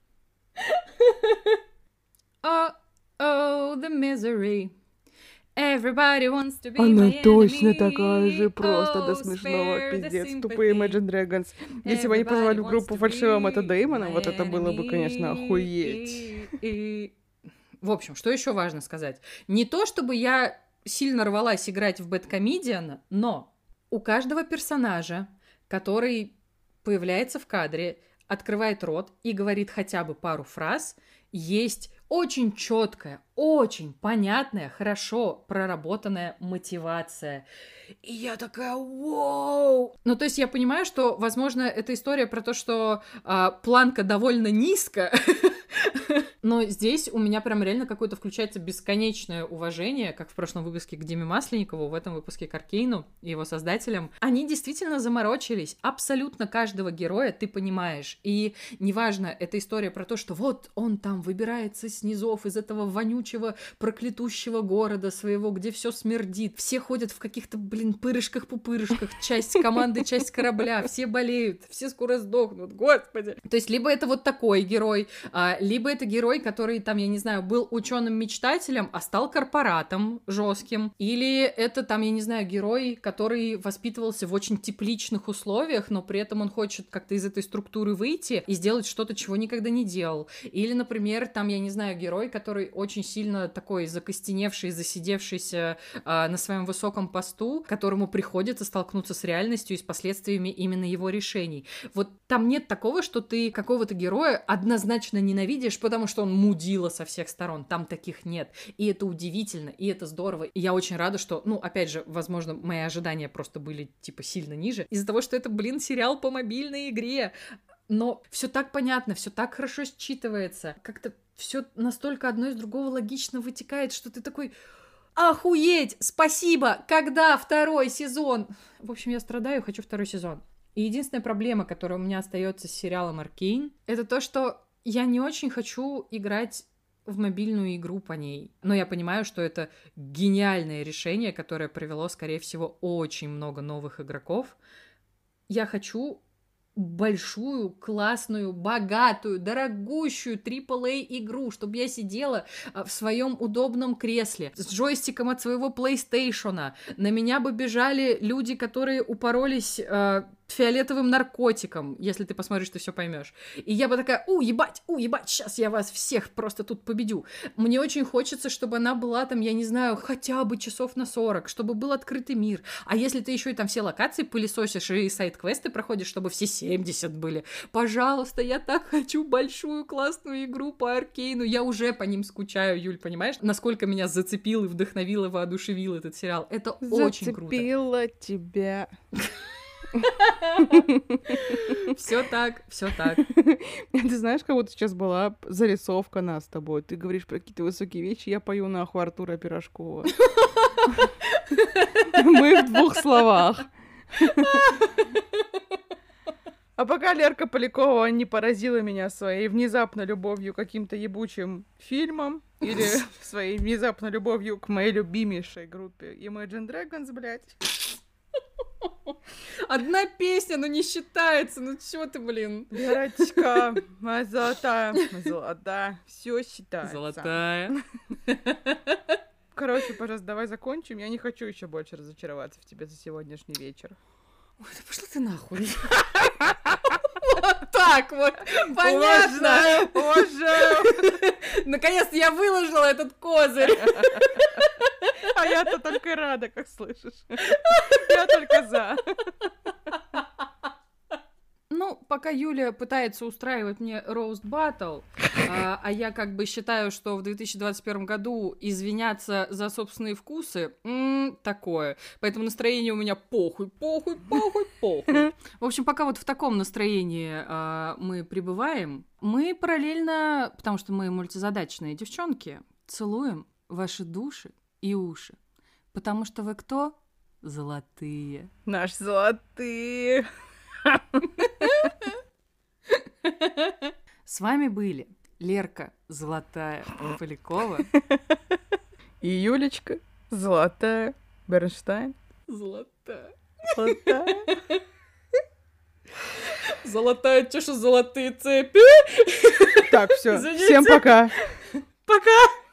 Oh, oh, the misery. Everybody wants to be Она my точно enemy. такая же, просто oh, до смешного, пиздец, sympathy. Тупые Imagine Dragons. Если бы они позвали в группу фальшивого Мэтта Дэймона, вот это было бы, конечно, охуеть. В общем, что еще важно сказать? Не то, чтобы я сильно рвалась играть в бэдкомедиана, но у каждого персонажа, который появляется в кадре, открывает рот и говорит хотя бы пару фраз, есть очень четкая, очень понятная, хорошо проработанная мотивация. И я такая, вау! Ну, то есть я понимаю, что, возможно, это история про то, что а, планка довольно низко, но здесь у меня прям реально какое-то включается бесконечное уважение, как в прошлом выпуске к Диме Масленникову, в этом выпуске к Аркейну и его создателям. Они действительно заморочились. Абсолютно каждого героя ты понимаешь. И неважно, это история про то, что вот он там выбирается с низов из этого вонючего, проклятущего города своего, где все смердит. Все ходят в каких-то, блин, пырышках-пупырышках. Часть команды, часть корабля. Все болеют, все скоро сдохнут. Господи! То есть либо это вот такой герой, либо это герой, который там, я не знаю, был ученым-мечтателем, а стал корпоратом жестким. Или это там, я не знаю, герой, который воспитывался в очень тепличных условиях, но при этом он хочет как-то из этой структуры выйти и сделать что-то, чего никогда не делал. Или, например, там, я не знаю, герой, который очень сильно такой закостеневший, засидевшийся а, на своем высоком посту, которому приходится столкнуться с реальностью и с последствиями именно его решений. Вот там нет такого, что ты какого-то героя однозначно ненавидишь, потому что он мудила со всех сторон. Там таких нет. И это удивительно, и это здорово. И я очень рада, что, ну, опять же, возможно, мои ожидания просто были, типа, сильно ниже. Из-за того, что это, блин, сериал по мобильной игре. Но все так понятно, все так хорошо считывается. Как-то все настолько одно из другого логично вытекает, что ты такой... Охуеть! Спасибо! Когда второй сезон? В общем, я страдаю, хочу второй сезон. И единственная проблема, которая у меня остается с сериалом Аркейн, это то, что я не очень хочу играть в мобильную игру по ней. Но я понимаю, что это гениальное решение, которое привело, скорее всего, очень много новых игроков. Я хочу большую, классную, богатую, дорогущую трипл эй игру, чтобы я сидела в своем удобном кресле с джойстиком от своего PlayStation. На меня бы бежали люди, которые упоролись э, фиолетовым наркотиком, если ты посмотришь, ты все поймешь. И я бы такая, у, ебать, у, ебать, сейчас я вас всех просто тут победю. Мне очень хочется, чтобы она была там, я не знаю, хотя бы часов на сорок, чтобы был открытый мир. А если ты еще и там все локации пылесосишь и сайд-квесты проходишь, чтобы все семьдесят были. Пожалуйста, я так хочу большую классную игру по Аркейну. Я уже по ним скучаю, Юль, понимаешь? Насколько меня зацепил и вдохновил и воодушевил этот сериал. Это очень круто. Зацепила тебя. Все так, все так. Ты знаешь, как будто сейчас была зарисовка нас с тобой. Ты говоришь про какие-то высокие вещи, я пою нахуй Артура Пирожкова. Мы в двух словах. А пока Лерка Полякова не поразила меня своей внезапной любовью к каким-то ебучим фильмам или своей внезапной любовью к моей любимейшей группе Imagine Dragons, блядь. Одна песня, но не считается. Ну чё ты, блин? Лерочка, моя золотая, моя золотая, все считается. Золотая. Короче, пожалуйста, давай закончим. Я не хочу еще больше разочароваться в тебе за сегодняшний вечер. Ой, да пошла ты нахуй. Вот так вот, понятно. Уважаю, уважаю. Наконец-то я выложила этот козырь. А я-то только рада, как слышишь. Я только за. Ну, пока Юля пытается устраивать мне роуст баттл, а, а я как бы считаю, что в две тысячи двадцать первом году извиняться за собственные вкусы м- такое. Поэтому настроение у меня похуй, похуй, похуй, похуй. В общем, пока вот в таком настроении а, мы пребываем, мы параллельно, потому что мы мультизадачные девчонки, целуем ваши души и уши. Потому что вы кто? Золотые. Наши золотые. С вами были Лерка Золотая Полякова и Юлечка Золотая Бернштайн. Золотая. Золотая. Золотая чаша, золотые цепи. Так, все. Извините. Всем пока. Пока.